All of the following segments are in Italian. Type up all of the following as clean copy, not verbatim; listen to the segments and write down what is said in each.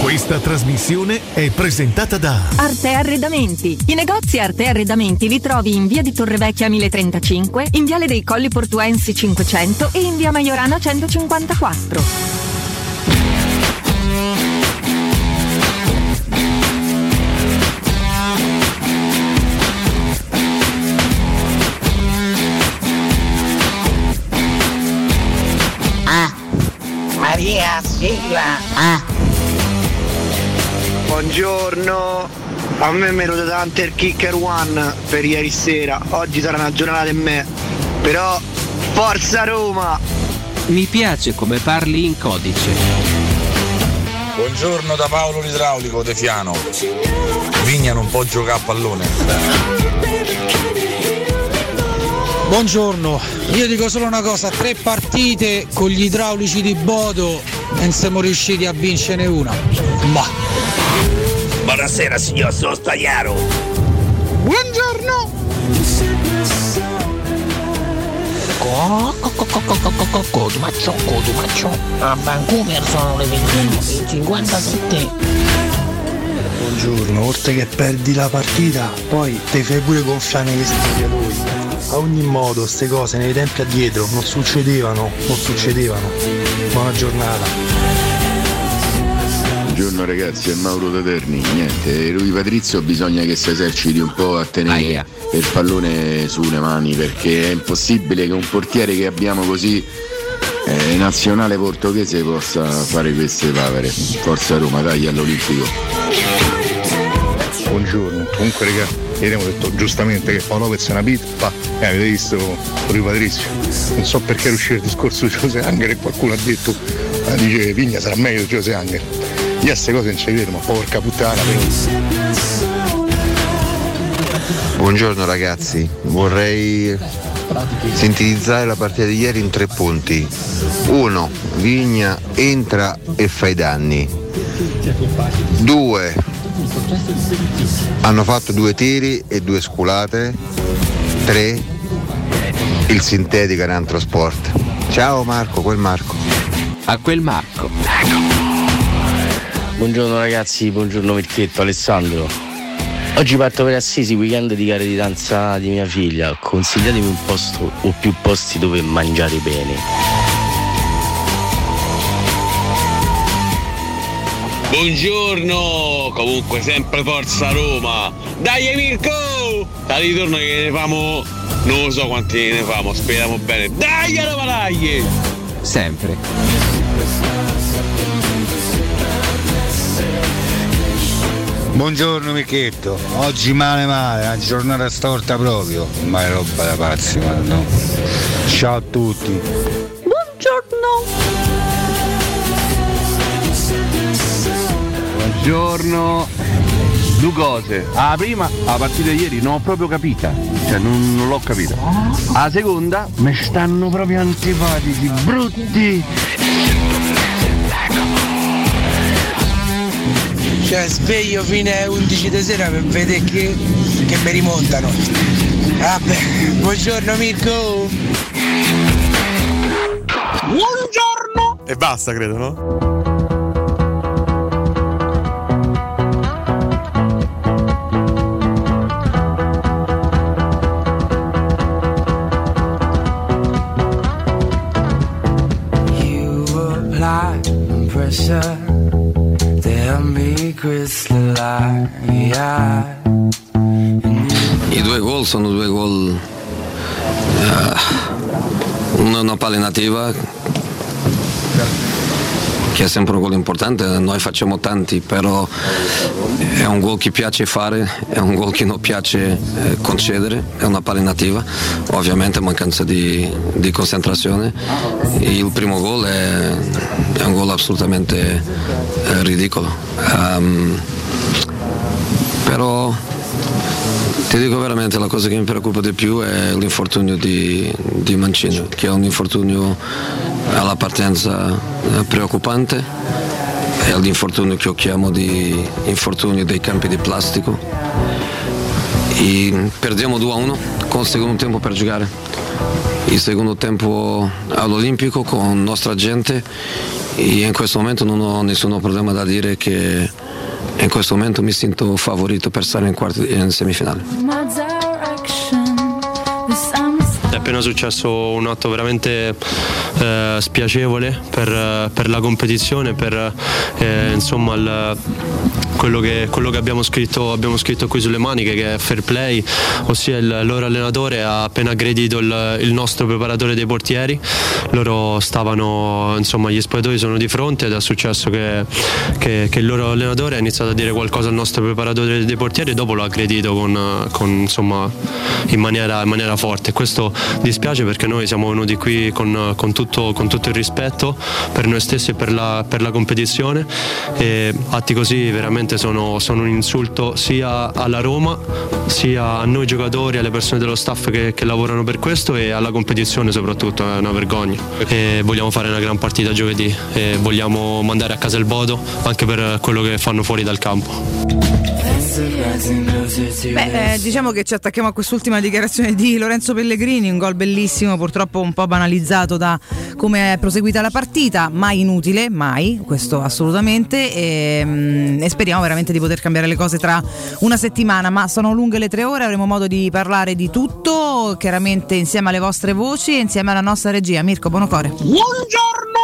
Questa trasmissione è presentata da Arte Arredamenti. I negozi Arte Arredamenti li trovi in via di Torrevecchia 1035, in viale dei Colli Portuensi 500 e in via Maiorana 154. Maria, sigla. Buongiorno, a me mi ero dato Hunter Kicker One per ieri sera, oggi sarà una giornata in me, però forza Roma! Mi piace come parli in codice. Buongiorno da Paolo l'idraulico De Fiano. Vigna non può giocare a pallone. Buongiorno, io dico solo una cosa, 3 partite con gli idraulici di Bodo e non siamo riusciti a vincere una. Buonasera signor Sostagliaro. Buongiorno. Codumaccio. A Vancouver sono le 21:57. Buongiorno, oltre che perdi la partita, poi ti fai pure gonfiare negli spogliatoi. A ogni modo, queste cose nei tempi addietro non succedevano. Buona giornata. Buongiorno ragazzi, è Mauro da Terni. Niente, Rui Patrizio bisogna che si eserciti un po' a tenere il pallone sulle mani, perché è impossibile che un portiere che abbiamo così nazionale portoghese possa fare queste papere. Forza Roma, dai all'Olimpico. Buongiorno, comunque raga, ieri abbiamo detto giustamente che Paolo Lopez è una pippa, avete visto Rui Patrizio, non so perché era uscito il discorso di José Angel e qualcuno ha detto, dice Vigna sarà meglio di José Angel. Io a queste cose non ci vedo, ma porca puttana però. Buongiorno ragazzi, vorrei sintetizzare la partita di ieri in 3 punti. 1. Vigna entra e fa i danni. 2. Hanno fatto 2 tiri e 2 sculate. 3. Il sintetico era un sport. Ciao Marco, quel Marco. A quel Marco. Buongiorno ragazzi, buongiorno Mirchetto, Alessandro. Oggi parto per Assisi, weekend di gare di danza di mia figlia. Consigliatemi un posto o più posti dove mangiare bene. Buongiorno, comunque sempre forza Roma. Dai Mirko! Dal ritorno che ne famo, non lo so quanti ne famo, speriamo bene. Dai Roma, dai! Sempre. Buongiorno Mirchetto, oggi male, una giornata storta proprio, ma è roba da pazzi, ma no. Ciao a tutti. Buongiorno. 2 cose. La prima, la partita di ieri non ho proprio capita, cioè non l'ho capita. La seconda, mi stanno proprio antipatici, brutti. Cioè sveglio fino alle 11 di sera per vedere che mi rimontano. Vabbè, buongiorno Mirko. Buongiorno. E basta, credo, no? I 2 gol sono 2 gol, una palla nativa che è sempre un gol importante, noi facciamo tanti, però è un gol che piace fare, è un gol che non piace concedere, è una palla nativa, ovviamente mancanza di concentrazione. Il primo gol è un gol assolutamente ridicolo, però ti dico veramente, la cosa che mi preoccupa di più è l'infortunio di Mancini, che è un infortunio alla partenza preoccupante, è l'infortunio che io chiamo di infortunio dei campi di plastico. E perdiamo 2-1 con il secondo tempo per giocare. il secondo tempo all'Olimpico con nostra gente e in questo momento non ho nessun problema da dire che in questo momento mi sento favorito per stare in semifinale. È appena successo un atto veramente spiacevole per la competizione, per insomma quello che abbiamo scritto qui sulle maniche, che è fair play, ossia il loro allenatore ha appena aggredito il nostro preparatore dei portieri. Loro stavano, insomma, gli spogliatoi sono di fronte ed è successo che il loro allenatore ha iniziato a dire qualcosa al nostro preparatore dei portieri e dopo l'ha aggredito con insomma in maniera forte. Questo dispiace perché noi siamo venuti qui con tutto il rispetto per noi stessi e per la competizione, e atti così veramente sono un insulto sia alla Roma, sia a noi giocatori, alle persone dello staff che lavorano per questo, e alla competizione soprattutto. È una vergogna, e vogliamo fare una gran partita giovedì e vogliamo mandare a casa il voto anche per quello che fanno fuori dal campo. Diciamo che ci attacchiamo a quest'ultima dichiarazione di Lorenzo Pellegrini, un gol bellissimo, purtroppo un po' banalizzato da come è proseguita la partita, mai inutile, mai, questo assolutamente, e speriamo veramente di poter cambiare le cose tra una settimana, ma sono lunghe le 3 ore, avremo modo di parlare di tutto, chiaramente insieme alle vostre voci e insieme alla nostra regia. Mirko Bonocore. Buongiorno.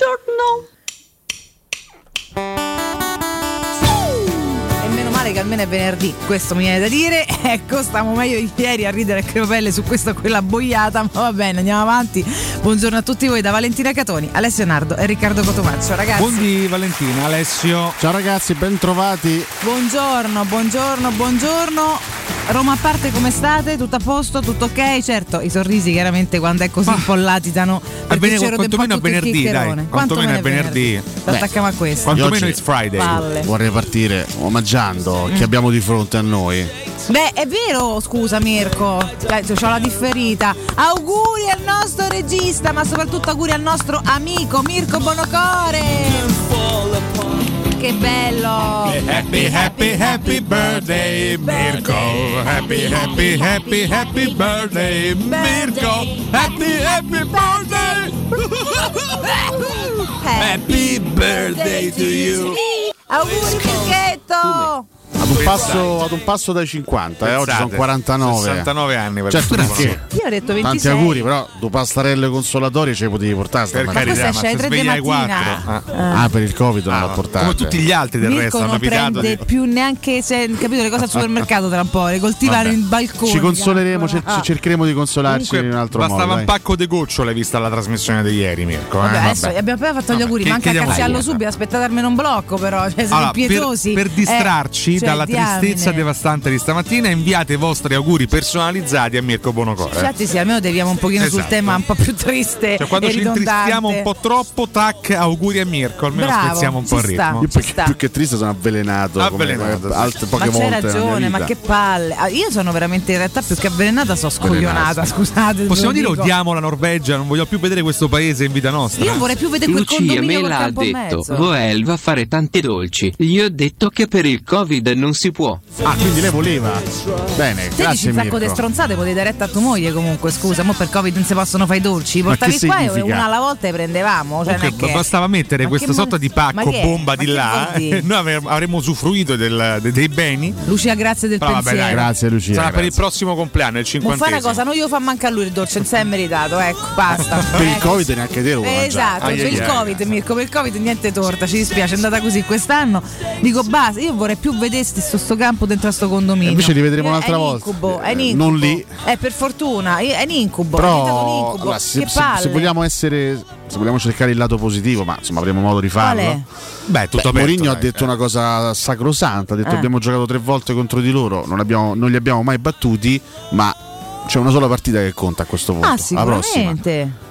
Che almeno è venerdì, questo mi viene da dire. Ecco, stavamo meglio di ieri a ridere a crepapelle su questa quella boiata, ma va bene, andiamo avanti. Buongiorno a tutti voi da Valentina Catoni, Alessio Nardo e Riccardo Cotomaccio. Ragazzi, buondì Valentina, Alessio. Ciao ragazzi, ben trovati. Buongiorno. Roma a parte, come state? Tutto a posto? Tutto ok? Certo, i sorrisi chiaramente quando è così un po' latitano, perché c'ero un po' tutto il chiccherone. Quantomeno è venerdì. Attacchiamo a questo. Quantomeno it's Friday. Palle. Vorrei partire omaggiando chi abbiamo di fronte a noi. Beh, è vero, scusa Mirko, c'ho la differita. Auguri al nostro regista, ma soprattutto auguri al nostro amico Mirko Bonocore. Che bello! Happy birthday Mirko. Happy birthday Mirko. Happy birthday. Happy birthday to you. Auguri Mirchetto! Ad un passo dai 50, oggi sono 49. 69 anni per certo, perché io ho detto 26. Tanti auguri, però due pastarelle consolatorie ce le potevi portare ma questa esce alle 3 di mattina. Per il Covid non l'ho portato. Come tutti gli altri del Mirko resto non prende più neanche, se capito, le cose al supermercato tra un po', le coltivano in balcone. Ci consoleremo, cercheremo di consolarci. Comunque, in un altro modo. Bastava un pacco di gocciole vista la trasmissione di ieri, Mirko. Adesso abbiamo appena fatto gli auguri, manca a cazziarlo subito, aspettate almeno un blocco, però siete impietosi. Per distrarci dalla tristezza devastante di stamattina, inviate i vostri auguri personalizzati a Mirko Bonocore. Infatti sì, almeno deviamo un pochino sul tema un po' più triste, quando ci ridondante. intristiamo un po' troppo, tac, auguri a Mirko, almeno spezziamo un po' il ritmo. Io più che triste sono avvelenato poche ma volte. C'hai ragione, ma che palle. Io sono veramente, in realtà, più che avvelenata, sono scoglionata, scusate. Possiamo dire odiamo la Norvegia, non voglio più vedere questo paese in vita nostra. Io vorrei più vedere quel condominio col campo in mezzo. Lucia me l'ha detto, Voel va a fare tanti dolci. Gli ho detto che per il Covid non si può. Quindi lei voleva. Bene, te grazie dici un sacco di stronzate, potete dare retta a tua moglie comunque, scusa, mo per Covid non si possono fare i dolci, portavi qua e una alla volta le prendevamo, cioè bastava mettere questa sorta di pacco bomba di là e noi avremmo usufruito dei beni. Lucia, grazie del pensiero. Grazie Lucia. Sarà per il prossimo compleanno, il 50esimo. Ma fai una cosa, non io fa manca a lui il dolce, non si è meritato, ecco, basta. Per il Covid neanche te lo vuoi esatto, per il Covid, Mirko, per il Covid niente torta, ci dispiace, è andata così quest'anno. Dico basta, io vorrei più vedesti sto campo dentro a sto condominio. Invece li vedremo un'altra volta. È un incubo. Non lì. Per fortuna, è un incubo. Però allora, se vogliamo cercare il lato positivo, ma insomma avremo modo di farlo. Beh, tutto Mourinho ha detto una cosa sacrosanta, ha detto abbiamo giocato 3 volte contro di loro, non li abbiamo mai battuti, ma c'è una sola partita che conta a questo punto. Sicuramente.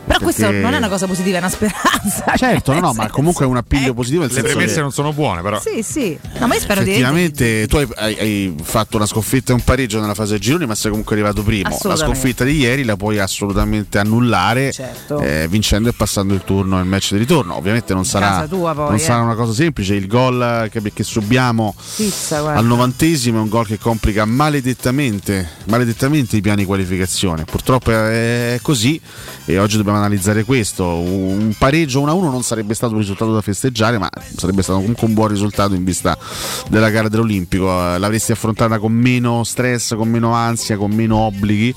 Però questo non è una cosa positiva, è una speranza. Certo, no, ma comunque è un appiglio positivo. Le premesse non sono buone, però. Sì. No, ma io spero effettivamente tu hai fatto una sconfitta e un pareggio nella fase di gironi, ma sei comunque arrivato primo. La sconfitta di ieri la puoi assolutamente annullare, vincendo e passando il turno nel match di ritorno. Ovviamente non sarà una cosa semplice. Il gol che subiamo al 90esimo è un gol che complica maledettamente i piani di qualificazione. Purtroppo è così e oggi dobbiamo analizzare questo. Un pareggio 1-1 non sarebbe stato un risultato da festeggiare, ma sarebbe stato comunque un buon risultato in vista della gara dell'Olimpico. L'avresti affrontata con meno stress, con meno ansia, con meno obblighi,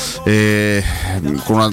con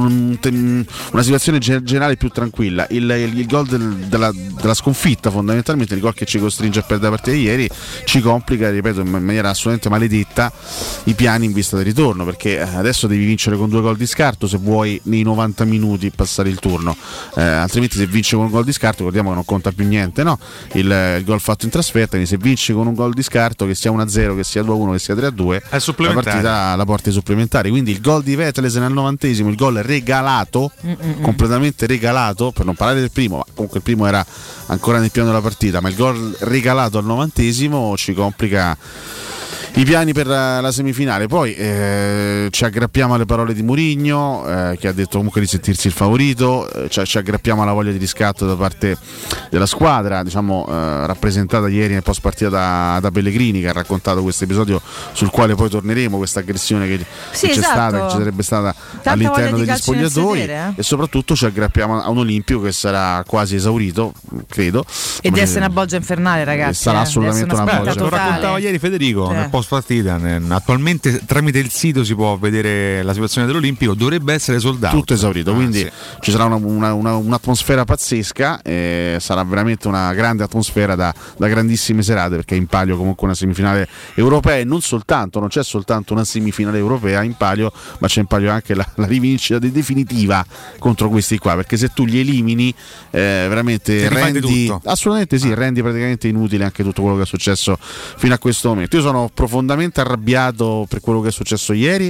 una situazione generale più tranquilla. Il gol della sconfitta, fondamentalmente il gol che ci costringe a perdere la partita di ieri, ci complica, ripeto, in maniera assolutamente maledetta i piani in vista del ritorno, perché adesso devi vincere con 2 gol di scarto se vuoi nei 90 minuti passare il turno, altrimenti se vince con un gol di scarto, ricordiamo che non conta più niente, no? Il gol fatto in trasferta, quindi se vince con un gol di scarto, che sia 1-0, che sia 2-1, che sia 3-2, la partita la porta ai supplementari. Quindi il gol di Vetlesen al 90esimo, il gol regalato, completamente regalato, per non parlare del primo, ma comunque il primo era ancora nel piano della partita, ma il gol regalato al 90esimo ci complica i piani per la semifinale. Poi ci aggrappiamo alle parole di Mourinho, che ha detto comunque di sentirsi il favorito, ci aggrappiamo alla voglia di riscatto da parte della squadra, diciamo rappresentata ieri nel post partita da Pellegrini, che ha raccontato questo episodio sul quale poi torneremo, questa aggressione che c'è stata, che ci sarebbe stata all'interno degli spogliatoi, e soprattutto ci aggrappiamo a un Olimpico che sarà quasi esaurito, credo, e deve essere una bolgia infernale, ragazzi. Sarà assolutamente una bolgia. Lo raccontava ieri Federico nel post partita. Attualmente tramite il sito si può vedere la situazione dell'Olimpico, dovrebbe essere soldato, tutto esaurito, quindi ci sarà un'atmosfera pazzesca, sarà veramente una grande atmosfera da grandissime serate, perché è in palio comunque una semifinale europea, e non c'è soltanto una semifinale europea in palio, ma c'è in palio anche la rivincita definitiva contro questi qua, perché se tu li elimini veramente rendi praticamente inutile anche tutto quello che è successo fino a questo momento. Io sono profondamente arrabbiato per quello che è successo ieri,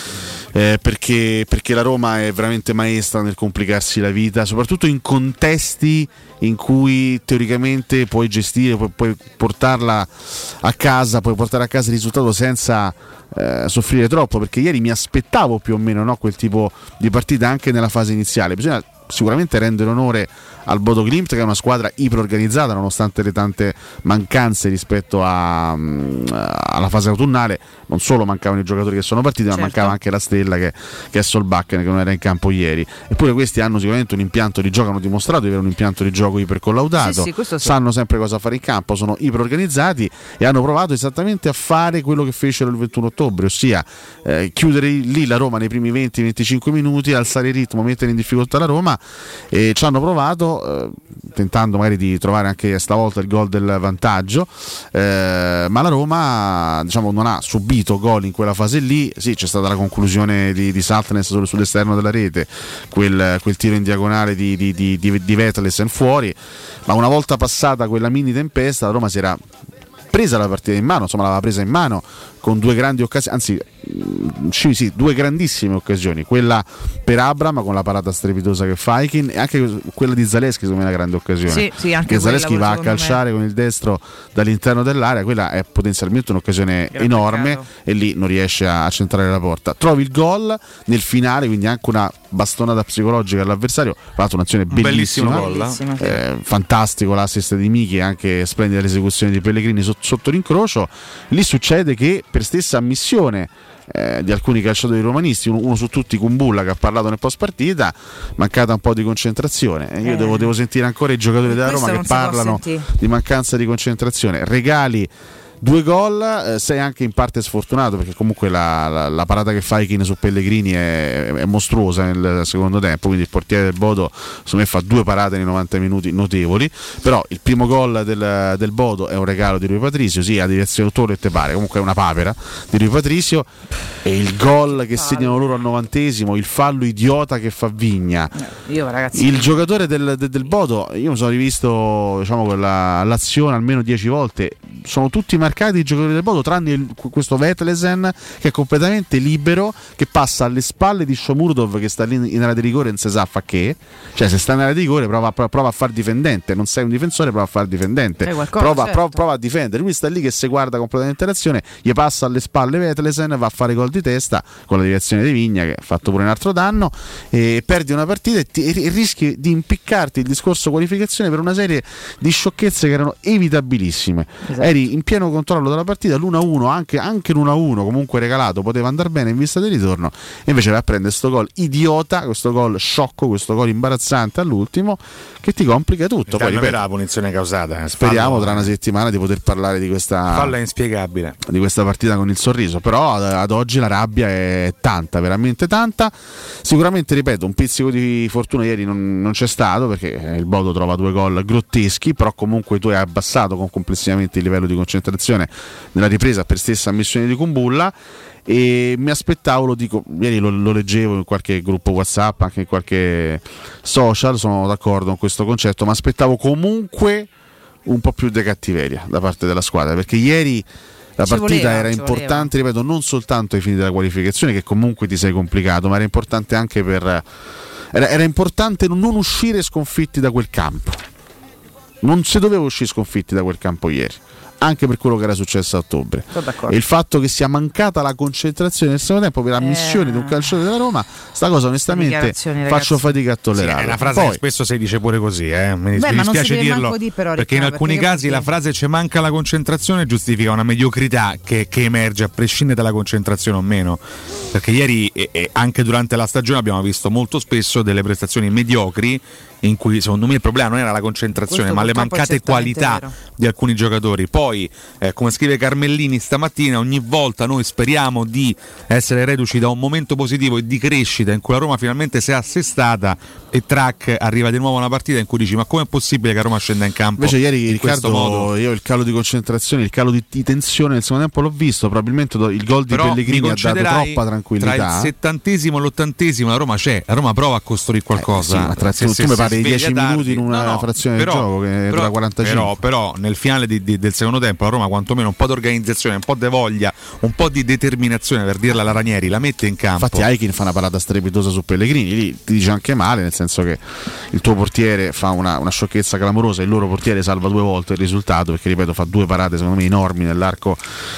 perché la Roma è veramente maestra nel complicarsi la vita, soprattutto in contesti in cui teoricamente puoi gestire, puoi portarla a casa, puoi portare a casa il risultato senza soffrire troppo, perché ieri mi aspettavo più o meno quel tipo di partita anche nella fase iniziale. Bisogna sicuramente rendere onore al Bodo Glimt, che è una squadra iperorganizzata nonostante le tante mancanze rispetto alla fase autunnale. Non solo mancavano i giocatori che sono partiti, ma mancava anche la stella che è Solbakken, che non era in campo ieri. Eppure questi hanno sicuramente un impianto di gioco, hanno dimostrato di avere un impianto di gioco ipercollaudato, sanno sempre cosa fare in campo, sono iperorganizzati e hanno provato esattamente a fare quello che fecero il 21 ottobre, ossia chiudere lì la Roma nei primi 20-25 minuti, alzare il ritmo, mettere in difficoltà la Roma, e ci hanno provato tentando magari di trovare anche stavolta il gol del vantaggio, ma la Roma, diciamo, non ha subito gol in quella fase lì. Sì, c'è stata la conclusione di Saltnes sull'esterno della rete, quel tiro in diagonale di Vetlesen fuori, ma una volta passata quella mini tempesta la Roma si era presa la partita in mano, insomma l'aveva presa in mano con due grandi occasioni, anzi due grandissime occasioni, quella per Abraham con la parata strepitosa che fa Aikin, e anche quella di Zaleschi, secondo me è una grande occasione, anche Zaleschi va a calciare con il destro dall'interno dell'area, quella è potenzialmente un'occasione enorme e lì non riesce a centrare la porta. Trovi il gol nel finale, quindi anche una bastonata psicologica all'avversario, ha fatto un'azione bellissima, fantastico l'assist di Michi, anche splendida l'esecuzione di Pellegrini sotto l'incrocio. Lì succede che per stessa ammissione di alcuni calciatori romanisti, uno su tutti Kumbulla, che ha parlato nel post partita, mancata un po' di concentrazione. Io devo sentire ancora i giocatori della Roma che parlano di mancanza di concentrazione. Regali 2 gol, sei anche in parte sfortunato, perché comunque la parata che fa Aikin su Pellegrini è mostruosa nel secondo tempo, quindi il portiere del Bodo secondo me fa 2 parate nei 90 minuti notevoli. Però il primo gol del Bodo è un regalo di Rui Patricio, a direzione d'autore, te pare, comunque è una papera di Rui Patricio, e il gol che segnano loro al 90esimo, il fallo idiota che fa Vigna, il giocatore del Bodo, io mi sono rivisto, diciamo, l'azione almeno 10 volte, sono tutti marcati i giocatori del Bodo, tranne questo Vetlesen che è completamente libero, che passa alle spalle di Shomurodov che sta lì in area di rigore, non si sa fa che, cioè se sta in area di rigore prova a far difendente, non sei un difensore, prova a far difendente, prova a difendere, lui sta lì che se guarda completamente l'azione, gli passa alle spalle Vetlesen, va a fare gol di testa con la deviazione di Vigna che ha fatto pure un altro danno, e perdi una partita e rischi di impiccarti il discorso qualificazione per una serie di sciocchezze che erano evitabilissime. Esatto. Eri in pieno controllo della partita, l'1-1 anche l'1-1 comunque regalato poteva andare bene in vista del ritorno, e invece vai a prendere questo gol idiota, questo gol sciocco, questo gol imbarazzante all'ultimo che ti complica tutto. Poi ripeto, la punizione causata, speriamo tra una settimana di poter parlare di questa falla inspiegabile, di questa partita con il sorriso, però ad oggi la rabbia è tanta, veramente tanta. Sicuramente, ripeto, un pizzico di fortuna ieri non c'è stato, perché il Bodo trova 2 gol grotteschi, però comunque tu hai abbassato complessivamente il livello di concentrazione nella ripresa per stessa ammissione di Kumbulla, e mi aspettavo, lo dico, ieri lo leggevo in qualche gruppo WhatsApp, anche in qualche social, sono d'accordo con questo concetto, ma aspettavo comunque un po' più di cattiveria da parte della squadra, perché ieri la partita era importante, ripeto, non soltanto ai fini della qualificazione, che comunque ti sei complicato, ma era importante anche era importante non uscire sconfitti da quel campo. Non si doveva uscire sconfitti da quel campo ieri, anche per quello che era successo a ottobre, e il fatto che sia mancata la concentrazione nel secondo tempo per ammissioni di un calciatore della Roma, sta cosa onestamente faccio fatica a tollerare. Sì, è una frase che spesso si dice pure così, mi dispiace dirlo, perché in alcuni casi la frase "ci manca la concentrazione" giustifica una mediocrità che emerge a prescindere dalla concentrazione o meno, perché ieri e anche durante la stagione abbiamo visto molto spesso delle prestazioni mediocri in cui secondo me il problema non era la concentrazione, ma le mancate qualità di alcuni giocatori. Poi, come scrive Carmellini stamattina, ogni volta noi speriamo di essere reduci da un momento positivo e di crescita in cui la Roma finalmente si è assestata, e track arriva di nuovo una partita in cui dici: ma com'è possibile che Roma scenda in campo? Invece ieri, in questo modo? Io il calo di concentrazione, il calo di tensione nel secondo tempo l'ho visto, probabilmente il gol di Pellegrini ha dato troppa tranquillità. Tra il 70° e l'80° la Roma c'è, la Roma prova a costruire qualcosa. Tu mi parli di 10 minuti in una frazione del gioco che dura 45. Però nel finale del secondo tempo la Roma quantomeno un po' di organizzazione, un po' di voglia, un po' di determinazione, per dirla alla Ranieri, la mette in campo. Infatti Aikin fa una parata strepitosa su Pellegrini, lì ti dice anche male, nel senso che il tuo portiere fa una sciocchezza clamorosa, il loro portiere salva 2 volte il risultato, perché ripeto fa 2 parate secondo me enormi nell'arco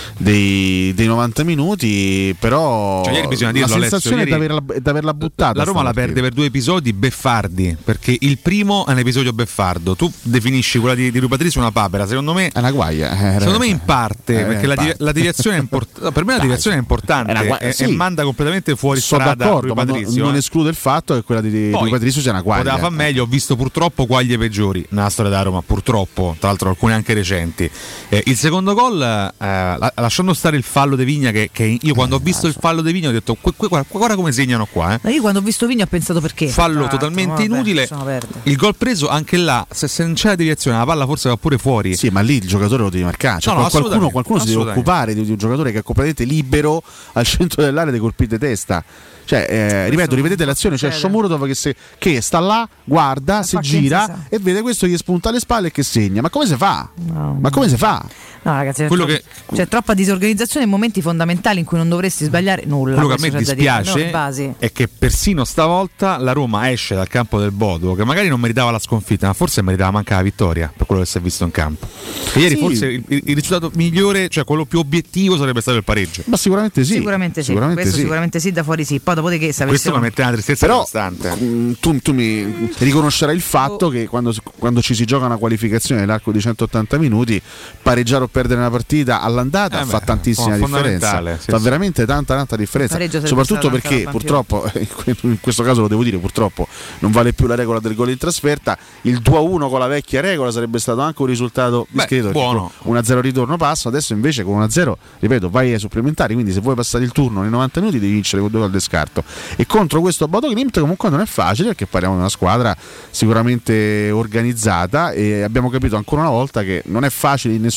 dei 90 minuti, però ieri bisogna dirlo, la sensazione Alessio, è di averla buttata. La Roma la perde per 2 episodi beffardi, perché il primo è un episodio beffardo, tu definisci quella di Rui Patricio una papera, secondo me è una guaia, secondo me in parte, perché la deviazione è importante, per me la deviazione è importante e manda completamente fuori strada Rui Patricio, non esclude il fatto che quella di Rui Patricio sia una guaglia. Poteva far meglio, ho visto purtroppo guaglie peggiori nella storia della Roma, purtroppo, tra l'altro alcune anche recenti. Il secondo gol, lasciando stare il fallo di Vigna, che io quando ho visto il fallo di Vigna ho detto guarda come segnano qua. Io quando ho visto Vigna ho pensato perché fallo totalmente inutile. Il gol preso anche là, se non c'è la deviazione la palla forse va pure fuori. Sì, ma lì il giocatore lo devi marcare, qualcuno si deve occupare di un giocatore che è completamente libero al centro dell'area dei colpi di testa. Cioè, ripeto, rivedete l'azione, c'è Shomurodov che sta là, guarda, si gira e vede questo che spunta alle spalle e che segna. Ma come si fa? Ma come si fa? No, ragazzi, c'è troppa disorganizzazione in momenti fondamentali in cui non dovresti sbagliare nulla. Quello che a me dispiace è che persino stavolta la Roma esce dal campo del Bodo, che magari non meritava la sconfitta, ma forse meritava anche la vittoria per quello che si è visto in campo. E ieri forse il risultato migliore, cioè quello più obiettivo, sarebbe stato il pareggio. Ma sicuramente sì. Sicuramente sì, da fuori sì. Poi dopodiché questo mi mette una tristezza costante. Tu mi riconoscerai il fatto che quando ci si gioca una qualificazione nell'arco di 180 minuti, pareggiare o perdere una partita all'andata fa tantissima differenza, fa veramente tanta differenza, soprattutto perché purtroppo in questo caso lo devo dire, purtroppo non vale più la regola del gol in trasferta. Il 2-1 con la vecchia regola sarebbe stato anche un risultato discreto, buono. 1-0 ritorno passo, adesso invece con 1-0 ripeto vai ai supplementari, quindi se vuoi passare il turno nei 90 minuti devi vincere con 2 gol di scarto, e contro questo Bodo Glimt comunque non è facile, perché parliamo di una squadra sicuramente organizzata, e abbiamo capito ancora una volta che non è facile in nessuna competizione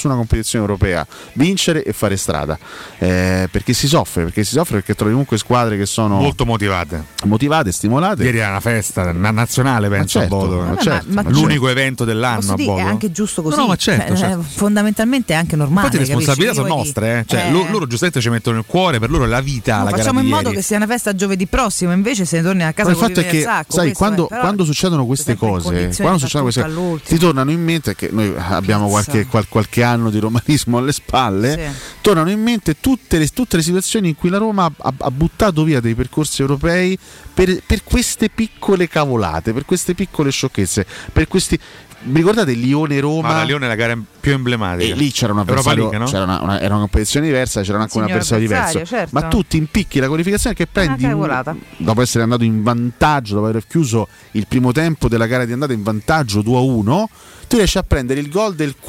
competizione europea, vincere e fare strada, perché si soffre perché trovi comunque squadre che sono molto motivate, stimolate. Ieri era una festa nazionale, penso, a Bodo, ma l'unico evento dell'anno a Bodo. È anche giusto così, no, ma certo. Fondamentalmente è anche normale. Infatti le responsabilità sono nostre, cioè, loro giustamente ci mettono il cuore, per loro è la vita, la facciamo in modo che sia una festa giovedì prossimo, invè se ne torni a casa. Ma il fatto è che sai, quando succedono queste cose, ti tornano in mente, che noi abbiamo qualche anno di romanismo alle spalle, tornano in mente tutte le situazioni in cui la Roma ha buttato via dei percorsi europei per queste piccole cavolate, per queste piccole sciocchezze, per questi. Vi ricordate Lione-Roma? La Lione è la gara più emblematica. E lì c'era un avversario, League, no? era una competizione diversa, c'era anche un avversario diverso. Certo. Ma tu ti impicchi la qualificazione che prendi dopo essere andato in vantaggio, dopo aver chiuso il primo tempo della gara di andata in vantaggio 2-1, tu riesci a prendere il gol del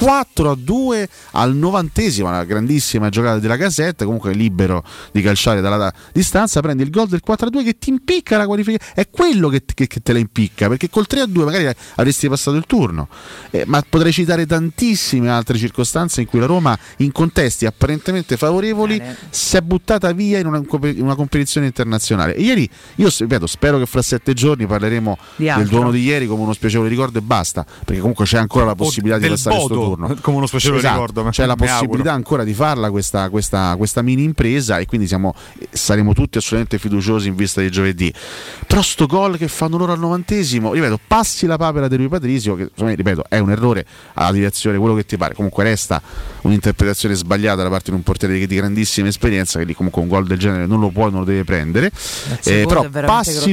4-2 al 90esimo, una grandissima giocata della Gazzetta, comunque libero di calciare dalla distanza, prendi il gol del 4-2 che ti impicca la qualificazione, è quello che te la impicca, perché col 3-2 magari avresti passato il turno, ma potrei citare tantissime altre circostanze in cui la Roma in contesti apparentemente favorevoli si è buttata via in una competizione internazionale. E ieri, io ripeto, spero che fra 7 giorni parleremo del duono di ieri come uno spiacevole ricordo e basta, perché comunque c'è ancora la possibilità di passare questo turno come uno spiacevole ricordo, c'è la possibilità ancora di farla questa mini impresa, e quindi saremo tutti assolutamente fiduciosi in vista di giovedì. Però sto gol che fanno loro al 90esimo, ripeto, passi la papera di Rui Patrizio, che ripeto è un errore alla direzione, quello che ti pare, comunque resta un'interpretazione sbagliata da parte di un portiere di grandissima esperienza, che lì comunque un gol del genere non lo può, non lo deve prendere, però passi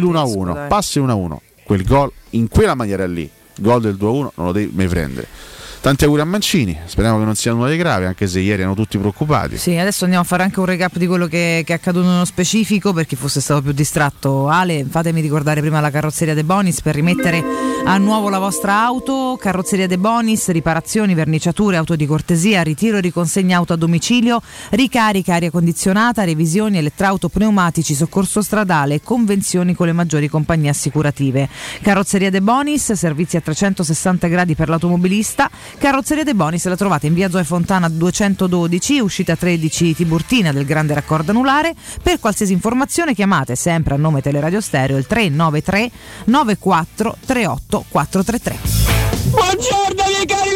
l'1-1, quel gol in quella maniera lì, gol del 2-1 non lo devi mai prendere. Tanti auguri a Mancini, speriamo che non sia nulla di grave, anche se ieri erano tutti preoccupati. Sì, adesso andiamo a fare anche un recap di quello che è accaduto nello specifico, per chi fosse stato più distratto. Ale, fatemi ricordare prima la Carrozzeria De Bonis per rimettere a nuovo la vostra auto. Carrozzeria De Bonis, riparazioni, verniciature, auto di cortesia, ritiro e riconsegna auto a domicilio, ricarica, aria condizionata, revisioni, elettrauto, pneumatici, soccorso stradale, convenzioni con le maggiori compagnie assicurative. Carrozzeria De Bonis, servizi a 360 gradi per l'automobilista. Carrozzeria De Bonis la trovate in via Zoe Fontana 212, uscita 13 Tiburtina del grande raccordo anulare. Per qualsiasi informazione chiamate sempre a nome Teleradio Stereo il 393 94 38 433. Buongiorno miei cari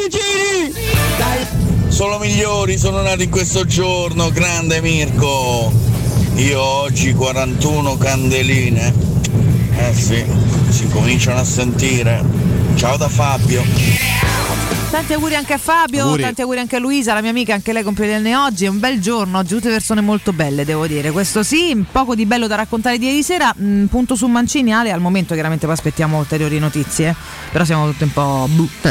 vicini! Solo migliori sono nati in questo giorno, grande Mirko. Io oggi 41 candeline. Sì, si cominciano a sentire. Ciao da Fabio. Tanti auguri anche a Fabio, tanti auguri anche a Luisa, la mia amica, anche lei compie gli anni oggi. È un bel giorno, oggi tutte persone molto belle, devo dire. Questo sì, poco di bello da raccontare di ieri sera. Punto su Mancini, Ale, al momento chiaramente poi aspettiamo ulteriori notizie, però siamo tutti un po'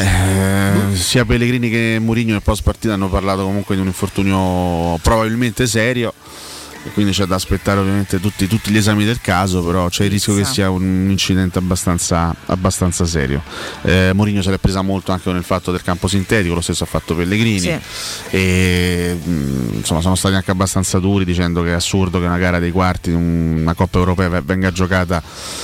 sia Pellegrini che Mourinho nel post partita hanno parlato comunque di un infortunio probabilmente serio, e quindi c'è da aspettare ovviamente tutti gli esami del caso, però c'è il rischio che sia un incidente abbastanza serio. Mourinho se l'è presa molto anche con il fatto del campo sintetico, lo stesso ha fatto Pellegrini, e insomma sono stati anche abbastanza duri, dicendo che è assurdo che una gara dei quarti di una Coppa Europea venga giocata,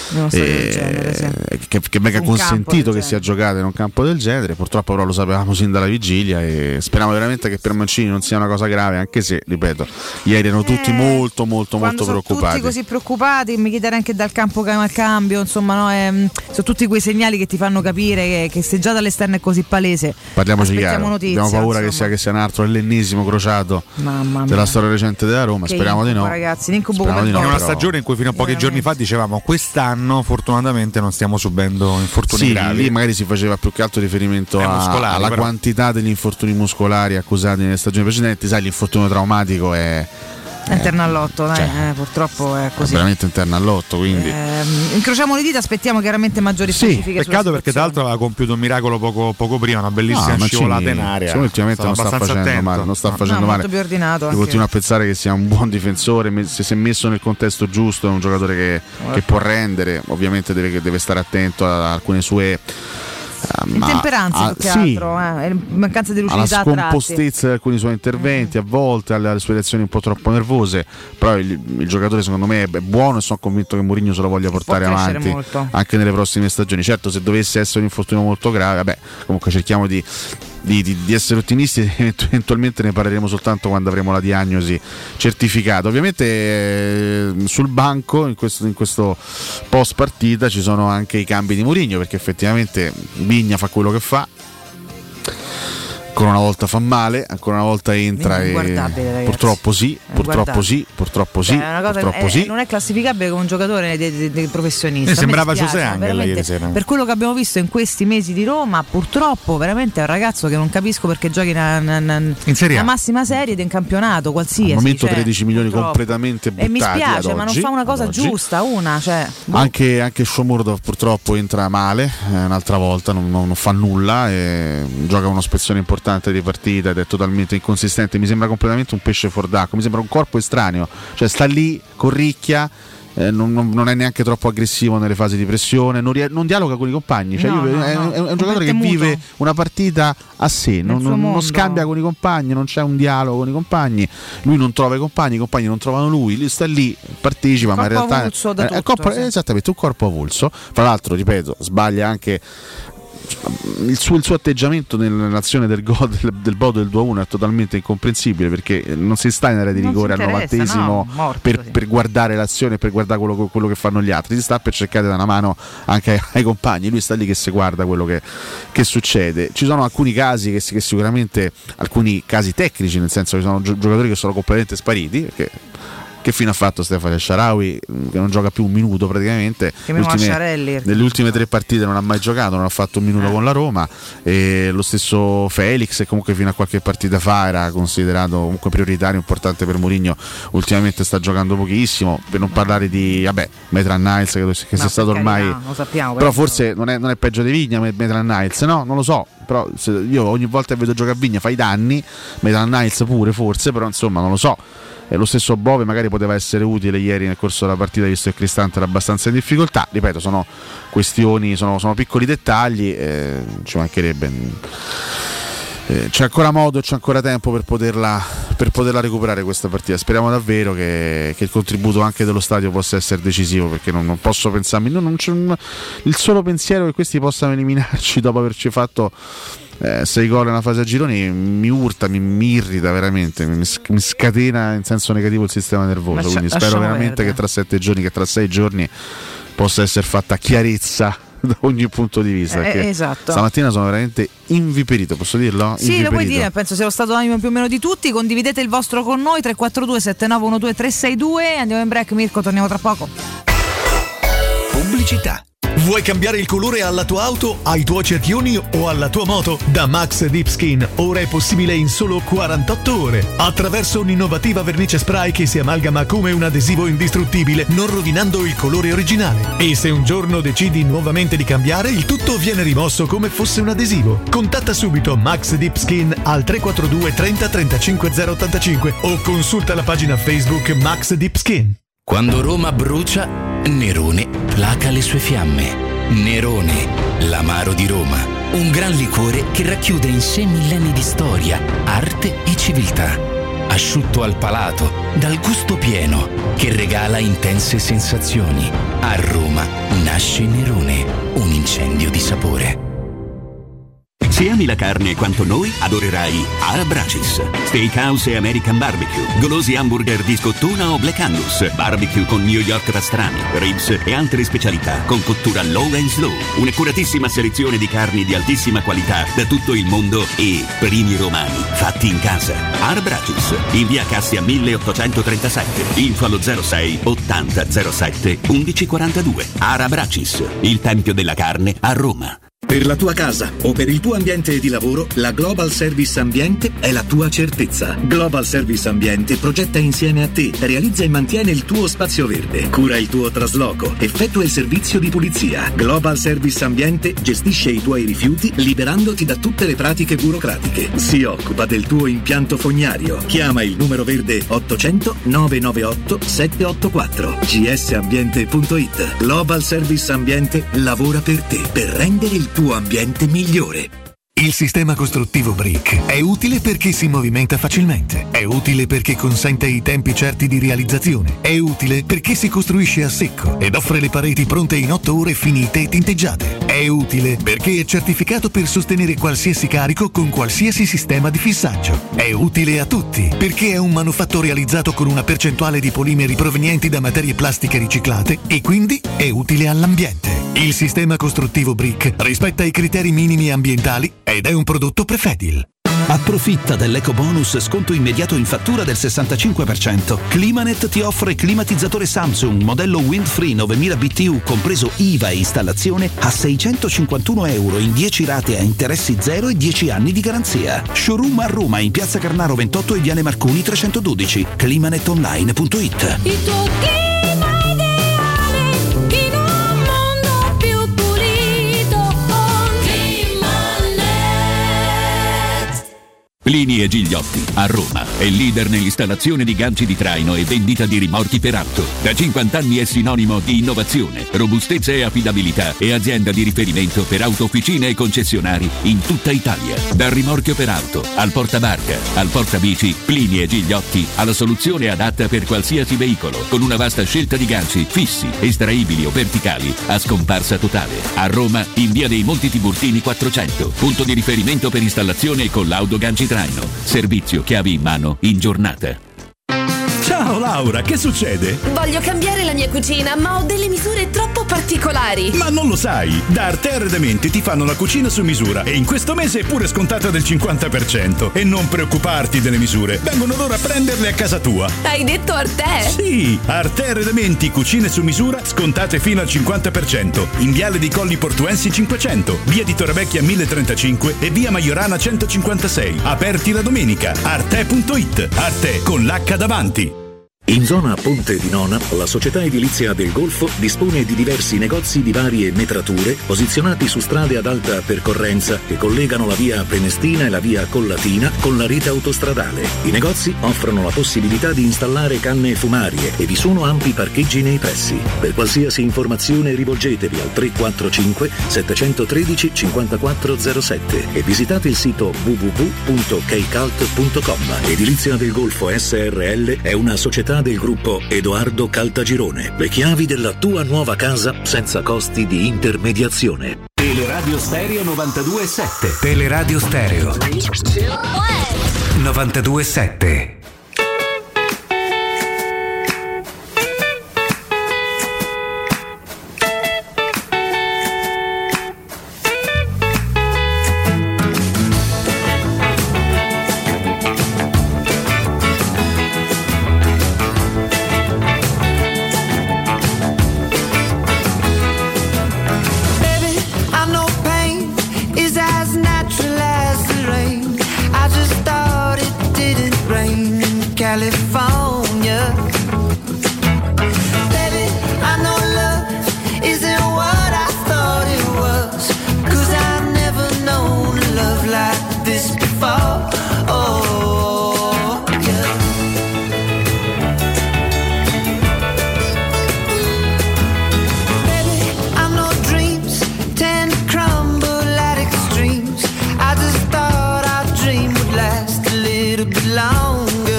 che venga consentito che sia giocata in un campo del genere. Purtroppo però lo sapevamo sin dalla vigilia, e speriamo veramente che per Mancini non sia una cosa grave, anche se, ripeto, ieri erano tutti molto preoccupati. Tutti così preoccupati, mi chiederei anche dal campo al cambio, insomma, no? Sono tutti quei segnali che ti fanno capire che se già dall'esterno è così palese, parliamoci chiaro, abbiamo paura che sia un altro, l'ennesimo crociato della storia recente della Roma. Speriamo di no, ragazzi. L'incubo come è una stagione in cui fino a pochi giorni fa dicevamo quest'anno fortunatamente non stiamo subendo infortuni gravi. Lì magari si faceva più che altro riferimento alla quantità degli infortuni muscolari accusati nelle stagioni precedenti. Sai, l'infortunio traumatico è interno all'otto, purtroppo è così. È veramente interno all'otto, quindi incrociamo le dita, aspettiamo chiaramente maggiori specifiche. Peccato perché tra l'altro aveva compiuto un miracolo poco prima, una bellissima scivolata in aria. Ultimamente non sta facendo male, male. Molto più ordinato. Io continuo a pensare che sia un buon difensore, se si è messo nel contesto giusto è un giocatore che può rendere. Ovviamente deve stare attento a alcune sue intemperanze, più che altro, mancanza di lucidità, alla scompostezza di alcuni suoi interventi, a volte alle sue reazioni un po' troppo nervose. Però il giocatore secondo me è buono, e sono convinto che Mourinho se lo voglia portare avanti molto, anche nelle prossime stagioni. Certo, se dovesse essere un infortunio molto grave, comunque cerchiamo di di essere ottimisti, eventualmente ne parleremo soltanto quando avremo la diagnosi certificata. Ovviamente sul banco in questo post partita ci sono anche i cambi di Mourinho, perché effettivamente Vigna fa quello che fa, ancora una volta fa male, ancora una volta entra e purtroppo sì. Non è classificabile come un giocatore dei professionisti. Mi sembrava José Angel ieri sera. Per quello che abbiamo visto in questi mesi di Roma, purtroppo veramente è un ragazzo che non capisco perché giochi in Serie A, massima serie ed in campionato qualsiasi. Al momento 13 milioni completamente buttati. E mi spiace, ma non fa una cosa giusta, Anche Shomurdov purtroppo entra male, un'altra volta non fa nulla e gioca uno spezzone importante di partita ed è totalmente inconsistente. Mi sembra completamente un pesce fuor d'acqua, mi sembra un corpo estraneo, cioè sta lì, corricchia, non è neanche troppo aggressivo nelle fasi di pressione, non dialoga con i compagni, cioè è un giocatore che vive una partita a sé, non scambia con i compagni, non c'è un dialogo con i compagni, lui non trova i compagni non trovano lui sta lì, partecipa, ma in realtà è esattamente un corpo avulso. Fra l'altro, ripeto, sbaglia anche il suo atteggiamento nell'azione del gol del Bodo del 2-1 è totalmente incomprensibile, perché non si sta in area di rigore al 90esimo per guardare l'azione, per guardare quello che fanno gli altri, si sta per cercare di dare una mano anche ai compagni, lui sta lì che si guarda quello che succede. Ci sono alcuni casi che sicuramente, alcuni casi tecnici, nel senso che sono giocatori che sono completamente spariti, perché che fine ha fatto Stefano El Shaarawy, che non gioca più un minuto praticamente, nelle ultime 3 partite non ha mai giocato, non ha fatto un minuto con la Roma, e lo stesso Felix, che comunque fino a qualche partita fa era considerato comunque prioritario, importante per Mourinho, ultimamente sta giocando pochissimo, per non parlare di Maitland-Niles che sia stato ormai, però forse non è peggio di Vigna Maitland-Niles, no? Non lo so, però io ogni volta che vedo giocare Vigna fai danni, Maitland-Niles pure forse, però insomma non lo so. Lo stesso Bove magari poteva essere utile ieri nel corso della partita, visto che Cristante era abbastanza in difficoltà. Ripeto, sono questioni, sono piccoli dettagli, ci mancherebbe. C'è ancora modo e c'è ancora tempo per poterla recuperare questa partita. Speriamo davvero che il contributo anche dello stadio possa essere decisivo, perché non posso pensarmi, non c'è il solo pensiero che questi possano eliminarci dopo averci fatto 6 gol nella fase a gironi mi urta, mi irrita veramente, mi scatena in senso negativo il sistema nervoso, quindi spero veramente che tra 7 giorni, che tra 6 giorni possa essere fatta chiarezza da ogni punto di vista. Esatto. Stamattina sono veramente inviperito, posso dirlo? Sì, lo puoi dire, penso sia lo stato d'animo più o meno di tutti. Condividete il vostro con noi, 342 7912 362. Andiamo in break, Mirko, torniamo tra poco. Pubblicità. Vuoi cambiare il colore alla tua auto, ai tuoi cerchioni o alla tua moto? Da Max Deep Skin ora è possibile in solo 48 ore, attraverso un'innovativa vernice spray che si amalgama come un adesivo indistruttibile, non rovinando il colore originale. E se un giorno decidi nuovamente di cambiare, il tutto viene rimosso come fosse un adesivo. Contatta subito Max Deep Skin al 342 30 35 085 o consulta la pagina Facebook Max Deep Skin. Quando Roma brucia, Nerone placa le sue fiamme. Nerone, l'amaro di Roma. Un gran liquore che racchiude in sé millenni di storia, arte e civiltà. Asciutto al palato, dal gusto pieno, che regala intense sensazioni. A Roma nasce Nerone, un incendio di sapore. Se ami la carne quanto noi, adorerai Arabracis. Steakhouse e American Barbecue, golosi hamburger di scottuna o Black Angus, barbecue con New York pastrami, ribs e altre specialità con cottura low and slow. Un'accuratissima selezione di carni di altissima qualità da tutto il mondo e primi romani fatti in casa. Arabracis, in via Cassia 1837, info allo 06 80 07 1142. Arabracis, il tempio della carne a Roma. Per la tua casa o per il tuo ambiente di lavoro, la Global Service Ambiente è la tua certezza. Global Service Ambiente progetta insieme a te, realizza e mantiene il tuo spazio verde, cura il tuo trasloco, effettua il servizio di pulizia. Global Service Ambiente gestisce i tuoi rifiuti liberandoti da tutte le pratiche burocratiche. Si occupa del tuo impianto fognario. Chiama il numero verde 800 998 784. gsambiente.it. Global Service Ambiente lavora per te, per rendere il tuo ambiente migliore. Il sistema costruttivo Brick è utile perché si movimenta facilmente, è utile perché consente i tempi certi di realizzazione, è utile perché si costruisce a secco ed offre le pareti pronte in 8 ore finite e tinteggiate, è utile perché è certificato per sostenere qualsiasi carico con qualsiasi sistema di fissaggio, è utile a tutti perché è un manufatto realizzato con una percentuale di polimeri provenienti da materie plastiche riciclate e quindi è utile all'ambiente. Il sistema costruttivo Brick rispetta i criteri minimi ambientali ed è un prodotto Prefedil. Approfitta dell'ecobonus sconto immediato in fattura del 65%. Climanet ti offre climatizzatore Samsung modello Windfree 9000 BTU compreso IVA e installazione a €651 in 10 rate a interessi zero e 10 anni di garanzia. Showroom a Roma in Piazza Carnaro 28 e Viale Marconi 312. climanetonline.it. Il tuo clima ideale in un mondo più pulito con Climanet. Plini e Gigliotti, a Roma, è leader nell'installazione di ganci di traino e vendita di rimorchi per auto. Da 50 anni è sinonimo di innovazione, robustezza e affidabilità e azienda di riferimento per autofficine e concessionari in tutta Italia. Dal rimorchio per auto, al portabarca, al portabici, Plini e Gigliotti ha la soluzione adatta per qualsiasi veicolo, con una vasta scelta di ganci fissi, estraibili o verticali, a scomparsa totale. A Roma, in via dei Monti Tiburtini 400, punto di riferimento per installazione con l'Auto Ganci Traino. Servizio chiavi in mano in giornata. Ciao Laura, che succede? Voglio cambiare la mia cucina, ma ho delle misure troppo particolari. Ma non lo sai, da Arte Arredamenti ti fanno la cucina su misura e in questo mese è pure scontata del 50%. E non preoccuparti delle misure, vengono loro a prenderle a casa tua. Hai detto Arte? Sì, Arte Arredamenti, cucine su misura scontate fino al 50%. In Viale dei Colli Portuensi 500, via di Torrevecchia 1035 e via Maiorana 156. Aperti la domenica. Arte.it. Arte con l'H davanti. In zona Ponte di Nona, la società edilizia del Golfo dispone di diversi negozi di varie metrature posizionati su strade ad alta percorrenza che collegano la via Prenestina e la via Collatina con la rete autostradale. I negozi offrono la possibilità di installare canne fumarie e vi sono ampi parcheggi nei pressi. Per qualsiasi informazione rivolgetevi al 345 713 5407 e visitate il sito www.keicalt.com. Edilizia del Golfo SRL è una società del gruppo Edoardo Caltagirone. Le chiavi della tua nuova casa senza costi di intermediazione. Teleradio Stereo 92.7. Teleradio Stereo 92.7. California. Baby, I know love isn't what I thought it was, 'cause I've never known a love like this before. Oh, yeah. Baby, I know dreams tend to crumble at extremes. I just thought our dream would last a little bit longer.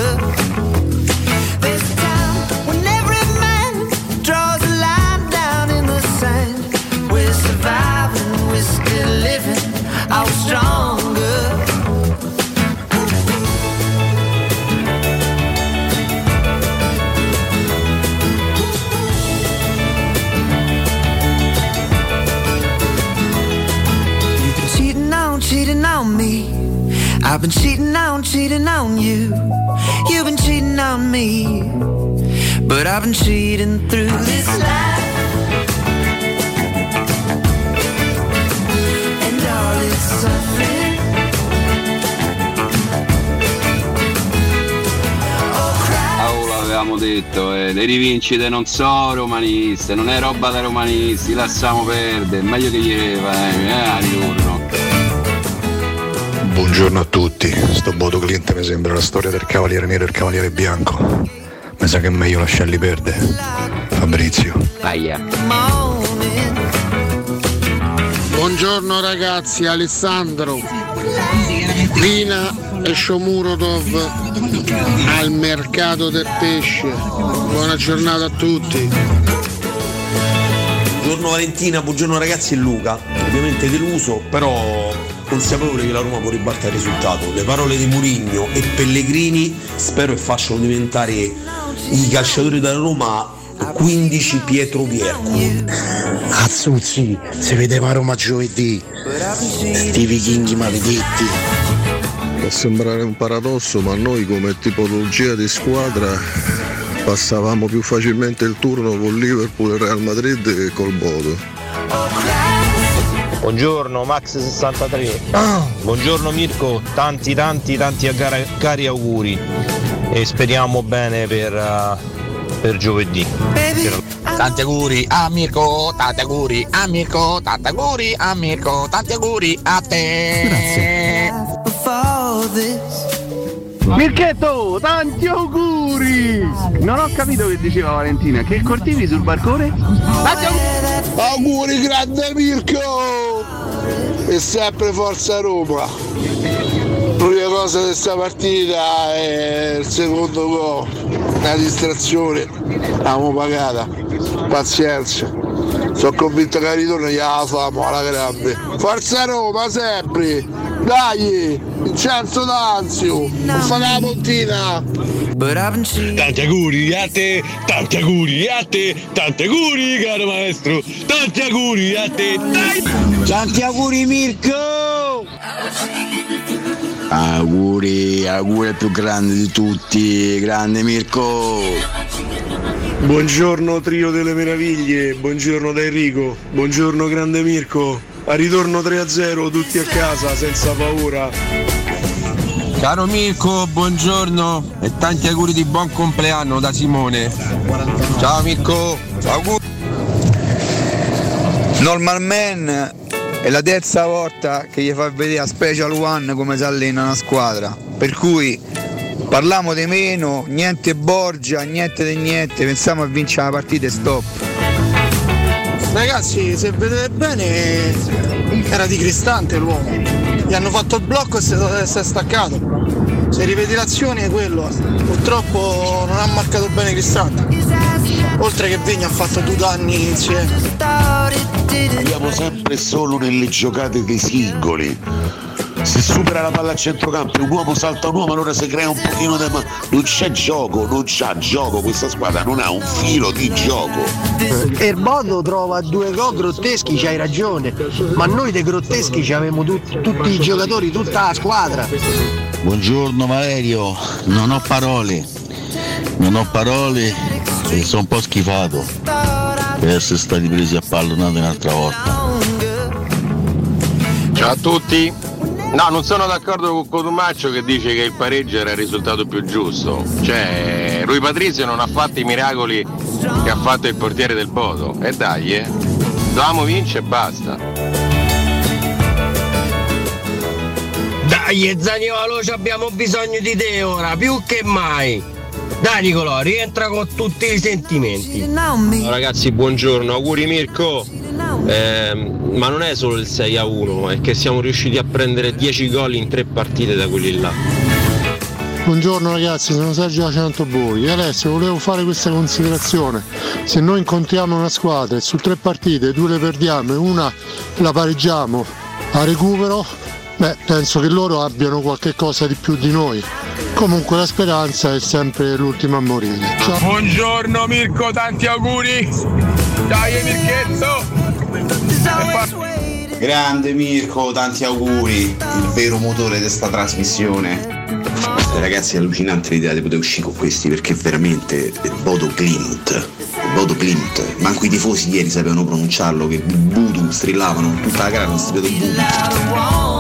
Out stronger. You've been cheating on me. I've been cheating on you. You've been cheating on me, but I've been cheating through this life. Avevamo detto, le rivincite non sono romaniste, non è roba da romanisti, lasciamo perdere, meglio che gli fa, ritorno. Buongiorno a tutti, sto Bodo Clint mi sembra la storia del cavaliere nero e il cavaliere bianco, mi sa che è meglio lasciarli perdere. Fabrizio. Aia. Buongiorno ragazzi, Alessandro. Lina e Shomurodov al mercato del pesce. Buona giornata a tutti. Buongiorno Valentina, buongiorno ragazzi e Luca. Ovviamente deluso, però consapevole che la Roma può ribaltare il risultato. Le parole di Mourinho e Pellegrini spero che facciano diventare i calciatori della Roma 15 Pietro Vierco. Azzuzzi, si vedeva Roma giovedì. Sti vichinghi maledetti. Può sembrare un paradosso, ma noi come tipologia di squadra passavamo più facilmente il turno con Liverpool e Real Madrid che col Bodo. Buongiorno Max63. Buongiorno Mirko, tanti cari auguri e speriamo bene per giovedì. Tanti auguri a Mirko, tanti auguri a Mirko, tanti auguri a Mirko, tanti auguri a te. Grazie. Mirchetto, tanti auguri! Non ho capito che diceva Valentina, che coltivi sul balcone? Auguri grande Mirko! E sempre forza Roma! L'unica cosa di questa partita è il secondo gol, una distrazione, l'abbiamo pagata, pazienza. Sono convinto che al ritorno gliela famo alla grande. Forza Roma sempre! Dai! Vincenzo D'Anzio! Non fa la pontina! Tanti auguri a te, tanti auguri a te, tanti auguri caro maestro, tanti auguri a te, dai! Tanti auguri Mirko! Auguri al più grande di tutti, grande Mirko! Buongiorno trio delle meraviglie, buongiorno da Enrico, buongiorno grande Mirko, a ritorno 3-0 tutti a casa senza paura. Caro Mirko, buongiorno e tanti auguri di buon compleanno da Simone. Ciao Mirko, auguri. Normal Man è la terza volta che gli fa vedere a Special One come si allena una squadra, per cui parliamo di meno, niente Borgia, niente di niente, pensiamo a vincere la partita e stop. Ragazzi, se vedete bene era di Cristante l'uomo, gli hanno fatto il blocco e si è staccato. Se rivedi l'azione è quello, purtroppo non ha marcato bene Cristante, oltre che Vigna ha fatto 2 danni insieme. Andiamo sempre solo nelle giocate dei singoli. Se supera la palla a centrocampo, un uomo salta un uomo, allora si crea un pochino di... Non c'è gioco, questa squadra non ha un filo di gioco. Erbodo trova 2 gol grotteschi, c'hai ragione, ma noi dei grotteschi ci avevamo tutti i giocatori, tutta la squadra. Buongiorno Valerio, non ho parole e sono un po' schifato per essere stati presi a pallonate un'altra volta. Ciao a tutti. No, non sono d'accordo con Cotumaccio che dice che il pareggio era il risultato più giusto. Cioè, Rui Patrizio non ha fatto i miracoli che ha fatto il portiere del Bodo. E dai, dovevamo vincere e basta. Dai Zaniolo, abbiamo bisogno di te ora, più che mai. Dai Nicolò, rientra con tutti i sentimenti. No, ragazzi, buongiorno, auguri Mirko. Ma non è solo il 6-1, è che siamo riusciti a prendere 10 gol in 3 partite da quelli là. Buongiorno ragazzi, sono Sergio Centoboi. Alessio, volevo fare questa considerazione. Se noi incontriamo una squadra e su 3 partite 2 le perdiamo e una la pareggiamo a recupero, penso che loro abbiano qualche cosa di più di noi. Comunque la speranza è sempre l'ultima a morire. Ciao. Buongiorno Mirko, tanti auguri. Dai Mirchetto. Grande Mirko, tanti auguri, il vero motore di sta trasmissione. Ragazzi, è allucinante l'idea di poter uscire con questi, perché veramente Bodo Klimt, manco i tifosi ieri sapevano pronunciarlo, che Budu strillavano tutta la gara, non si vede Budu.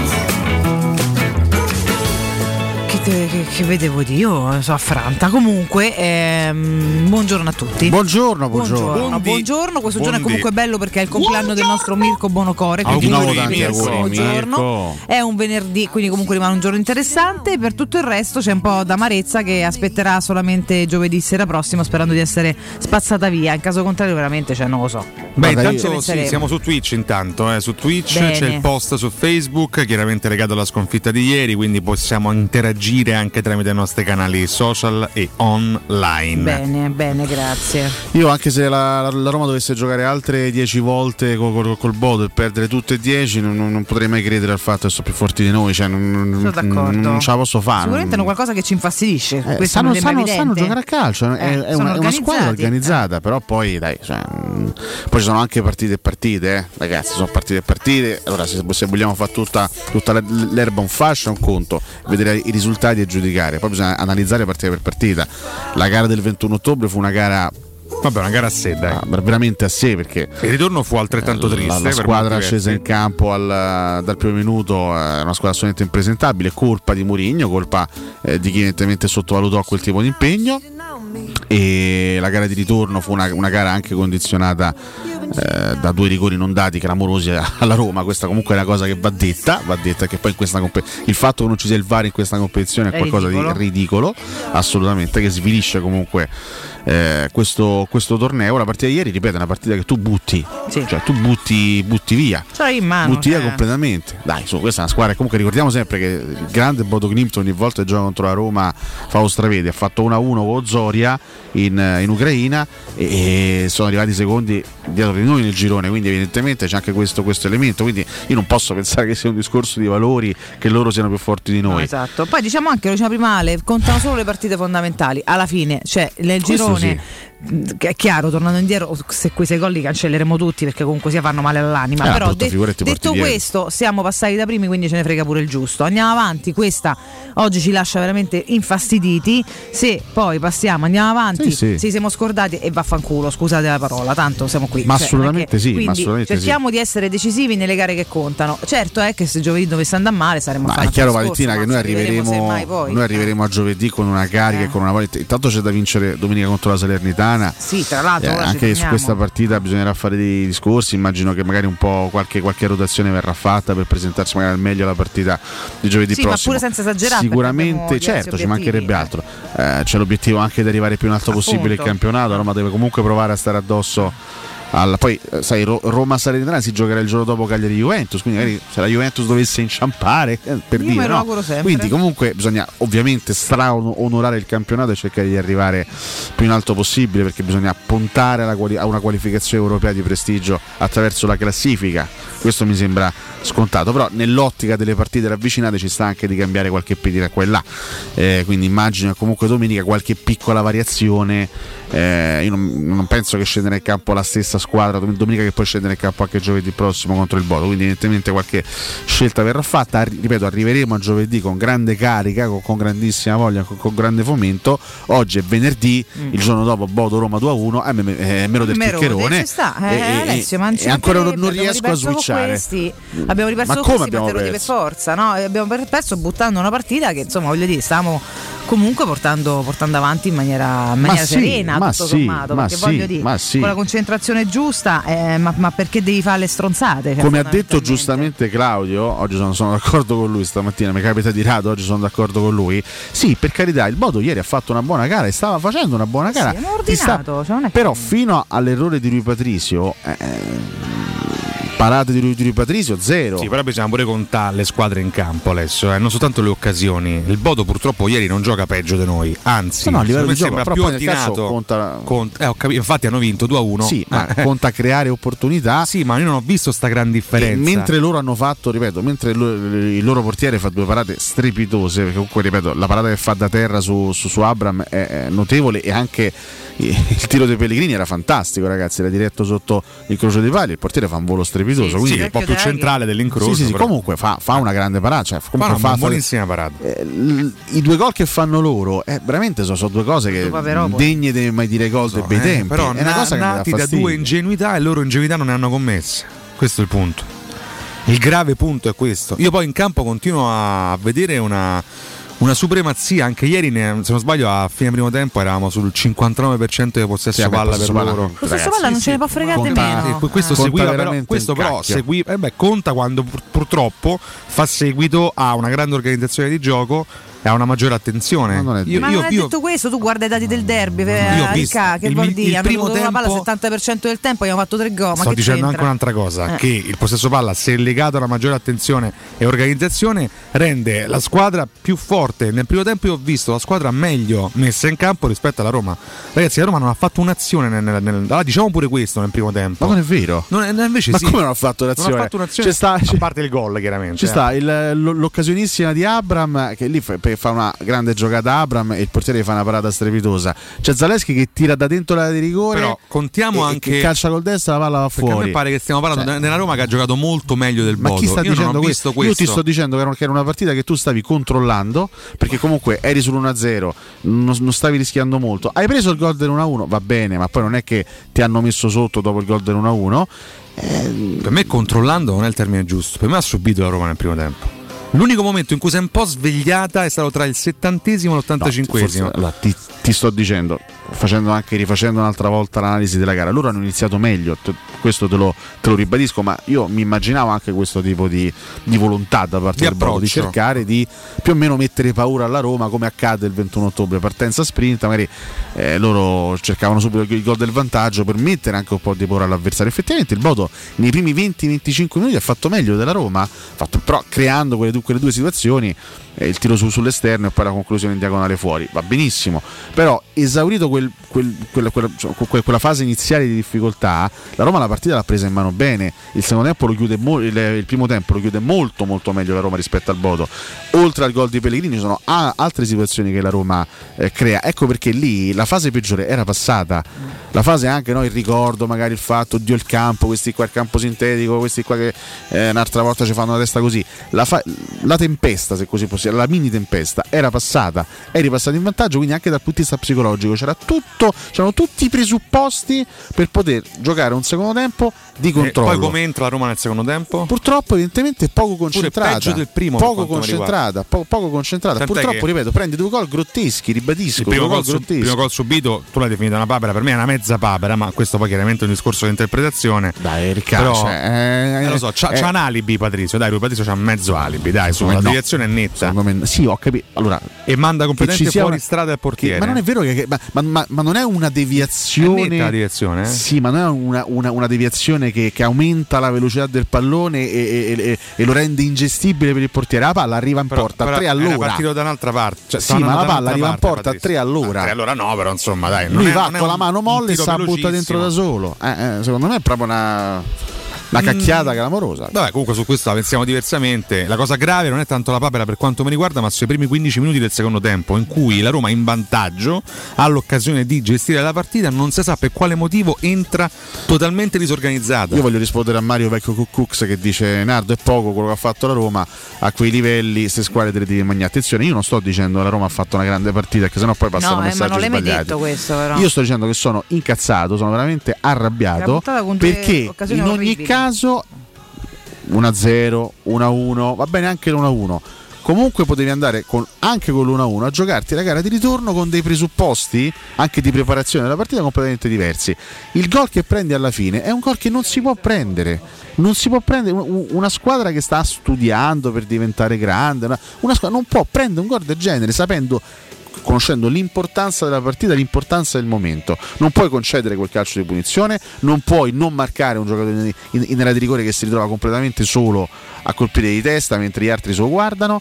Che vedevo io, sono affranta. Comunque, buongiorno a tutti. Buongiorno. Questo giorno è comunque bello perché è il compleanno del nostro Mirko Bonocore. Buongiorno. È un venerdì, quindi comunque rimane un giorno interessante. Per tutto il resto c'è un po' d'amarezza che aspetterà solamente giovedì sera prossimo, sperando di essere spazzata via. In caso contrario, veramente, non lo so. Beh, intanto siamo su Twitch intanto, su Twitch. Bene. C'è il post su Facebook, chiaramente legato alla sconfitta di ieri, quindi possiamo interagire anche tramite i nostri canali social e online. Bene, grazie. Io, anche se la Roma dovesse giocare altre 10 volte col Bodo e perdere tutte e 10, non potrei mai credere al fatto che sono più forti di noi, cioè sono d'accordo. Non ce la posso fare. Sicuramente hanno qualcosa che ci infastidisce. Sanno giocare a calcio, è una squadra organizzata, però poi dai, poi ci sono anche partite e partite, ragazzi, sono partite e partite. Allora se vogliamo fare tutta l'erba un fascio è un conto, vedere i risultati e giudicare, poi bisogna analizzare partita per partita. La gara del 21 ottobre fu una gara a sé, dai. Veramente a sé, perché il ritorno fu altrettanto triste. La squadra scesa in campo dal primo minuto è una squadra assolutamente impresentabile, colpa di Mourinho, colpa di chi evidentemente sottovalutò quel tipo di impegno. E la gara di ritorno fu una gara anche condizionata da 2 rigori non dati clamorosi alla Roma. Questa comunque è una cosa che va detta, che poi in questa il fatto che non ci sia il VAR in questa competizione è qualcosa di ridicolo, assolutamente, che svilisce comunque questo torneo. La partita di ieri, ripeto, è una partita che tu butti, cioè tu butti via, butti via completamente. Dai, questa è una squadra, comunque ricordiamo sempre che il grande Bodo Glimt ogni volta che gioca contro la Roma fa lo stravede. Ha fatto 1-1 con Zoria in Ucraina e sono arrivati secondi dietro di noi nel girone, quindi evidentemente c'è anche questo elemento, quindi io non posso pensare che sia un discorso di valori, che loro siano più forti di noi. No, esatto. Poi diciamo anche, lo diceva prima Ale, contano solo le partite fondamentali alla fine, cioè nel girone è chiaro, tornando indietro, se quei 6 gol li cancelleremo tutti, perché comunque si fanno male all'anima, però detto questo siamo passati da primi, quindi ce ne frega pure il giusto. Andiamo avanti, questa oggi ci lascia veramente infastiditi. Se poi passiamo, andiamo avanti, sì, siamo scordati e vaffanculo, scusate la parola, tanto siamo qui. Ma assolutamente sì, quindi cerchiamo di essere decisivi nelle gare che contano. Certo è che se giovedì dovesse andare male saremmo è chiaro, Valentina, che noi arriveremo a giovedì con una carica e con una voglia. Intanto c'è da vincere domenica contro la Salernitana. Sì, tra l'altro anche su questa partita bisognerà fare dei discorsi. Immagino che magari un po' qualche rotazione verrà fatta per presentarsi magari al meglio alla partita di giovedì prossimo. Ma pure senza esagerare, sicuramente, certo, ci mancherebbe altro. C'è l'obiettivo anche di arrivare più in alto possibile il campionato. Roma deve comunque provare a stare addosso poi sai, Roma-Salernitana si giocherà il giorno dopo Cagliari-Juventus, quindi magari se la Juventus dovesse inciampare, per dire, me lo auguro sempre. Quindi comunque bisogna ovviamente onorare il campionato e cercare di arrivare più in alto possibile, perché bisogna puntare a una qualificazione europea di prestigio attraverso la classifica. Questo mi sembra scontato, però nell'ottica delle partite ravvicinate ci sta anche di cambiare qualche pedina qua e là, quindi immagino che comunque domenica qualche piccola variazione. Io non penso che scendere in campo la stessa squadra domenica che poi scendere in campo anche giovedì prossimo contro il Bodo, quindi evidentemente qualche scelta verrà fatta. Ripeto, arriveremo a giovedì con grande carica, con grandissima voglia, con grande fomento. Oggi è venerdì, il giorno dopo Bodo-Roma 2-1, mero del chiccherone e ancora non riesco a switchare. Abbiamo riperso questi per forza, no? Abbiamo perso buttando una partita che, insomma, voglio dire, stiamo comunque portando avanti in maniera serena, tutto sommato, perché voglio dire, con la concentrazione giusta, ma perché devi fare le stronzate? Come ha detto giustamente Claudio, oggi sono d'accordo con lui, stamattina mi capita di rado, oggi sono d'accordo con lui. Sì, per carità, il Bodo ieri ha fatto una buona gara e stava facendo una buona gara, però fino all'errore di Rui Patricio, parate di Rui Patricio, zero. Sì, però bisogna pure contare le squadre in campo, Alessio, non soltanto le occasioni. Il Bodo purtroppo ieri non gioca peggio di noi, anzi, a livello di gioco sembra più ordinato. Infatti hanno vinto 2-1. Sì, ma conta creare opportunità. Sì, ma io non ho visto sta gran differenza. Mentre loro hanno fatto, ripeto, mentre il loro portiere fa 2 parate strepitose, perché comunque, ripeto, la parata che fa da terra su Abraham è notevole, e anche il tiro dei Pellegrini era fantastico, ragazzi, era diretto sotto l'incrocio dei pali, il portiere fa un volo strepitoso. Quindi è un po' più centrale dell'incrocio. Sì, comunque fa una grande parata, cioè comunque fa una buonissima parata. I 2 gol che fanno loro veramente sono 2 cose che degne di mai dire gol dei bei tempi. Però è una cosa che nati da 2 ingenuità, e loro ingenuità non ne hanno commesse. Questo è il punto. Il grave punto è questo. Io poi in campo continuo a vedere una supremazia. Anche ieri, se non sbaglio, a fine primo tempo eravamo sul 59% di possesso palla per loro. Possesso palla non ce ne può fregare nemmeno. Questo seguiva, però conta quando purtroppo fa seguito a una grande organizzazione di gioco ha una maggiore attenzione. Ma non è detto questo, tu guarda i dati del derby, che vuol dire? Hanno avuto la palla il 70% del tempo, abbiamo fatto 3 gol. Sto dicendo anche un'altra cosa, che il possesso palla, se legato alla maggiore attenzione e organizzazione, rende la squadra più forte. Nel primo tempo io ho visto la squadra meglio messa in campo rispetto alla Roma. Ragazzi, la Roma non ha fatto un'azione diciamo pure questo nel primo tempo. Ma non è vero. Invece ma come non ha fatto un'azione? Non ha fatto un'azione, a parte il gol, chiaramente. Ci sta l'occasionissima di Abram, che lì fa una grande giocata Abram e il portiere fa una parata strepitosa. C'è Zalewski che tira da dentro l'area di rigore, però contiamo anche che calcia col destro, la palla va fuori. A me pare che stiamo parlando della Roma che ha giocato molto meglio del Bodo. Ma chi sta io dicendo non ho visto questo? Io ti sto dicendo che era una partita che tu stavi controllando, perché comunque eri sull'1-0, non stavi rischiando molto. Hai preso il gol dell'1-1, va bene, ma poi non è che ti hanno messo sotto dopo il gol dell'1-1. Per me controllando non è il termine giusto. Per me ha subito la Roma nel primo tempo. L'unico momento in cui si è un po' svegliata è stato tra il 70esimo e l'85esimo. No, ti sto dicendo, rifacendo un'altra volta l'analisi della gara, loro hanno iniziato meglio, questo te lo ribadisco, ma io mi immaginavo anche questo tipo di volontà da parte del Bodo, di cercare di più o meno mettere paura alla Roma, come accade il 21 ottobre, partenza sprint, magari loro cercavano subito il gol del vantaggio per mettere anche un po' di paura all'avversario. Effettivamente il Bodo nei primi 20-25 minuti ha fatto meglio della Roma, però creando quelle due situazioni, il tiro sull'esterno e poi la conclusione in diagonale fuori, va benissimo, però esaurito quella fase iniziale di difficoltà, la Roma la partita l'ha presa in mano bene. Il secondo tempo lo chiude il primo tempo lo chiude molto molto meglio la Roma rispetto al Bodo. Oltre al gol di Pellegrini ci sono altre situazioni che la Roma crea, ecco perché lì la fase peggiore era passata, la fase anche il ricordo, magari il fatto, oddio il campo, questi qua il campo sintetico, questi qua che un'altra volta ci fanno la testa così, la tempesta, se così possiamo, la mini tempesta era passata, eri passato in vantaggio, quindi anche dal punto di vista psicologico c'erano tutti i presupposti per poter giocare un secondo tempo di controllo. E poi come entra la Roma nel secondo tempo? Purtroppo evidentemente poco concentrata, peggio del primo, poco concentrata. Purtroppo ripeto, prendi 2 gol grotteschi, ribadisco, il primo gol subito, tu l'hai definita una papera, per me è una mezza papera, ma questo poi chiaramente è un discorso di interpretazione. Dai, Riccardo, lo so, c'ha un alibi Patrizio, dai, Patrizio c'ha mezzo alibi, dai, la deviazione è netta. Sì, ho capito. Allora, e manda completamente fuori strada il portiere. Ma non è vero ma non è una deviazione. È netta la deviazione, Sì, ma non è una deviazione che aumenta la velocità del pallone e lo rende ingestibile per il portiere. La palla arriva in porta a 3 all'ora. Era partito da un'altra parte. Sì, ma la palla arriva in porta a 3 all'ora. 3 all'ora no, però insomma, dai. Lui va con la mano molle e sa butta dentro da solo. Secondo me è proprio una cacchiata clamorosa. Vabbè, comunque su questo la pensiamo diversamente. La cosa grave non è tanto la papera per quanto mi riguarda, ma sui primi 15 minuti del secondo tempo, in cui la Roma in vantaggio ha l'occasione di gestire la partita, non si sa per quale motivo entra totalmente disorganizzata. Io voglio rispondere a Mario Vecchio Cuccux che dice: Nardo, è poco quello che ha fatto la Roma, a quei livelli se squadre te le devi mangiare. Attenzione, io non sto dicendo che la Roma ha fatto una grande partita, perché sennò poi passano messaggi ma non l'hai sbagliati. mai detto questo, però. Io sto dicendo che sono incazzato, sono veramente arrabbiato, perché in ogni caso 1-0, 1-1, va bene anche l'1-1, comunque potevi andare anche con l'1-1 a giocarti la gara di ritorno con dei presupposti anche di preparazione della partita completamente diversi. Il gol che prendi alla fine è un gol che non si può prendere. Una squadra che sta studiando per diventare grande, una squadra non può prendere un gol del genere conoscendo l'importanza della partita, l'importanza del momento. Non puoi concedere quel calcio di punizione, non puoi non marcare un giocatore in area di rigore che si ritrova completamente solo a colpire di testa mentre gli altri se lo guardano.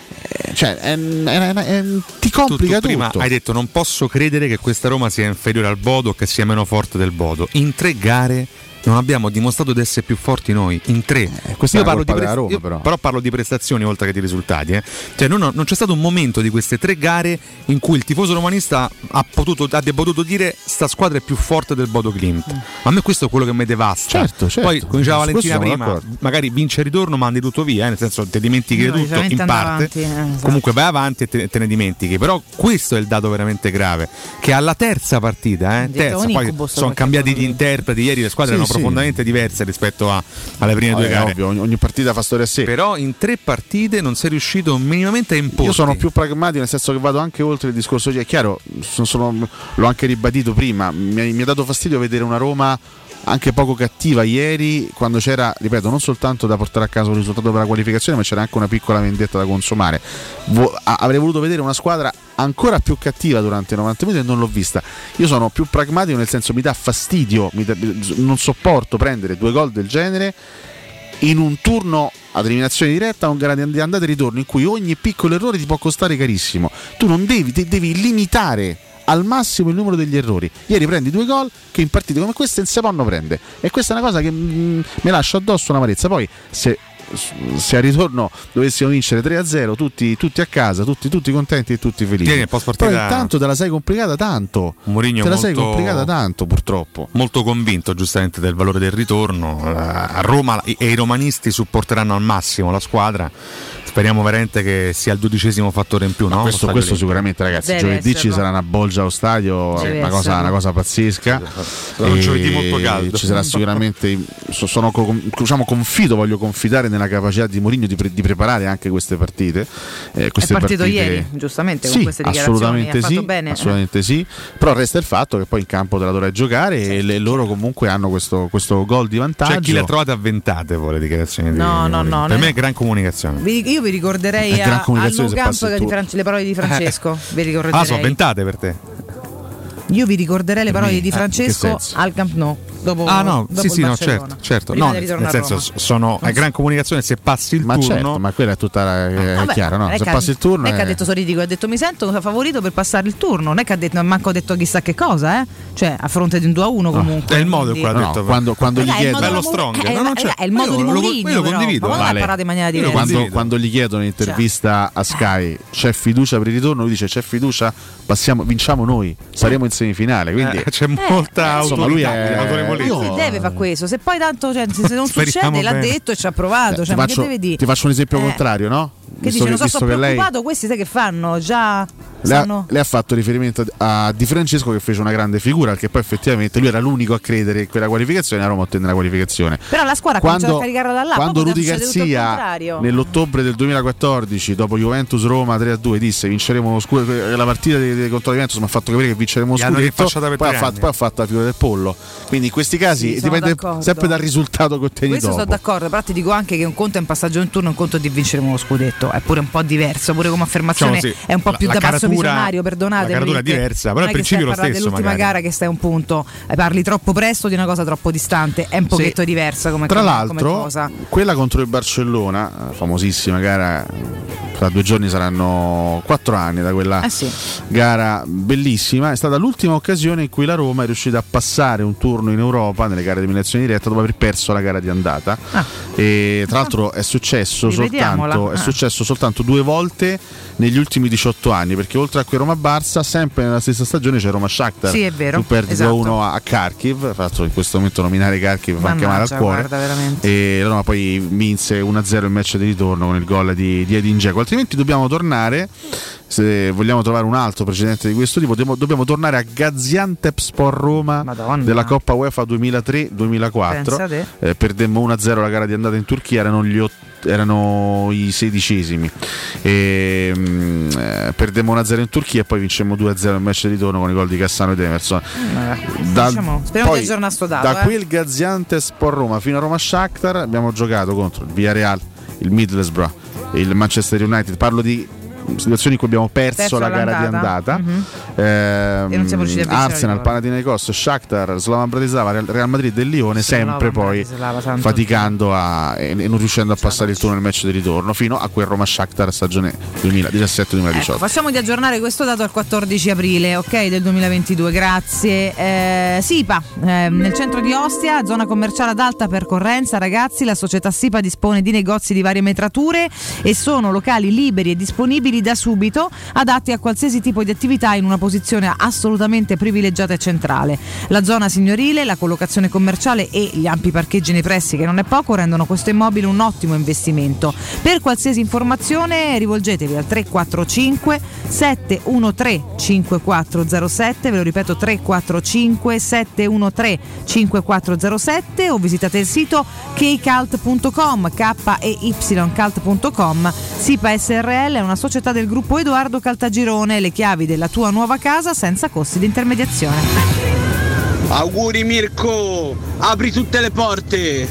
Ti complica tutto. Prima hai detto: non posso credere che questa Roma sia inferiore al Bodo o che sia meno forte del Bodo. In 3 gare non abbiamo dimostrato di essere più forti noi, in 3. Io parlo di Roma, però parlo di prestazioni oltre che di risultati. Cioè non c'è stato un momento di queste 3 gare in cui il tifoso romanista abbia potuto dire: sta squadra è più forte del Bodo Glimt. A me questo è quello che mi devasta. Certo. Poi, come diceva Valentina prima, magari vince il ritorno, mandi tutto via, nel senso te dimentichi di tutto in parte. Esatto. Comunque vai avanti e te ne dimentichi. Però questo è il dato veramente grave, che alla terza partita, poi sono cambiati gli interpreti, ieri le squadre erano profondamente diverse rispetto alle prime 2 gare. Ovvio, ogni partita fa storia a sé. Però in 3 partite non sei riuscito minimamente a importi. Io sono più pragmatico, nel senso che vado anche oltre il discorso. È chiaro, l'ho anche ribadito prima, mi ha dato fastidio vedere una Roma anche poco cattiva ieri, quando c'era, ripeto, non soltanto da portare a casa un risultato per la qualificazione, ma c'era anche una piccola vendetta da consumare. Avrei voluto vedere una squadra ancora più cattiva durante i 90 minuti e non l'ho vista. Io sono più pragmatico, nel senso mi dà fastidio, non sopporto prendere 2 gol del genere in un turno ad eliminazione diretta, un gara di andata e ritorno in cui ogni piccolo errore ti può costare carissimo. Tu non devi limitare al massimo il numero degli errori. Ieri prendi 2 gol che in partite come queste non si possono prendere, e questa è una cosa che mi lascia addosso un'amarezza. Poi se a ritorno dovessimo vincere 3-0 tutti a casa, tutti contenti e tutti felici. Però intanto te la sei complicata tanto. Mourinho te la sei complicata tanto, purtroppo. Molto convinto giustamente del valore del ritorno. A Roma e i romanisti supporteranno al massimo la squadra. Speriamo veramente che sia il 12° fattore in più, no? Questo sicuramente, ragazzi. Deve giovedì essere, ci sarà una bolgia allo stadio, una cosa pazzesca. Un giovedì molto caldo. Ci sarà sicuramente. Voglio confidare nella capacità di Mourinho di preparare anche queste partite. È partito ieri, giustamente, con queste dichiarazioni. Assolutamente sì. Però resta il fatto che poi in campo te la dovrai giocare, e loro comunque hanno questo gol di vantaggio. C'è chi le ha trovate avventate, le dichiarazioni di Mourinho. Per me è gran comunicazione. Io vi ricorderei al Nou Camp le parole di Francesco. Vi ricorderei. Sono avventate per te. Io vi ricorderei le parole di Francesco al Camp Nou. Dopo certo. No, nel senso è gran comunicazione se passi il turno. Certo, ma quella è tutta chiara, no? Se passi il turno. Non è che ha detto Soritico, ha detto mi sento favorito per passare il turno. Non è che ha detto, manco ha detto chissà che cosa, cioè a fronte di un 2-1 comunque. È il modo in cui ha detto. Quando gli chiedono bello strong. È il modo di Mourinho. Io lo condivido. Ma non ha parlato in maniera diversa. Quando gli chiedono in intervista a Sky c'è fiducia per il ritorno, lui dice c'è fiducia, vinciamo noi, saremo in semifinale. Quindi c'è molta autorevolezza. Si deve fare questo, se poi tanto se non succede l'ha detto e ci ha provato. Ti faccio un esempio contrario, no? Che dice non sono preoccupato, questi sai che fanno? Già lei ha fatto riferimento a Di Francesco, che fece una grande figura, perché poi effettivamente lui era l'unico a credere in quella qualificazione, a Roma ottenne la qualificazione. Però la squadra ha cominciato a caricarla da là. Quando Rudy Garzia nell'ottobre del 2014, dopo Juventus-Roma 3-2, disse vinceremo lo scudetto, la partita contro la Juventus mi ha fatto capire che vinceremo lo scudetto, poi ha fatto la figura del pollo. Quindi in questi casi dipende sempre dal risultato che ottieni dopo. Questo sono d'accordo, però ti dico anche che un conto è un passaggio in turno, un conto è di vinceremo lo scudetto, è pure un po' diverso, pure come affermazione è un po' più da passo visionario, perdonatemi. La caratura è diversa, però il principio è lo stesso. Dell'ultima gara che stai un punto, parli troppo presto di una cosa troppo distante, è un pochetto diversa come cosa. Tra l'altro, cosa. Quella contro il Barcellona, famosissima gara, tra 2 giorni saranno 4 anni da quella gara bellissima, è stata l'ultima occasione in cui la Roma è riuscita a passare un turno in Europa nelle gare di eliminazione diretta dopo aver perso la gara di andata. E tra l'altro è successo soltanto 2 volte negli ultimi 18 anni, perché oltre a quel Roma-Barça, sempre nella stessa stagione c'è Roma-Shakhtar. Sì, è vero. Tu perdi 2-1 a Kharkiv, fatto in questo momento nominare Kharkiv fa anche male al cuore. E la Roma poi vinse 1-0 il match di ritorno con il gol di Edin Dzeko. Altrimenti dobbiamo tornare, se vogliamo trovare un altro precedente di questo tipo, dobbiamo tornare a Gaziantepspor Roma della Coppa UEFA 2003-2004. Perdemmo 1-0 la gara di andata in Turchia, erano i 16esimi, perdemmo 1-0 in Turchia e poi vincemmo 2-0 il match di ritorno con i gol di Cassano ed Emerson. Speriamo di aggiornare sto dato. Da quel Gaziantepspor Roma fino a Roma Shakhtar abbiamo giocato contro il Villarreal, il Middlesbrough, il Manchester United. Parlo di situazioni in cui abbiamo perso la gara di andata, e non siamo riusciti a vincere. Arsenal, Panathinaikos, Shakhtar, Slovan Bratislava, Real Madrid e Lione, sempre poi faticando e non riuscendo a passare il turno nel match di ritorno fino a quel Roma-Shakhtar stagione 2017-2018. Facciamo di aggiornare questo dato al 14 aprile del 2022, grazie. SIPA, nel centro di Ostia, zona commerciale ad alta percorrenza, ragazzi, la società SIPA dispone di negozi di varie metrature e sono locali liberi e disponibili da subito, adatti a qualsiasi tipo di attività, in una posizione assolutamente privilegiata e centrale. La zona signorile, la collocazione commerciale e gli ampi parcheggi nei pressi, che non è poco, rendono questo immobile un ottimo investimento. Per qualsiasi informazione rivolgetevi al 345 713 5407, ve lo ripeto 345 713 5407, o visitate il sito keycult.com, KEYCult.com. SIPA SRL è una società del gruppo Edoardo Caltagirone, le chiavi della tua nuova casa senza costi di intermediazione. Auguri Mirko, apri tutte le porte.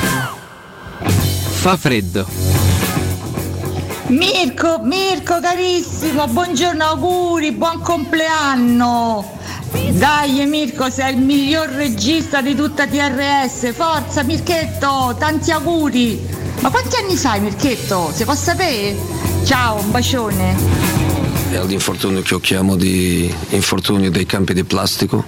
Fa freddo. Mirko carissimo, buongiorno, auguri, buon compleanno. Dai Mirko, sei il miglior regista di tutta TRS, forza Mirchetto, tanti auguri. Ma quanti anni fai Mirchetto? Si può sapere? Ciao, un bacione. È l'infortunio che io chiamo di infortunio dei campi di plastico.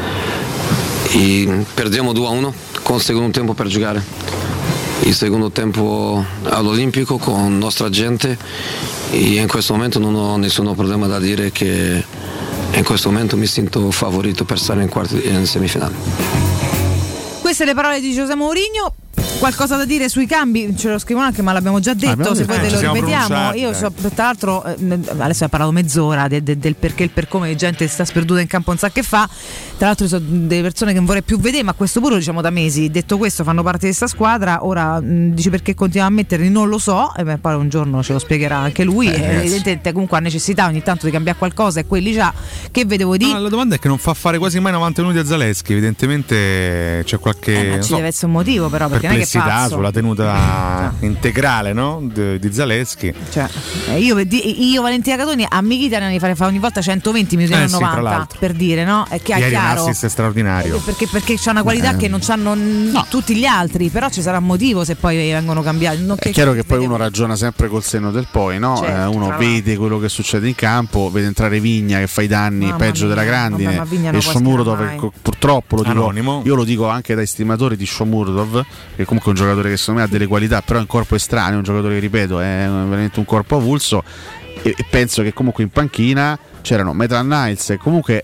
E perdiamo 2-1 con il secondo tempo per giocare. Il secondo tempo all'Olimpico con nostra gente e in questo momento non ho nessun problema da dire che in questo momento mi sento favorito per stare in semifinale. Queste le parole di José Mourinho. Qualcosa da dire sui cambi? Ce lo scrivono anche, ma l'abbiamo già detto. Se poi te lo ripetiamo, io so, tra l'altro adesso ho parlato mezz'ora del perché, il per come di gente sta sperduta in campo, non sa che fa. Tra l'altro sono delle persone che non vorrei più vedere, ma a questo pure diciamo da mesi. Detto questo, fanno parte di questa squadra. Ora dice perché continua a metterli, non lo so, e poi un giorno ce lo spiegherà anche lui. Evidentemente comunque ha necessità ogni tanto di cambiare qualcosa, e quelli già che vedevo di. La domanda è che non fa fare quasi mai 90 minuti a Zaleschi. Evidentemente c'è qualche. Ma ci deve essere un motivo, però, perché non è che sulla tenuta integrale, no? di Zaleschi. Cioè, io Valentina Catoni a Mkhitaryan ne fa ogni volta 120 minuti e 90 per dire, no? È che è chiaro. Un assist straordinario. Perché c'ha una qualità che non hanno tutti gli altri, però ci sarà un motivo se poi vengono cambiati. È chiaro che poi uno ragiona sempre col senno del poi, no? Certo, uno vede quello che succede in campo, vede entrare Vigna che fa i danni peggio della grandine, e Shomurodov purtroppo lo dico, io lo dico anche dai stimatori di Shomurodov, che comunque è un giocatore che secondo me ha delle qualità, però è un corpo estraneo, un giocatore che ripeto è veramente un corpo avulso, e penso che comunque in panchina c'erano Maitland-Niles e comunque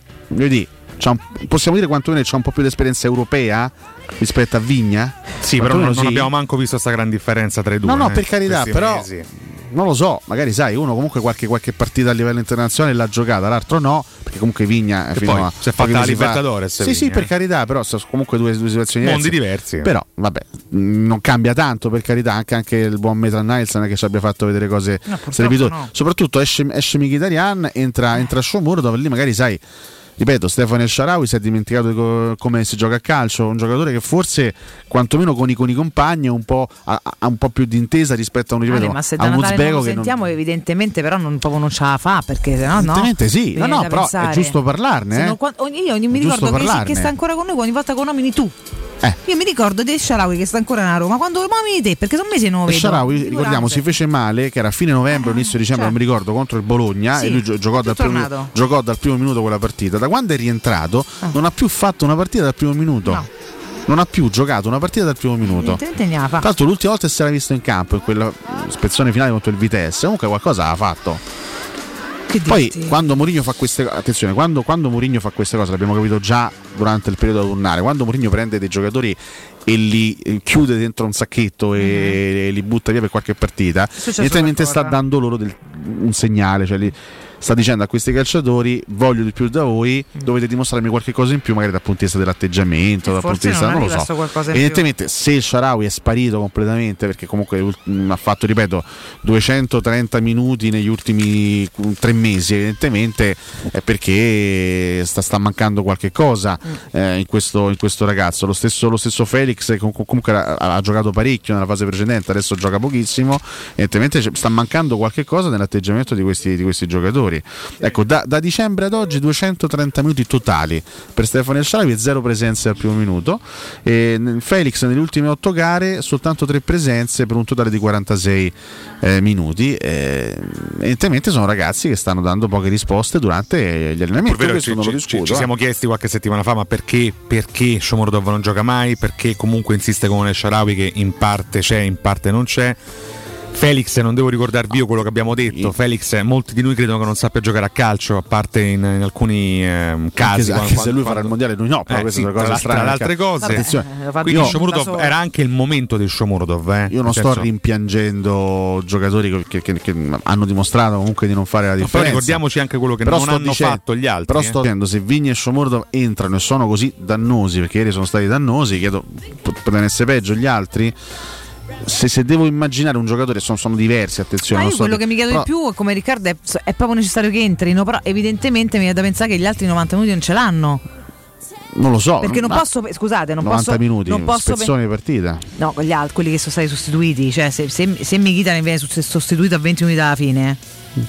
possiamo dire quantomeno c'è un po' più di esperienza europea rispetto a Vigna. Sì, però non abbiamo manco visto questa gran differenza tra i due. No, per carità, però non lo so, magari sai, uno comunque qualche partita a livello internazionale l'ha giocata, l'altro no, perché comunque Vigna si è fatta la Libertadores. Sì, per carità, però sono comunque due situazioni mondi diversi. Però vabbè, non cambia tanto, per carità, anche il buon Maitland-Niles non è che ci abbia fatto vedere cose strepitose. No. Soprattutto esce Mkhitaryan, entra Shomurodov, lì magari sai. Ripeto, Stefano El Shaarawy si è dimenticato come si gioca a calcio, un giocatore che forse quantomeno con i compagni ha un po' più di intesa rispetto a un ma se da Natale non lo sentiamo evidentemente, però proprio non ce la fa, perché sennò evidentemente sì, però è giusto parlarne. Io mi ricordo che sta ancora con noi ogni volta che nomini tu. Io mi ricordo di El Shaarawy che sta ancora a Roma quando lo nomini te, perché sono mesi non lo vedo. El Shaarawy, ricordiamo, si fece male, che era a fine novembre, inizio dicembre, non mi ricordo, contro il Bologna, e lui giocò dal primo minuto quella partita. Da quando è rientrato non ha più fatto una partita dal primo minuto. Non ha più giocato una partita dal primo minuto. Tra l'altro l'ultima volta si era visto in campo in quella spezzone finale contro il Vitesse, comunque qualcosa ha fatto. Poi quando Mourinho fa queste quando Mourinho fa queste cose, l'abbiamo capito già durante il periodo autunnale, quando Mourinho prende dei giocatori e li chiude dentro un sacchetto e li butta via per qualche partita, evidentemente sta dando loro un segnale, cioè sta dicendo a questi calciatori: voglio di più da voi, dovete dimostrarmi qualche cosa in più, magari dal punto di vista dell'atteggiamento, dal punto di vista, non lo so. Evidentemente se il Shaarawy è sparito completamente, perché comunque ha fatto, ripeto, 230 minuti negli ultimi 3 mesi, evidentemente è perché sta mancando qualche cosa in questo ragazzo. Lo stesso Felix, che comunque ha giocato parecchio nella fase precedente, adesso gioca pochissimo, evidentemente sta mancando qualche cosa nell'atteggiamento di questi giocatori. Ecco, da dicembre ad oggi 230 minuti totali per Stefano El Shaarawy e 0 presenze al primo minuto, e Felix nelle ultime 8 gare soltanto 3 presenze per un totale di 46 minuti. Evidentemente sono ragazzi che stanno dando poche risposte durante gli allenamenti. Ci siamo chiesti qualche settimana fa, ma perché Shomurodov non gioca mai, perché comunque insiste con El Shaarawy che in parte c'è, in parte non c'è. Felix, non devo ricordarvi io quello che abbiamo detto. Felix, molti di noi credono che non sappia giocare a calcio, a parte in alcuni casi. Anche se lui farà il mondiale, noi no, però questa è una cosa strana. Tra le altre cose, quindi Shomurodov era anche il momento del Shomurodov. Io non sto rimpiangendo giocatori che hanno dimostrato comunque di non fare la differenza. Però ricordiamoci anche quello che non hanno fatto gli altri. Però sto dicendo, se Vigna e Shomurodov entrano e sono così dannosi, perché ieri sono stati dannosi, chiedo, potevano essere peggio gli altri? Se devo immaginare un giocatore, sono diversi, attenzione. Ma io quello che mi chiedo di più, come Riccardo, è proprio necessario che entrino, però evidentemente mi viene da pensare che gli altri 90 minuti non ce l'hanno. Non lo so. Perché non posso, scusate, non 90 posso. minuti, non posso spezzone di partita. No, con gli altri, quelli che sono stati sostituiti. Cioè, se Mkhitaryan viene sostituito a 20 minuti dalla fine.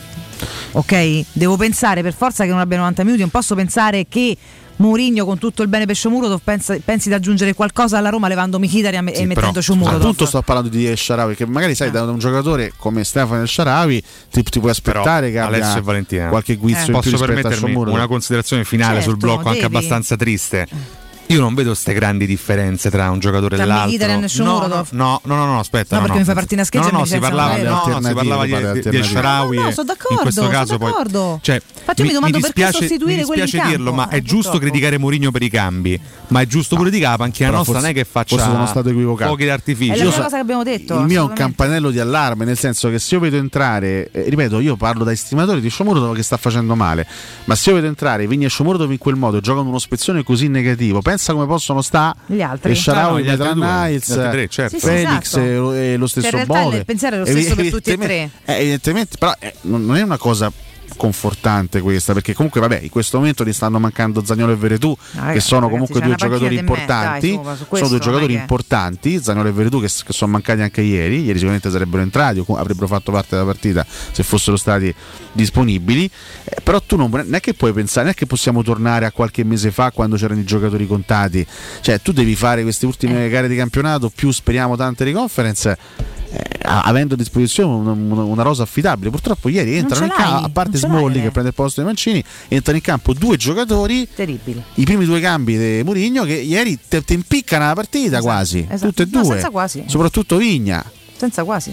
Ok? Devo pensare per forza che non abbia 90 minuti. Non posso pensare che Mourinho, con tutto il bene per Shomurodov, pensi di aggiungere qualcosa alla Roma levando Mkhitaryan e mettendo Shomurodov. Appunto sto parlando di El Shaarawy, che magari sai da un giocatore come Stefano El Shaarawy ti puoi aspettare che abbia Alessio e Valentina, qualche guizzo in più rispetto a permettermi Shomurodov. Una considerazione finale sul blocco, anche abbastanza triste. Io non vedo queste grandi differenze tra un giocatore e l'altro. No, aspetta. No, perché mi fai partire a scheggia. No, si parlava di El Shaarawy. No, sono d'accordo. In questo caso poi. Cioè, infatti mi domando perché sostituire quelli in campo. Mi dispiace dirlo, ma è giusto criticare Mourinho per i cambi, ma è giusto pure di che la panchina nostra non è che faccia sono stato equivocato. Fuochi d'artificio. È la cosa che abbiamo detto. Il mio è un campanello di allarme, nel senso che se io vedo entrare, ripeto, io parlo da estimatore di Shomurodov che sta facendo male, ma se io vedo entrare Vigna e Shomurodov in quel modo, giocano uno spezzone così negativo, pensa come possono stare gli altri, El Shaarawy, Niles, certo. Felix, e lo stesso in Bove. Il pensiero è lo stesso per tutti e tre. Evidentemente, però non è una cosa confortante questa, perché comunque vabbè, in questo momento gli stanno mancando Zaniolo e Veretù, che sono comunque due giocatori importanti. Sono due giocatori importanti, Zaniolo e Veretù, che sono mancati anche ieri sicuramente sarebbero entrati o avrebbero fatto parte della partita se fossero stati disponibili, però tu non è che puoi pensare, non è che possiamo tornare a qualche mese fa quando c'erano i giocatori contati, cioè tu devi fare queste ultime gare di campionato più speriamo tante di conference, avendo a disposizione una rosa affidabile. Purtroppo ieri entrano in campo, a parte Smolli che prende il posto dei Mancini, entrano in campo due giocatori terribili, i primi due cambi di Mourinho, che ieri ti impiccano la partita, quasi tutte e due, senza quasi. Soprattutto Vigna senza quasi.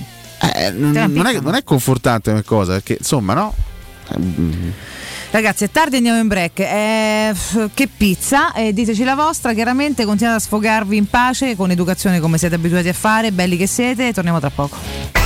Non è confortante come cosa, perché insomma no. Ragazzi, è tardi, andiamo in break. Che pizza, diteci la vostra. Chiaramente continuate a sfogarvi in pace, con educazione come siete abituati a fare, belli che siete. Torniamo tra poco.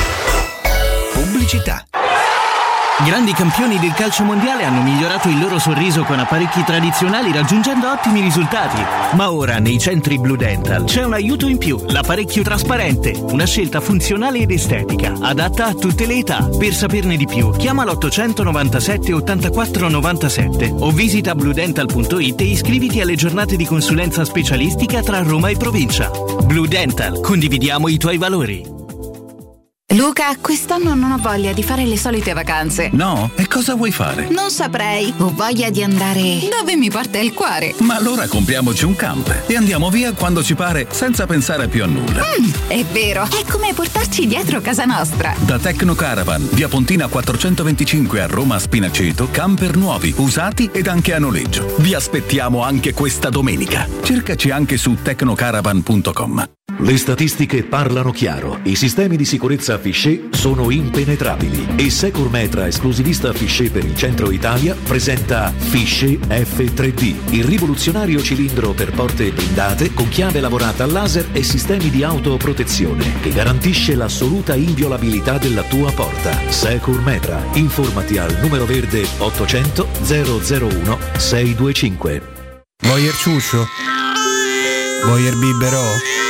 Pubblicità. Grandi campioni del calcio mondiale hanno migliorato il loro sorriso con apparecchi tradizionali raggiungendo ottimi risultati. Ma ora nei centri Blue Dental c'è un aiuto in più, l'apparecchio trasparente, una scelta funzionale ed estetica, adatta a tutte le età. Per saperne di più, chiama l'897 84 97 o visita bluedental.it e iscriviti alle giornate di consulenza specialistica tra Roma e provincia. Blue Dental, condividiamo i tuoi valori. Luca, quest'anno non ho voglia di fare le solite vacanze. No? E cosa vuoi fare? Non saprei. Ho voglia di andare dove mi porta il cuore. Ma allora compriamoci un camper e andiamo via quando ci pare, senza pensare più a nulla. È vero, è come portarci dietro casa nostra. Da Tecnocaravan, via Pontina 425 a Roma Spinaceto, camper nuovi, usati ed anche a noleggio. Vi aspettiamo anche questa domenica. Cercaci anche su tecnocaravan.com. Le statistiche parlano chiaro. I sistemi di sicurezza Fichet sono impenetrabili e Securmetra, esclusivista Fichet per il centro Italia, presenta Fichet F3D, il rivoluzionario cilindro per porte blindate con chiave lavorata a laser e sistemi di autoprotezione che garantisce l'assoluta inviolabilità della tua porta. Securmetra. Informati al numero verde 800 001 625. Voyer ciuscio? Voyer biberò?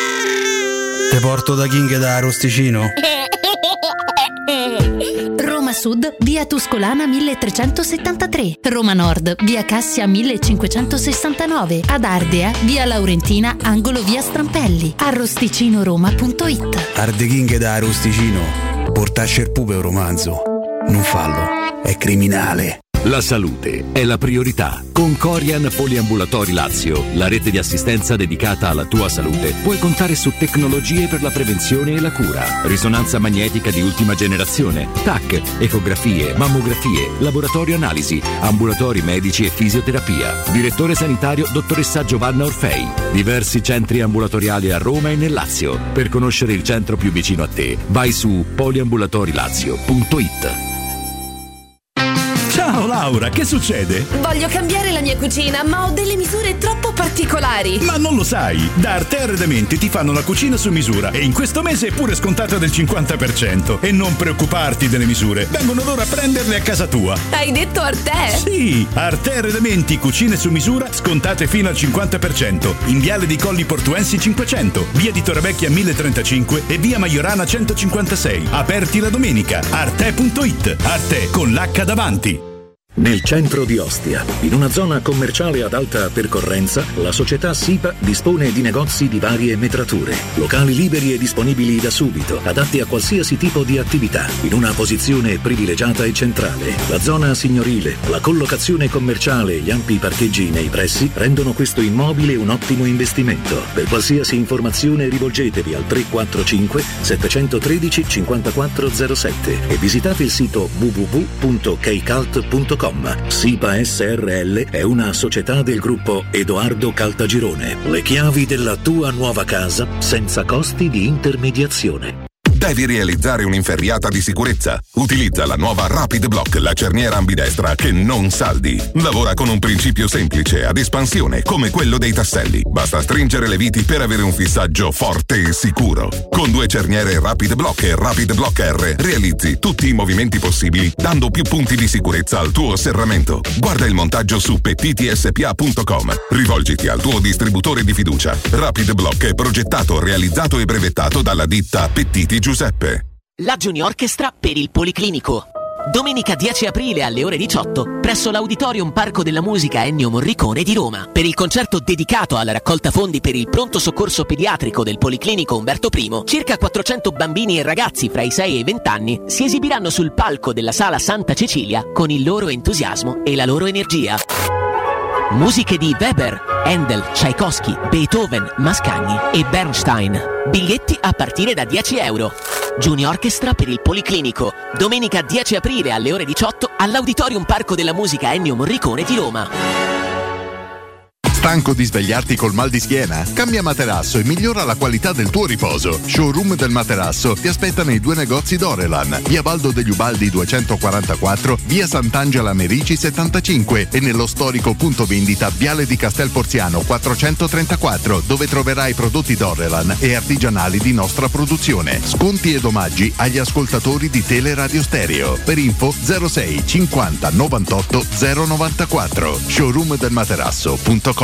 Te porto da King da Arosticino? Roma Sud, via Tuscolana 1373. Roma Nord, via Cassia 1569. Ad Ardea, via Laurentina, angolo via Strampelli. Arrosticinoroma.it. Arde King da Arosticino. Portasce il pupe un romanzo. Non fallo, è criminale. La salute è la priorità. Con Corian Poliambulatori Lazio, la rete di assistenza dedicata alla tua salute, puoi contare su tecnologie per la prevenzione e la cura. Risonanza magnetica di ultima generazione, TAC, ecografie, mammografie, laboratorio analisi, ambulatori medici e fisioterapia. Direttore sanitario dottoressa Giovanna Orfei. Diversi centri ambulatoriali a Roma e nel Lazio. Per conoscere il centro più vicino a te, vai su poliambulatorilazio.it. Ciao Laura, che succede? Voglio cambiare la mia cucina, ma ho delle misure troppo particolari. Ma non lo sai, da Arte Arredamenti ti fanno la cucina su misura e in questo mese è pure scontata del 50%. E non preoccuparti delle misure, vengono loro a prenderle a casa tua. Hai detto Arte? Sì, Arte Arredamenti, cucine su misura, scontate fino al 50%. In Viale dei Colli Portuensi 500, via di Torrevecchia 1035 e via Maiorana 156. Aperti la domenica. Arte.it, Arte con l'H davanti. Nel centro di Ostia, in una zona commerciale ad alta percorrenza, la società SIPA dispone di negozi di varie metrature, locali liberi e disponibili da subito, adatti a qualsiasi tipo di attività, in una posizione privilegiata e centrale. La zona signorile, la collocazione commerciale e gli ampi parcheggi nei pressi rendono questo immobile un ottimo investimento. Per qualsiasi informazione rivolgetevi al 345 713 5407 e visitate il sito www.keicalt.com. SIPA SRL è una società del gruppo Edoardo Caltagirone. Le chiavi della tua nuova casa senza costi di intermediazione. Devi realizzare un'inferriata di sicurezza? Utilizza la nuova Rapid Block, la cerniera ambidestra che non saldi. Lavora con un principio semplice, ad espansione, come quello dei tasselli. Basta stringere le viti per avere un fissaggio forte e sicuro. Con 2 cerniere Rapid Block e Rapid Block R realizzi tutti i movimenti possibili, dando più punti di sicurezza al tuo serramento. Guarda il montaggio su pettitispa.com. Rivolgiti al tuo distributore di fiducia. Rapid Block è progettato, realizzato e brevettato dalla ditta Pettiti Giuseppe. La Junior Orchestra per il Policlinico. Domenica 10 aprile alle ore 18 presso l'Auditorium Parco della Musica Ennio Morricone di Roma per il concerto dedicato alla raccolta fondi per il pronto soccorso pediatrico del Policlinico Umberto I. Circa 400 bambini e ragazzi fra i 6 e i 20 anni si esibiranno sul palco della Sala Santa Cecilia con il loro entusiasmo e la loro energia. Musiche di Weber, Handel, Tchaikovsky, Beethoven, Mascagni e Bernstein. Biglietti a partire da €10. Junior Orchestra per il Policlinico. Domenica 10 aprile alle ore 18 all'Auditorium Parco della Musica Ennio Morricone di Roma. Stanco di svegliarti col mal di schiena? Cambia materasso e migliora la qualità del tuo riposo. Showroom del Materasso ti aspetta nei 2 negozi Dorelan, via Baldo degli Ubaldi 244, via Sant'Angela Merici 75 e nello storico punto vendita Viale di Castel Porziano 434, dove troverai prodotti Dorelan e artigianali di nostra produzione. Sconti ed omaggi agli ascoltatori di Teleradio Stereo. Per info 06 50 98 094. showroomdelmaterasso.com.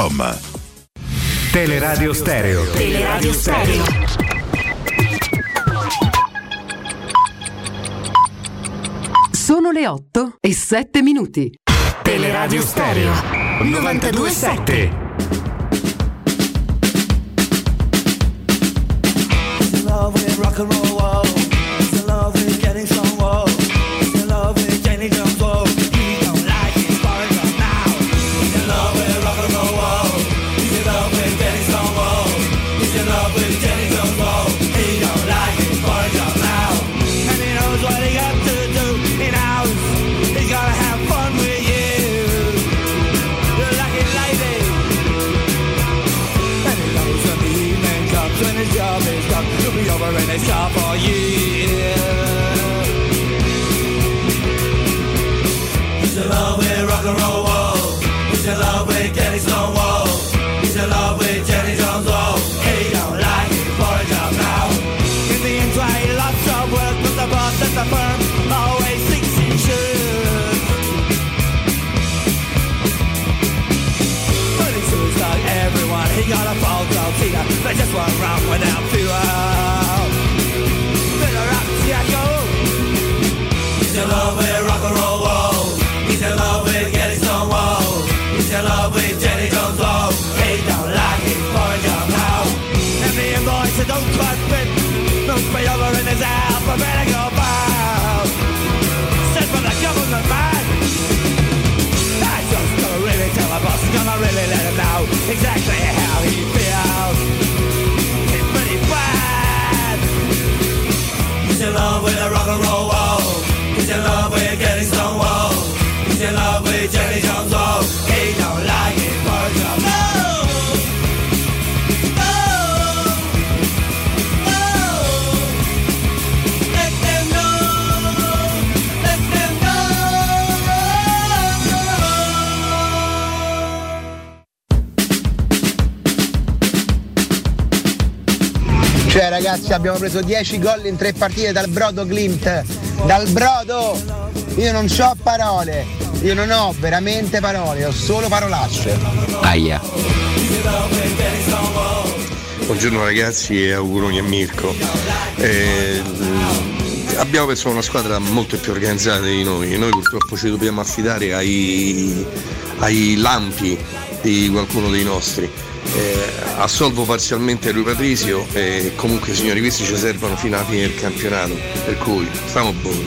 Teleradio Stereo. Teleradio Stereo. Sono le 8:07. Teleradio Stereo 92.7. And it's all for you. He's in love with rock and roll, whoa. He's in love with Kenny Stone, whoa. He's in love with Jenny Jones, whoa. He don't like it for a job now. In the end, try lots of work, but the boss at the firm always thinks he should. But he's always like everyone. He got a fault, I'll see that. There's just one wrong without fuel. He's in love with rock and roll, whoa. He's in love with Getty Stone, whoa. He's in love with Jenny Jones, whoa. He don't like it for a job now. And the invoice that don't quite fit. Look me over in his alphabetical file. Sent from the government man. I just gonna really tell my boss, gonna really let him know exactly how he feels. It's pretty bad. He's in love with a rock and roll, whoa. He's in love with Getty Stone, whoa. He's in love with Jenny Jones, whoa. He don't like it for a job. No! No! No! Let them know! Let them know! Cioè ragazzi, abbiamo preso 10 gol in 3 partite dal Brodo Glimt. Dal Brodo! Io non ho parole, io non ho veramente parole, ho solo parolacce. Aia. Buongiorno ragazzi e auguroni a Mirko. abbiamo penso una squadra molto più organizzata di noi purtroppo ci dobbiamo affidare ai lampi di qualcuno dei nostri. Assolvo parzialmente Rui Patrizio e comunque signori questi ci servono fino alla fine del campionato, per cui stiamo buoni.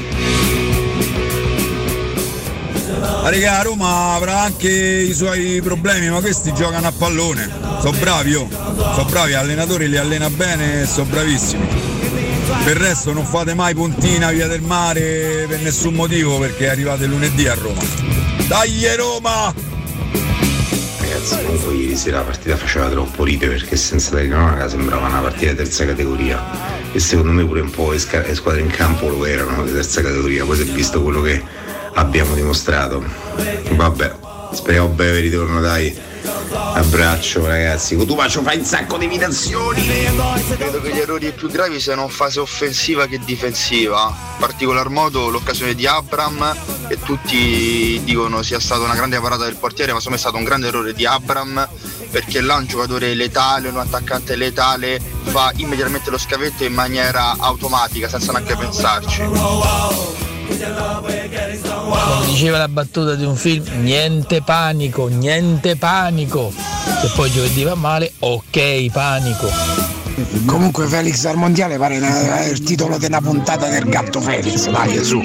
Raga, Roma avrà anche i suoi problemi, ma questi giocano a pallone, sono bravi, allenatori li allena bene, sono bravissimi. Per il resto non fate mai puntina via del mare per nessun motivo, perché arrivate lunedì a Roma. Dai Roma! Ragazzi, comunque ieri sera la partita faceva troppo ridere, perché senza la cronaca sembrava una partita di terza categoria e secondo me pure un po' le squadre in campo lo erano di terza categoria, poi si è visto quello che abbiamo dimostrato. Vabbè, speriamo bene per il ritorno, dai. Abbraccio ragazzi, Cotumaccio fa un sacco di imitazioni. Credo che gli errori più gravi siano in fase offensiva che difensiva, in particolar modo l'occasione di Abram, che tutti dicono sia stata una grande parata del portiere, ma secondo me è stato un grande errore di Abram, perché là un giocatore letale, un attaccante letale fa immediatamente lo scavetto in maniera automatica senza neanche pensarci. Come diceva la battuta di un film, niente panico, se poi giovedì va male, ok panico. Comunque Felix al mondiale pare il titolo della puntata del gatto Felix, dai su.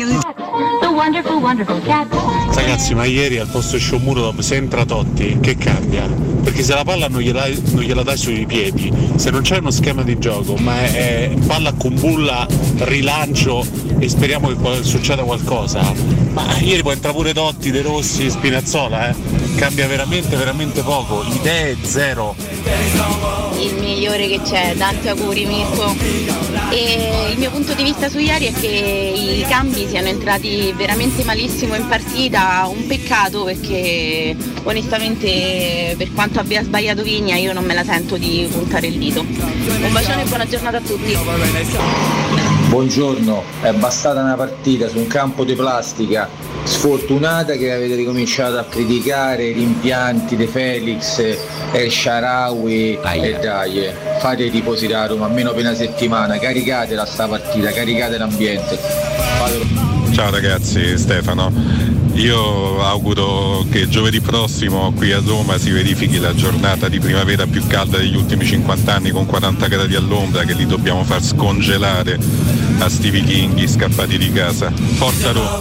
Ragazzi, ma ieri al posto di Shomuro se entra Totti, che cambia? Perché se la palla non gliela dai sui piedi, se non c'è uno schema di gioco, ma è palla con bulla, rilancio e speriamo che succeda qualcosa, ma ieri può entrare pure Totti, De Rossi, Spinazzola, cambia veramente poco, idee zero. Il migliore che c'è, tanti auguri Mirko. E il mio punto di vista su ieri è che i cambi siano entrati veramente malissimo in partita, un peccato, perché onestamente per quanto abbia sbagliato Vigna io non me la sento di puntare il dito. Un bacione e buona giornata a tutti. Buongiorno, è bastata una partita su un campo di plastica sfortunata che avete ricominciato a criticare gli impianti di Felix, El Shaarawy e dai, fate i tifosi da Roma almeno per una settimana, caricatela sta partita, caricate l'ambiente. Ciao ragazzi, Stefano. Io auguro che giovedì prossimo qui a Roma si verifichi la giornata di primavera più calda degli ultimi 50 anni con 40 gradi all'ombra, che li dobbiamo far scongelare a sti vichinghi scappati di casa. Forza Roma!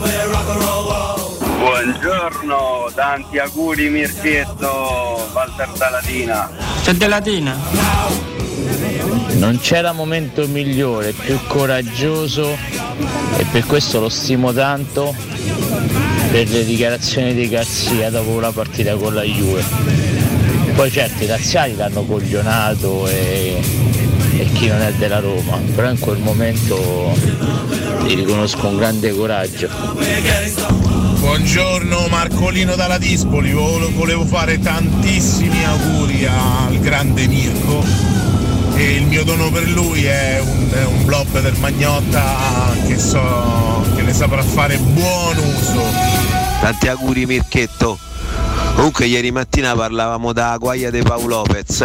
Buongiorno, tanti auguri Mirchetto, Walter Dalatina. C'è Dalatina? Non c'era momento migliore, più coraggioso, e per questo lo stimo tanto, per le dichiarazioni di Garzia dopo la partita con la Juve. Poi certo i razziali l'hanno coglionato e chi non è della Roma, però in quel momento ti riconosco un grande coraggio. Buongiorno, Marcolino dalla Dispoli, volevo fare tantissimi auguri al grande Mirko e il mio dono per lui è un blob del Magnotta che ne saprà fare buon uso. Tanti auguri Mirchetto. Comunque ieri mattina parlavamo da guaglia di Paolo Lopez,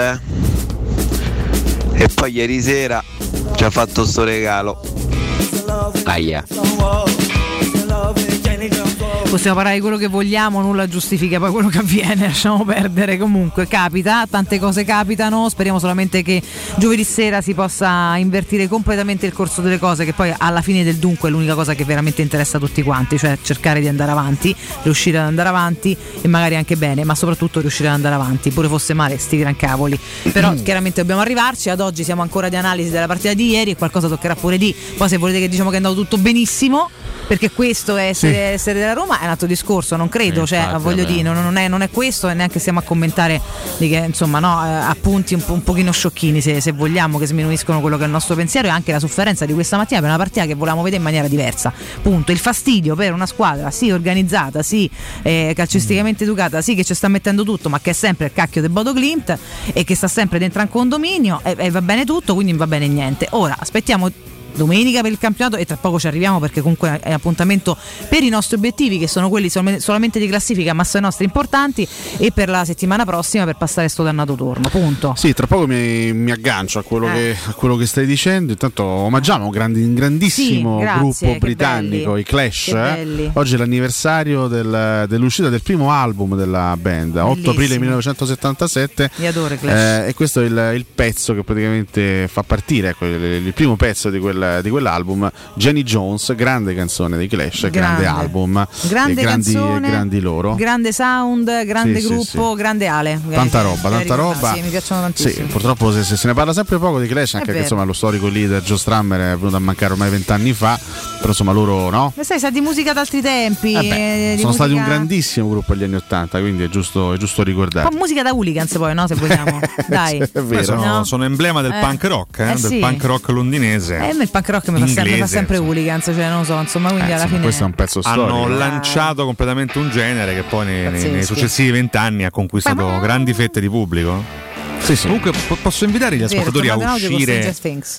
e poi ieri sera ci ha fatto sto regalo. Aia. Possiamo parlare di quello che vogliamo, nulla giustifica poi quello che avviene, lasciamo perdere. Comunque capita, tante cose capitano, speriamo solamente che giovedì sera si possa invertire completamente il corso delle cose, che poi alla fine del dunque è l'unica cosa che veramente interessa a tutti quanti, cioè cercare di andare avanti, riuscire ad andare avanti e magari anche bene, ma soprattutto riuscire ad andare avanti, pure fosse male sti gran cavoli. Però chiaramente dobbiamo arrivarci, ad oggi siamo ancora di analisi della partita di ieri e qualcosa toccherà pure di, poi se volete che diciamo che è andato tutto benissimo, perché questo è essere della Roma è un altro discorso, non credo, cioè voglio dire, non è questo, e neanche stiamo a commentare di che insomma appunti un pochino sciocchini se vogliamo, che sminuiscono quello che è il nostro pensiero e anche la sofferenza di questa mattina per una partita che volevamo vedere in maniera diversa, punto. Il fastidio per una squadra sì organizzata, sì calcisticamente educata, sì che ci sta mettendo tutto, ma che è sempre il cacchio del Bodo Glimt e che sta sempre dentro un condominio e va bene tutto, quindi va bene niente. Ora aspettiamo domenica per il campionato, e tra poco ci arriviamo perché comunque è appuntamento per i nostri obiettivi, che sono quelli solamente di classifica, ma sono i nostri importanti, e per la settimana prossima per passare sto dannato turno, punto. Sì, tra poco mi aggancio a quello che stai dicendo. Intanto omaggiamo un grandissimo gruppo britannico, belli. I Clash. Oggi è l'anniversario dell'uscita del primo album della band, bellissimo. 8 aprile 1977. Li adoro i Clash. E questo è il pezzo che praticamente fa partire, ecco, il primo pezzo di quell'album. Jenny Jones, grande canzone dei Clash, grande album, grande canzone, grandi loro, grande sound, grande gruppo, grande Ale. Tanta roba. Sì, mi piacciono tantissimo. Sì, purtroppo se ne parla sempre poco di Clash, anche perché insomma lo storico leader Joe Strummer è venuto a mancare ormai 20 anni fa, però insomma loro no. Ma sai, sa di musica d'altri tempi. Sono stati un grandissimo gruppo agli anni 80, quindi è giusto ricordare. Un po' musica da hooligans poi, no? Se vogliamo. Dai. È vero. Sono emblema del punk rock, del punk rock londinese. Il punk rock mi fa sempre hooligans, cioè non lo so, insomma, quindi alla fine questo è un pezzo storico. Hanno lanciato completamente un genere che poi nei successivi 20 anni ha conquistato grandi fette di pubblico. Sì. Comunque posso invitare gli ascoltatori a uscire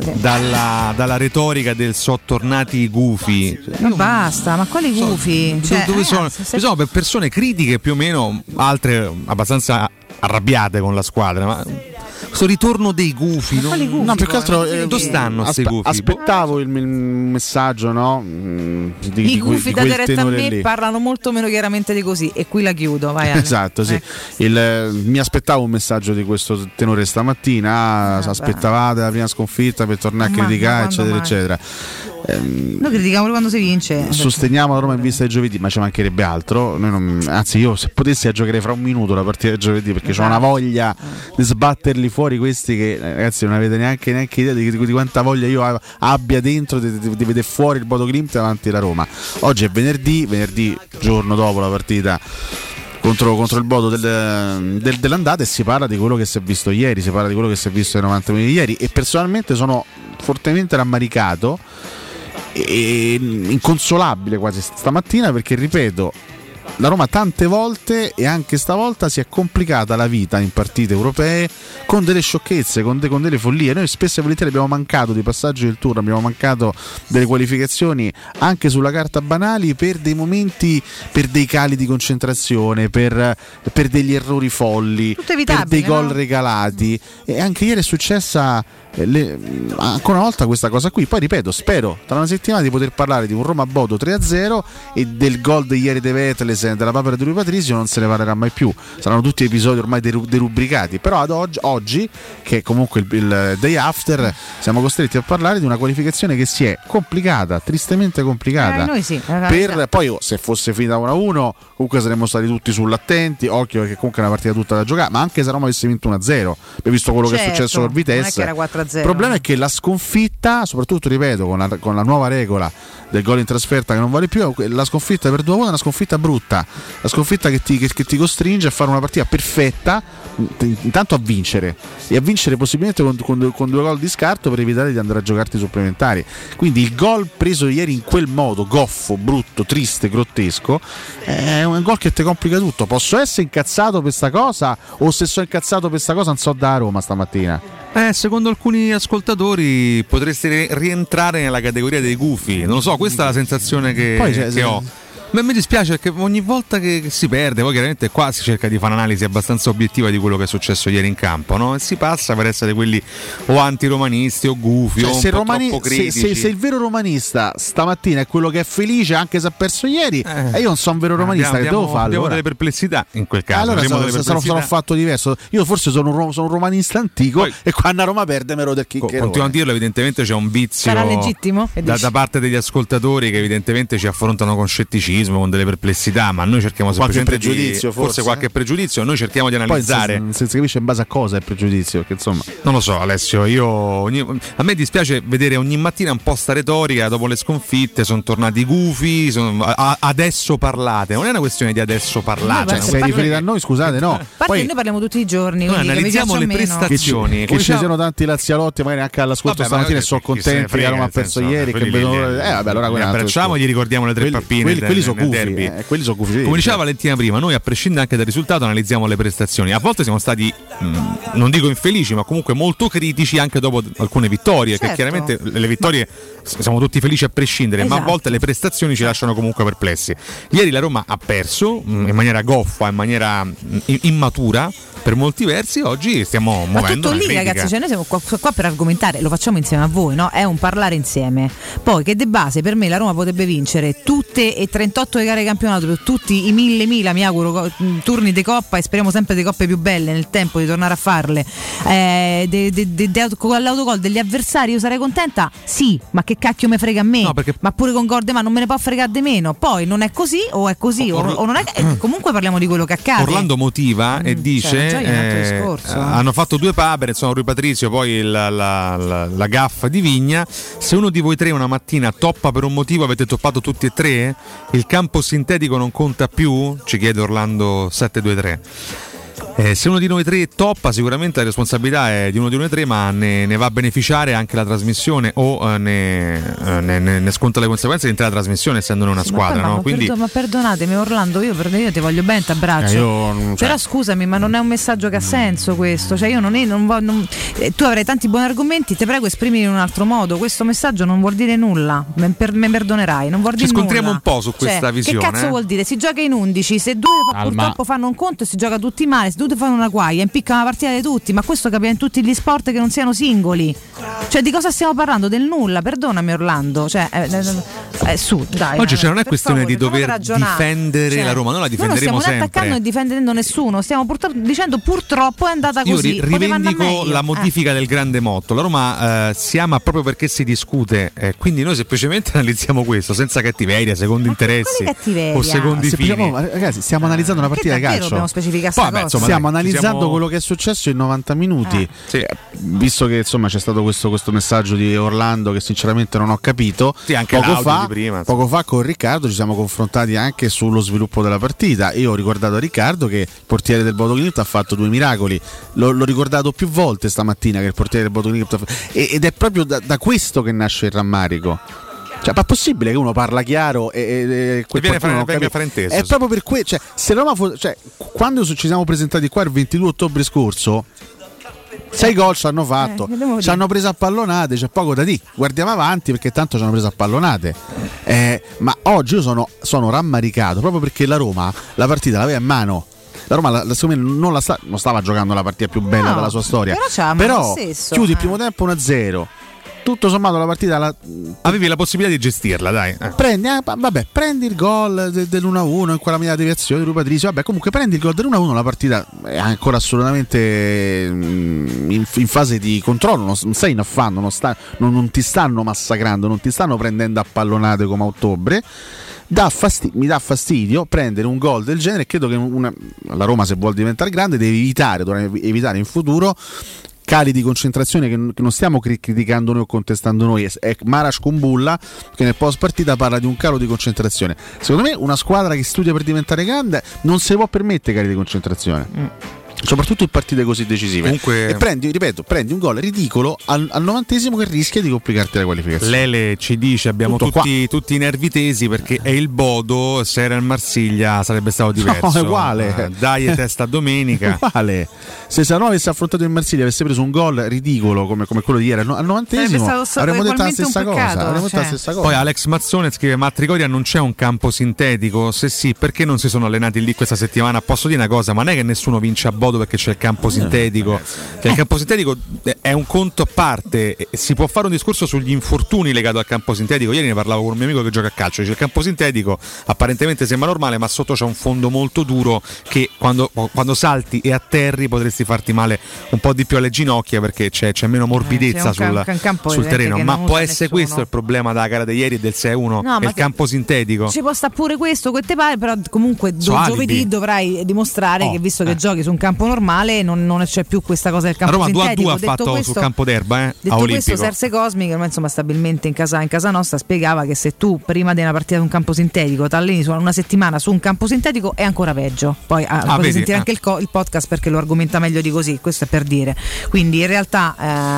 dalla retorica del sono tornati i gufi. Ma basta, ma quali gufi? Dove sono per persone critiche più o meno, altre abbastanza arrabbiate con la squadra, ma questo ritorno dei gufi, no, più che altro dove stanno questi gufi? Aspettavo il messaggio, no? I gufi da diretta a me parlano molto meno chiaramente di così, e qui la chiudo, vai. Esatto, sì. Mi aspettavo un messaggio di questo tenore stamattina. Aspettavate la prima sconfitta per tornare a criticare, eccetera, eccetera. Noi critichiamo quando si vince. Sosteniamo la Roma in vista di giovedì, ma ci mancherebbe altro. Anzi, io se potessi giocherei fra un minuto la partita di giovedì, perché c'ho una voglia di sbatterli fuori questi che, ragazzi, non avete neanche idea di quanta voglia io abbia dentro di vedere fuori il Bodo Glimt davanti alla Roma. Oggi è venerdì, giorno dopo la partita contro il Bodo dell'andata, e si parla di quello che si è visto ieri, si parla di quello che si è visto nei 90 minuti di ieri, e personalmente sono fortemente rammaricato e inconsolabile quasi stamattina, perché ripeto, la Roma tante volte, e anche stavolta, si è complicata la vita in partite europee con delle sciocchezze, con delle follie. Noi spesso e volentieri abbiamo mancato di passaggi del turno, abbiamo mancato delle qualificazioni anche sulla carta banali, per dei momenti, per dei cali di concentrazione, per degli errori folli, per dei gol regalati, e anche ieri è successa ancora una volta questa cosa qui. Poi ripeto, spero tra una settimana di poter parlare di un Roma-Bodo 3-0 e del gol di ieri De Vetlesen, della papera di Rui Patrizio non se ne parlerà mai più, saranno tutti episodi ormai derubricati. Però ad oggi, che è comunque il day after, siamo costretti a parlare di una qualificazione che si è complicata, tristemente complicata. Noi sì, poi se fosse finita 1-1 comunque saremmo stati tutti sull'attenti, occhio, perché comunque è una partita tutta da giocare, ma anche se Roma avesse vinto 1-0, abbiamo visto quello che è successo col Vitesse. Non è che era 4-0. Il problema è che la sconfitta, soprattutto ripeto con la nuova regola del gol in trasferta che non vale più, la sconfitta per 2-1 è una sconfitta brutta, la sconfitta che ti costringe a fare una partita perfetta, intanto a vincere, e a vincere possibilmente con 2 gol di scarto per evitare di andare a giocarti supplementari. Quindi il gol preso ieri in quel modo, goffo, brutto, triste, grottesco, è un gol che ti complica tutto. Posso essere incazzato per sta cosa, o se sono incazzato per sta cosa non so da Roma stamattina? Secondo alcuni ascoltatori potresti rientrare nella categoria dei gufi, non lo so, questa è la sensazione che ho. Ma mi dispiace perché ogni volta che si perde, poi chiaramente qua si cerca di fare un'analisi abbastanza obiettiva di quello che è successo ieri in campo, no? E si passa per essere quelli o antiromanisti o gufi, o un po' troppo critici. Se il vero romanista stamattina è quello che è felice anche se ha perso ieri, e io non sono un vero romanista, che devo fare? Abbiamo delle perplessità in quel caso. Allora sarò fatto diverso. Io forse sono un romanista antico, poi, e quando a Roma perde me lo del chiccherone. Continuo a dirlo, evidentemente c'è un vizio da parte degli ascoltatori che evidentemente ci affrontano con scetticismo, con delle perplessità, ma noi cerchiamo semplicemente forse qualche pregiudizio, noi cerchiamo di analizzare. Poi se si capisce in base a cosa è pregiudizio, che insomma non lo so, Alessio, a me dispiace vedere ogni mattina un po' sta retorica dopo le sconfitte, sono tornati gufi, adesso parlate, non è una questione di adesso parlate, se riferite a noi, scusate, no. Poi noi parliamo tutti i giorni, noi analizziamo le prestazioni, che ci siano tanti lazialotti magari anche all'ascolto stamattina e sono contenti che Roma ha perso ieri, abbracciamo e gli ricordiamo le 3 pappine. Quelli sono gufi. Come diceva Valentina prima, noi a prescindere anche dal risultato analizziamo le prestazioni. A volte siamo stati non dico infelici, ma comunque molto critici anche dopo alcune vittorie, che chiaramente le vittorie siamo tutti felici a prescindere, ma a volte le prestazioni ci lasciano comunque perplessi. Ieri la Roma ha perso in maniera goffa, in maniera immatura per molti versi. Oggi stiamo muovendo tutto lì, ragazzi, cioè noi siamo qua per argomentare, lo facciamo insieme a voi, no? È un parlare insieme. Poi che de base per me la Roma potrebbe vincere tutte e 38 le gare di campionato, per tutti i 1000 mi auguro turni di coppa, e speriamo sempre di coppe più belle nel tempo di tornare a farle, con l'autogol degli avversari io sarei contenta, sì, ma che cacchio me frega a me, ma pure con gol ma non me ne può fregare di meno. Poi non è così o è così o non è, comunque parliamo di quello che accade. Orlando motiva e dice hanno fatto 2 papere, insomma Rui Patrizio, poi la gaffa di Vigna. Se uno di voi 3 una mattina toppa per un motivo, avete toppato tutti e 3? Il campo sintetico non conta più? Ci chiede Orlando 723. Se uno di noi 3 toppa, sicuramente la responsabilità è di uno di noi 3, ma ne va a beneficiare anche la trasmissione o ne sconta le conseguenze dell'intera trasmissione, essendo una squadra. No? Quindi... ma perdonatemi Orlando, io ti voglio bene, ti abbraccio, però scusami, ma non è un messaggio che ha senso questo, cioè io tu avrai tanti buoni argomenti, ti prego esprimili in un altro modo, questo messaggio non vuol dire nulla, me perdonerai, non vuol dire nulla. Ci scontriamo un po' su questa visione. Che cazzo vuol dire? Si gioca in 11, se 2 purtroppo fanno un conto e si gioca tutti male, se 2 fanno una guaia, impicca una partita di tutti, ma questo capita in tutti gli sport che non siano singoli. Cioè di cosa stiamo parlando? Del nulla, perdonami Orlando, cioè su, dai. Oggi non è questione di dover difendere la Roma, noi la difenderemo sempre. Non stiamo attaccando e difendendo nessuno, stiamo dicendo purtroppo è andata così. Io rivendico la modifica del grande motto. La Roma si ama proprio perché si discute, quindi noi semplicemente analizziamo questo senza cattiveria, secondo interessi o secondi fini. Ragazzi, stiamo analizzando una partita di calcio. Dobbiamo specificare sta cosa. Insomma, stiamo analizzando quello che è successo in 90 minuti. Visto che insomma c'è stato questo messaggio di Orlando che sinceramente non ho capito. Anche poco fa con Riccardo ci siamo confrontati anche sullo sviluppo della partita. Io ho ricordato a Riccardo che il portiere del Bodo Glimt ha fatto 2 miracoli. L'ho ricordato più volte stamattina che il portiere del Bodo Glimt ed è proprio da questo che nasce il rammarico. Cioè, ma è possibile che uno parla chiaro e viene frainteso? È proprio per quello. Cioè, se Roma quando ci siamo presentati qua il 22 ottobre scorso, 6 gol ci hanno fatto, ci hanno preso a pallonate, c'è poco da dire. Guardiamo avanti perché tanto ci hanno preso a pallonate. Ma oggi io sono rammaricato proprio perché la Roma la partita l'aveva in mano. La Roma secondo me non stava giocando la partita più bella della sua storia. Però chiudi il primo tempo 1-0. Tutto sommato la partita avevi la possibilità di gestirla, dai. Prendi il gol dell'1-1 in quella media deviazione di Rui Patrizio, comunque prendi il gol dell'1-1, la partita è ancora assolutamente in fase di controllo, non stai in affanno, non ti stanno massacrando, non ti stanno prendendo a pallonate come a ottobre. Mi dà fastidio prendere un gol del genere e credo che la Roma, se vuole diventare grande, deve evitare in futuro cali di concentrazione che non stiamo criticando noi o contestando noi. È Maras Kumbulla che nel post partita parla di un calo di concentrazione. Secondo me una squadra che studia per diventare grande non si può permettere cali di concentrazione, soprattutto in partite così decisive. Comunque... e prendi un gol ridicolo al 90esimo che rischia di complicarti la qualificazione. Lele ci dice abbiamo tutti i nervi tesi perché è il se era il Marsiglia sarebbe stato diverso. No, è uguale. Dai testa domenica. Uguale. Se Sanò avesse affrontato il Marsiglia, avesse preso un gol ridicolo come quello di ieri al 90esimo, avremmo detto la stessa cosa. Poi Alex Mazzone scrive: ma a Trigoria non c'è un campo sintetico? Se sì, perché non si sono allenati lì questa settimana? Posso dire una cosa, ma non è che nessuno vince a Bodo perché c'è il campo sintetico. Cioè, il campo sintetico è un conto a parte. Si può fare un discorso sugli infortuni legato al campo sintetico. Ieri ne parlavo con un mio amico che gioca a calcio, dice il campo sintetico apparentemente sembra normale, ma sotto c'è un fondo molto duro che quando salti e atterri potresti farti male un po' di più alle ginocchia perché c'è meno morbidezza sul terreno. Ma può essere questo il problema della gara di ieri e del 6-1? Il campo sintetico ci può sta pure questo che te pare, però comunque giovedì dovrai dimostrare che visto che giochi su un campo normale non c'è più questa cosa del campo Roma sintetico. Roma 2-2 ha fatto questo, sul campo d'erba, detto a questo, Olimpico. Serse Cosmi, che ormai insomma stabilmente in casa nostra, spiegava che se tu prima di una partita su un campo sintetico t'alleni su una settimana su un campo sintetico è ancora peggio. Poi potete sentire anche il podcast perché lo argomenta meglio di così, questo è per dire. Quindi in realtà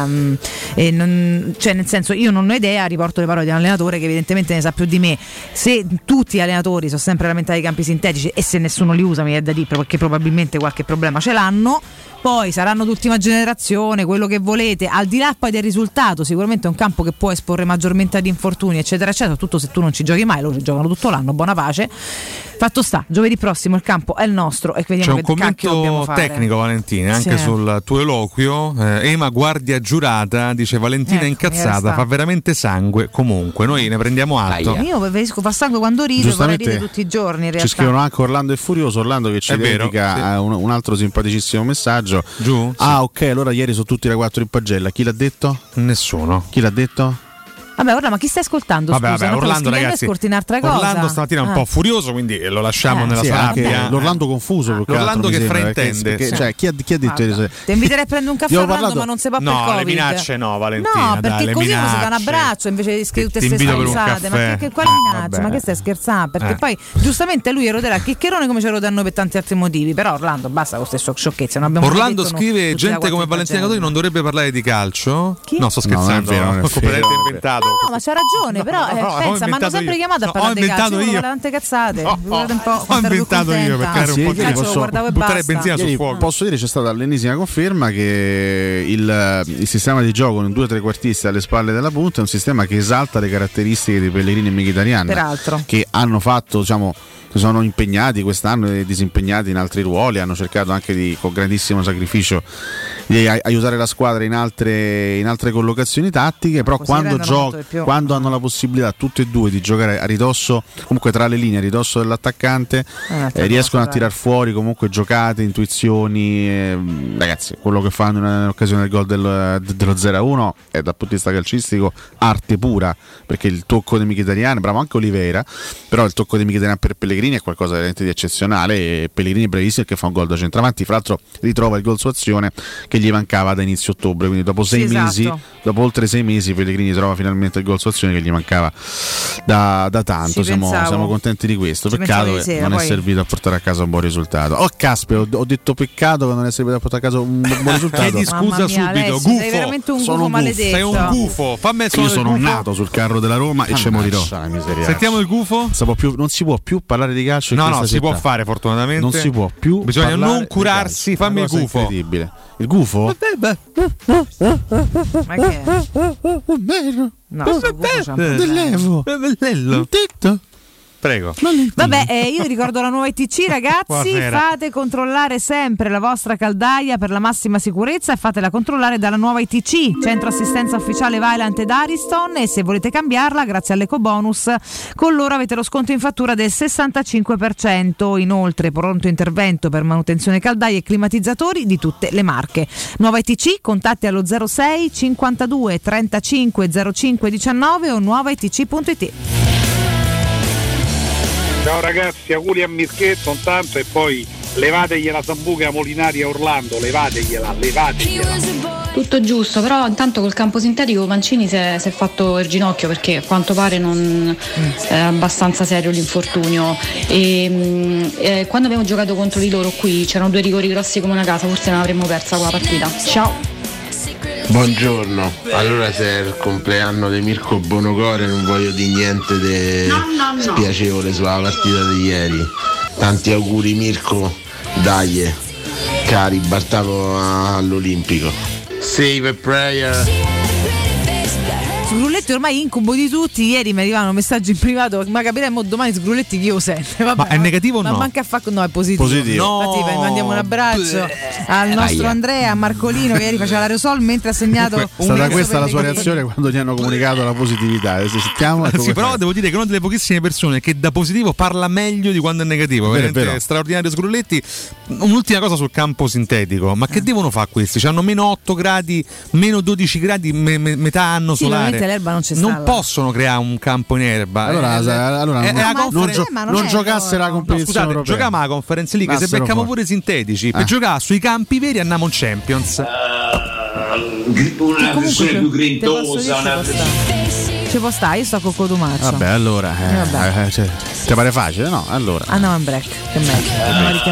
cioè nel senso, io non ho idea, riporto le parole di un allenatore che evidentemente ne sa più di me. Se tutti gli allenatori sono sempre lamentati i campi sintetici e se nessuno li usa, mi è da dire, perché probabilmente qualche problema ce l'hanno. Poi saranno d'ultima generazione, quello che volete, al di là poi del risultato, sicuramente è un campo che può esporre maggiormente ad infortuni, eccetera, eccetera, tutto se tu non ci giochi mai, loro ci giocano tutto l'anno, buona pace. Fatto sta, giovedì prossimo il campo è il nostro e vediamo c'è un commento tecnico, Valentina, anche sul tuo eloquio. Ema guardia giurata, dice Valentina incazzata, fa veramente sangue, comunque noi ne prendiamo atto. Io preferisco fa sangue quando rido, vorrei ridere tutti i giorni in realtà. Ci scrivono anche Orlando è furioso, Orlando che ci dedica un altro simpaticissimo messaggio. Giù? Ok, allora ieri sono tutti da 4 in pagella. Chi l'ha detto? Nessuno. Chi l'ha detto? Vabbè, ora ma chi stai ascoltando? Scusa, Orlando, ragazzi, Orlando stamattina è un po' furioso, quindi lo lasciamo nella sua rabbia. L'Orlando confuso, l'Orlando che fraintende. Cioè, chi ha detto? Ti inviterei a prendere un caffè a Orlando, ma non si può per Covid. No, le minacce no, Valentina. No, perché così uno si dà un abbraccio invece di scrivere tutte queste stronzate. Ma quali minacce? Ma che stai scherzando? Perché poi giustamente lui eroderà il chiccherone come ce lo danno per tanti altri motivi. Però Orlando, basta con queste sciocchezze. Orlando scrive: gente come Valentina Cadori non dovrebbe parlare di calcio. No, sto scherzando, ho completamente inventato. No, ma c'ha ragione. Però pensa, mi hanno sempre chiamato a parlare di calcio, io tante cazzate. Ho inventato io perché ero un po' calcio, buttare benzina sul fuoco. Posso dire, c'è stata l'ennesima conferma che il sistema di gioco con 2 trequartisti alle spalle della punta è un sistema che esalta le caratteristiche di Pellegrini e Mkhitaryan, peraltro, che hanno fatto, diciamo, si sono impegnati quest'anno e disimpegnati in altri ruoli, hanno cercato anche con grandissimo sacrificio di aiutare la squadra in altre collocazioni tattiche, però quando hanno la possibilità tutti e due di giocare a ridosso, comunque tra le linee, a ridosso dell'attaccante, riescono a tirar fuori comunque giocate, intuizioni. Ragazzi, quello che fanno in occasione del gol dello 0-1 è dal punto di vista calcistico arte pura, perché il tocco di Mkhitaryan, bravo anche Oliveira, però il tocco di Mkhitaryan per Pellegrini è qualcosa veramente di eccezionale, e Pellegrini è bravissimo che fa un gol da centravanti, fra l'altro ritrova il gol su azione che gli mancava da inizio ottobre, quindi dopo 6 mesi, dopo oltre 6 mesi Pellegrini trova finalmente il gol su azione che gli mancava da tanto. Siamo contenti di questo. Peccato che non è servito a portare a casa un buon risultato. Oh caspita, ho detto peccato che non è servito a portare a casa un buon risultato. Chiedi scusa subito, Alessio, gufo. sei veramente un gufo maledetto. Sei un gufo. Io sono nato sul carro della Roma e ci morirò. Sentiamo il gufo. Non si può più parlare di calcio. No, si può fare fortunatamente. Non si può più. Bisogna non curarsi. Fammi il gufo. Incredibile. Il gufo? Ma che è? No, dell'Evo. Bello. Detto. Prego. Vabbè, io ricordo la nuova ITC, ragazzi. Buonasera. Fate controllare sempre la vostra caldaia per la massima sicurezza e fatela controllare dalla nuova ITC, centro assistenza ufficiale Vaillant ed Ariston, e se volete cambiarla, grazie all'ecobonus, con loro avete lo sconto in fattura del 65%. Inoltre pronto intervento per manutenzione caldaie e climatizzatori di tutte le marche. Nuova ITC, contatti allo 06 52 35 05 19 o nuovaitc.it. Ciao ragazzi, auguri a Mirchetto intanto, e poi levategli la Sambuca Molinari a Orlando, levategliela. Tutto giusto, però intanto col campo sintetico Mancini si è fatto il ginocchio, perché a quanto pare non è abbastanza serio l'infortunio, e quando abbiamo giocato contro di loro qui c'erano 2 rigori grossi come una casa, forse non avremmo persa quella partita. Ciao. Buongiorno, allora se è il compleanno di Mirko Bonocore non voglio di niente di spiacevole sulla partita di ieri. Tanti auguri Mirko, dai, cari, Bartalo all'Olimpico. Save a prayer. Sgrulletti ormai incubo di tutti. Ieri mi arrivavano messaggi in privato, ma capiremo domani Sgrulletti chi lo sente. Vabbè, ma è negativo o no? Ma manca no, è positivo. No. Infatti mandiamo un abbraccio al nostro Andrea, a Marcolino, che ieri faceva l'aerosol mentre ha segnato. È stata questa la sua reazione quando gli hanno comunicato la positività. Sì, però devo dire che una delle pochissime persone che da positivo parla meglio di quando è negativo. Veramente straordinario Sgrulletti. Un'ultima cosa sul campo sintetico, ma che devono fare questi? C'hanno meno 8 gradi, meno 12 gradi, metà anno solare. L'erba non c'è non possono creare un campo in erba. Allora non giocasse la competizione europea. Giochiamo la Conference League, se becchiamo pure sintetici, per giocare sui campi veri andiamo in Champions. una versione più grintosa, ci può stare, io sto con Cotumaccio. Vabbè, allora ti pare facile, no? Allora andiamo in break, che meglio.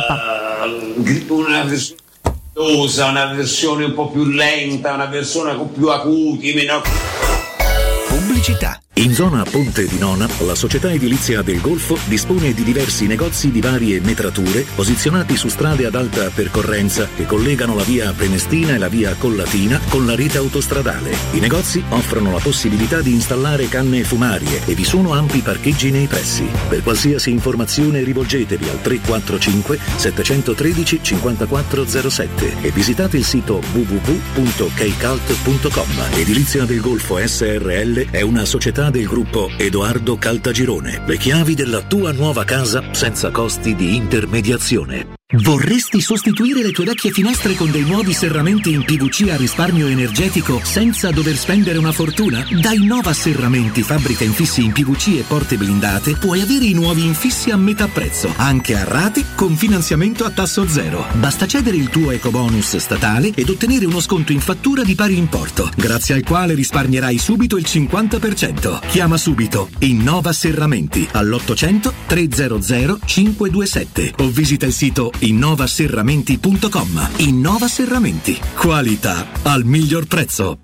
Una versione grintosa, una versione un po' più lenta, una versione con più acuti, meno. Pubblicità. In zona Ponte di Nona, la società edilizia del Golfo dispone di diversi negozi di varie metrature posizionati su strade ad alta percorrenza che collegano la via Prenestina e la via Collatina con la rete autostradale. I negozi offrono la possibilità di installare canne fumarie e vi sono ampi parcheggi nei pressi. Per qualsiasi informazione rivolgetevi al 345 713 5407 e visitate il sito www.keicalt.com. Edilizia del Golfo SRL è una società del gruppo Edoardo Caltagirone. Le chiavi della tua nuova casa senza costi di intermediazione. Vorresti sostituire le tue vecchie finestre con dei nuovi serramenti in PVC a risparmio energetico senza dover spendere una fortuna? Da Innova Serramenti, fabbrica infissi in PVC e porte blindate, puoi avere i nuovi infissi a metà prezzo, anche a rate con finanziamento a tasso zero. Basta cedere il tuo ecobonus statale ed ottenere uno sconto in fattura di pari importo, grazie al quale risparmierai subito il 50%. Chiama subito Innova Serramenti all'800 300 527 o visita il sito innovaserramenti.com. Innova Serramenti, qualità al miglior prezzo.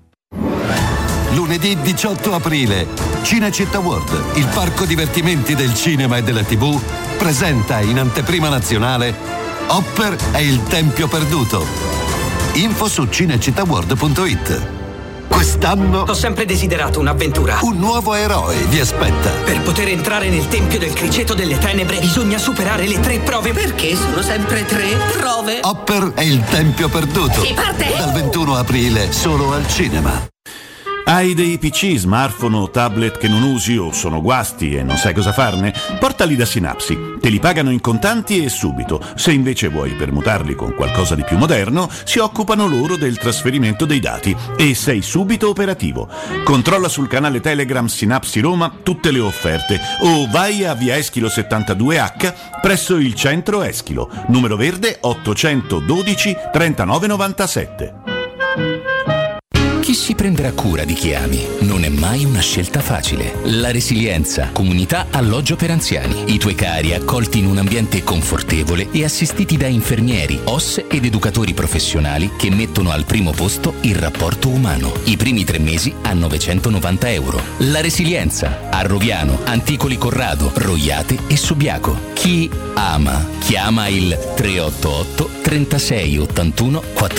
Lunedì 18 aprile, Cinecittà World, il parco divertimenti del cinema e della TV, presenta in anteprima nazionale Hopper e il Tempio Perduto. Info su cinecittàworld.it. Quest'anno ho sempre desiderato un'avventura. Un nuovo eroe vi aspetta. Per poter entrare nel Tempio del Criceto delle Tenebre bisogna superare le 3 prove. Perché sono sempre 3 prove? Hopper e il Tempio Perduto. Si parte! Dal 21 aprile solo al cinema. Hai dei PC, smartphone o tablet che non usi o sono guasti e non sai cosa farne? Portali da Synapsi. Te li pagano in contanti e subito. Se invece vuoi permutarli con qualcosa di più moderno, si occupano loro del trasferimento dei dati e sei subito operativo. Controlla sul canale Telegram Synapsi Roma tutte le offerte o vai a via Eschilo 72H presso il centro Eschilo, numero verde 812 3997. Chi si prenderà cura di chi ami? Non è mai una scelta facile. La Resilienza, comunità alloggio per anziani. I tuoi cari accolti in un ambiente confortevole e assistiti da infermieri, OSS ed educatori professionali che mettono al primo posto il rapporto umano. I primi 3 mesi a €990. La Resilienza, a Roviano, Anticoli Corrado, Roiate e Subiaco. Chi ama, chiama il 388 36 81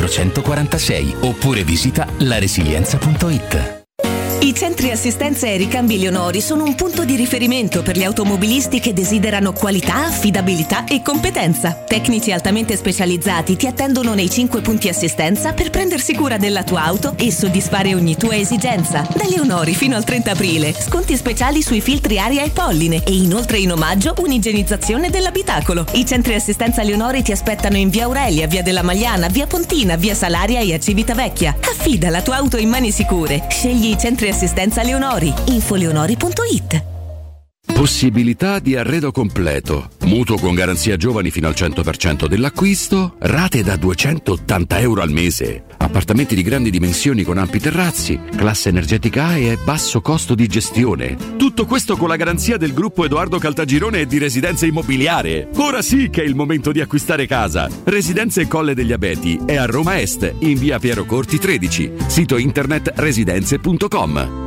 446 oppure visita laresilienza.it. I centri assistenza e ricambi Leonori sono un punto di riferimento per gli automobilisti che desiderano qualità, affidabilità e competenza. Tecnici altamente specializzati ti attendono nei 5 punti assistenza per prendersi cura della tua auto e soddisfare ogni tua esigenza. Da Leonori fino al 30 aprile, sconti speciali sui filtri aria e polline e inoltre in omaggio un'igienizzazione dell'abitacolo. I centri assistenza Leonori ti aspettano in via Aurelia, via della Magliana, via Pontina, via Salaria e a Civitavecchia. Affida la tua auto in mani sicure. Scegli i centri assistenza Leonori. Infoleonori.it. Possibilità di arredo completo, mutuo con garanzia giovani fino al 100% dell'acquisto, rate da €280 al mese, appartamenti di grandi dimensioni con ampi terrazzi, classe energetica A e basso costo di gestione. Tutto questo con la garanzia del gruppo Edoardo Caltagirone e di Residenza Immobiliare. Ora sì che è il momento di acquistare casa. Residenze Colle degli Abeti è a Roma Est, in via Piero Corti 13, sito internet residenze.com.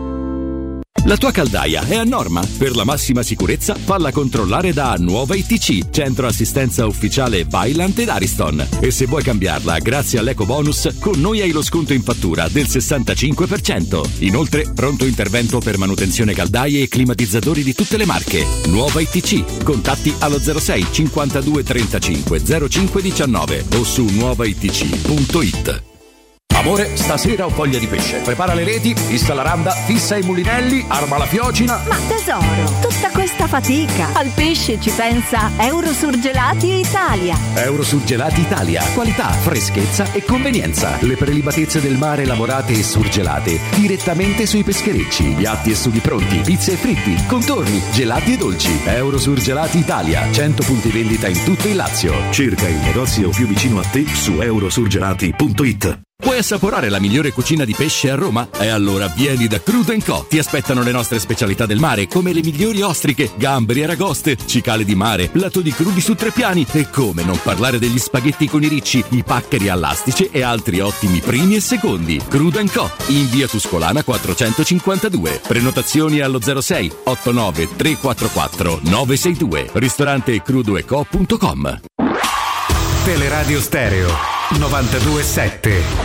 La tua caldaia è a norma? Per la massima sicurezza falla controllare da Nuova ITC, centro assistenza ufficiale Vaillant ed Ariston. E se vuoi cambiarla grazie all'eco bonus, con noi hai lo sconto in fattura del 65%. Inoltre pronto intervento per manutenzione caldaie e climatizzatori di tutte le marche. Nuova ITC, contatti allo 06 52 35 05 19 o su nuovaitc.it. Amore, stasera ho voglia di pesce. Prepara le reti, fissa la randa, fissa i mulinelli, arma la fiocina. Ma tesoro, tutta questa fatica. Al pesce ci pensa Eurosurgelati Italia. Eurosurgelati Italia. Qualità, freschezza e convenienza. Le prelibatezze del mare lavorate e surgelate direttamente sui pescherecci. Piatti e sughi pronti, pizze e fritti, contorni, gelati e dolci. Eurosurgelati Italia. 100 punti vendita in tutto il Lazio. Cerca il negozio più vicino a te su eurosurgelati.it. Vuoi assaporare la migliore cucina di pesce a Roma? E allora vieni da Crudo & Co. Ti aspettano le nostre specialità del mare, come le migliori ostriche, gamberi, aragoste, cicale di mare, platò crudi su 3 piani e come non parlare degli spaghetti con i ricci, i paccheri all'astice e altri ottimi primi e secondi. Crudo & Co. in via Tuscolana 452. Prenotazioni allo 06 89 344 962. Ristorante crudoeco.com. Teleradio Stereo 92.7.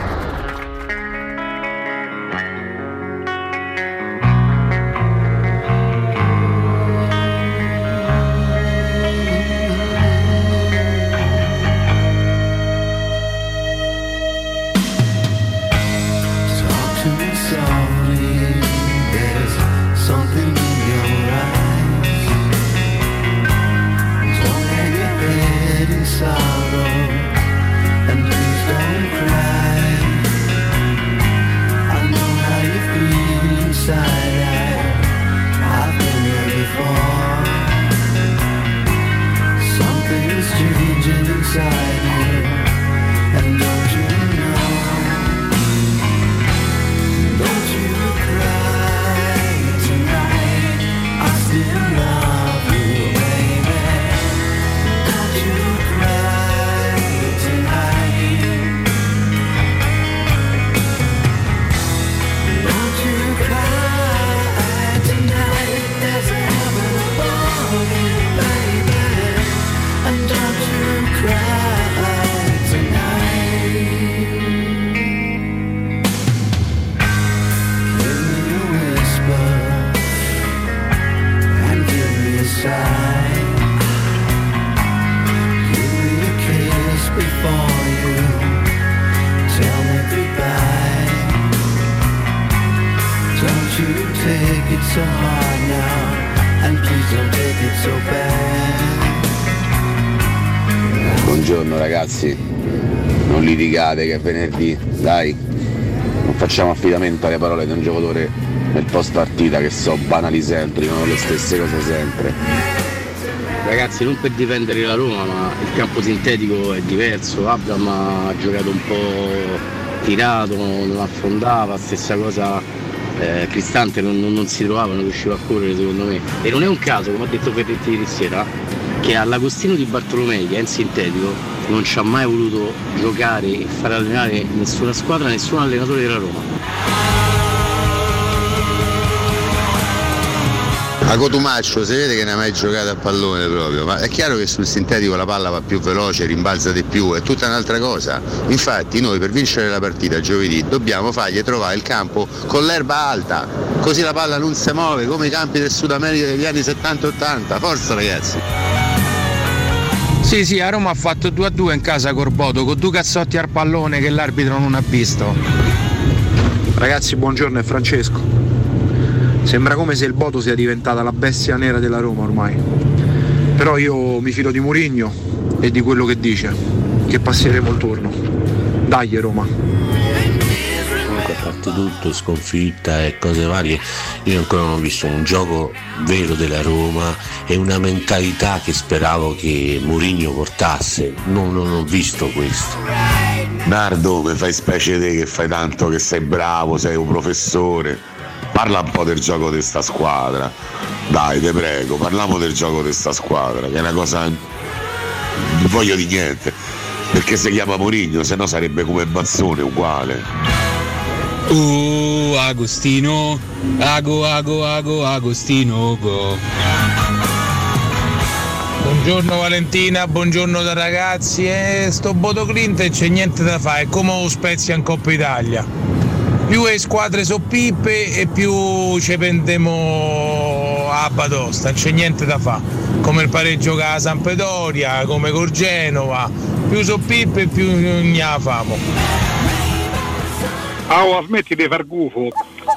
Buongiorno ragazzi, non litigate che è venerdì, dai, non facciamo affidamento alle parole di un giocatore nel post partita che so banali sempre, dicono le stesse cose sempre. Ragazzi, non per difendere la Roma, ma il campo sintetico è diverso. Abram ha giocato un po' tirato, non affondava, stessa cosa Cristante non si trovava, non riusciva a correre secondo me. E non è un caso, come ha detto Ferretti ieri sera, che all'Agostino di Bartolomei, che è in sintetico, non ci ha mai voluto giocare e far allenare nessuna squadra, nessun allenatore della Roma. A Cotumaccio si vede che non ha mai giocato a pallone proprio, ma è chiaro che sul sintetico la palla va più veloce, rimbalza di più, è tutta un'altra cosa. Infatti noi per vincere la partita giovedì dobbiamo fargli trovare il campo con l'erba alta, così la palla non si muove come i campi del Sud America degli anni 70-80. Forza ragazzi! Sì, a Roma ha fatto 2-2 in casa Corboto con 2 cazzotti al pallone che l'arbitro non ha visto. Ragazzi, buongiorno, è Francesco. Sembra come se il Boto sia diventata la bestia nera della Roma ormai. Però io mi fido di Mourinho e di quello che dice, che passeremo il turno. Dai Roma. Comunque, a parte tutto, sconfitta e cose varie, io ancora non ho visto un gioco vero della Roma e una mentalità che speravo che Mourinho portasse. Non ho visto questo. Nardo, che fai specie te, che fai tanto, che sei bravo, sei un professore. Parla un po' del gioco di sta squadra, dai, te prego, parliamo del gioco di sta squadra, che è una cosa, non voglio di niente, perché si chiama Mourinho, se no sarebbe come Mazzone, uguale. Agostino, Agostino, go. Buongiorno Valentina, buongiorno da ragazzi, sto Bodo Clint c'è niente da fare, è come lo Spezia in Coppa Italia. Più le squadre sono pippe e più ci pendiamo a Batosta, non c'è niente da fare. Come il pareggio con la Sampdoria, come col Genova, più sono pippe e più ne la famo. Smetti di far gufo.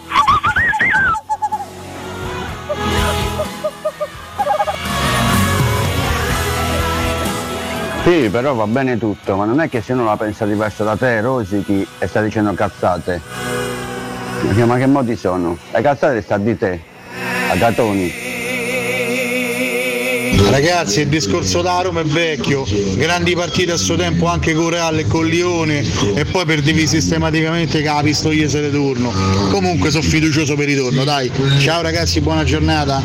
Sì, però va bene tutto, ma non è che se uno la pensa diverso da te, rosichi e sta dicendo cazzate. Ma che modi sono? Le cazzate sta di te, a gatoni. Ragazzi, il discorso da Roma è vecchio, grandi partite a suo tempo anche con Real e con Lione e poi perdevi sistematicamente che la Pistoiese di turno. Comunque sono fiducioso per il ritorno, dai. Ciao ragazzi, buona giornata.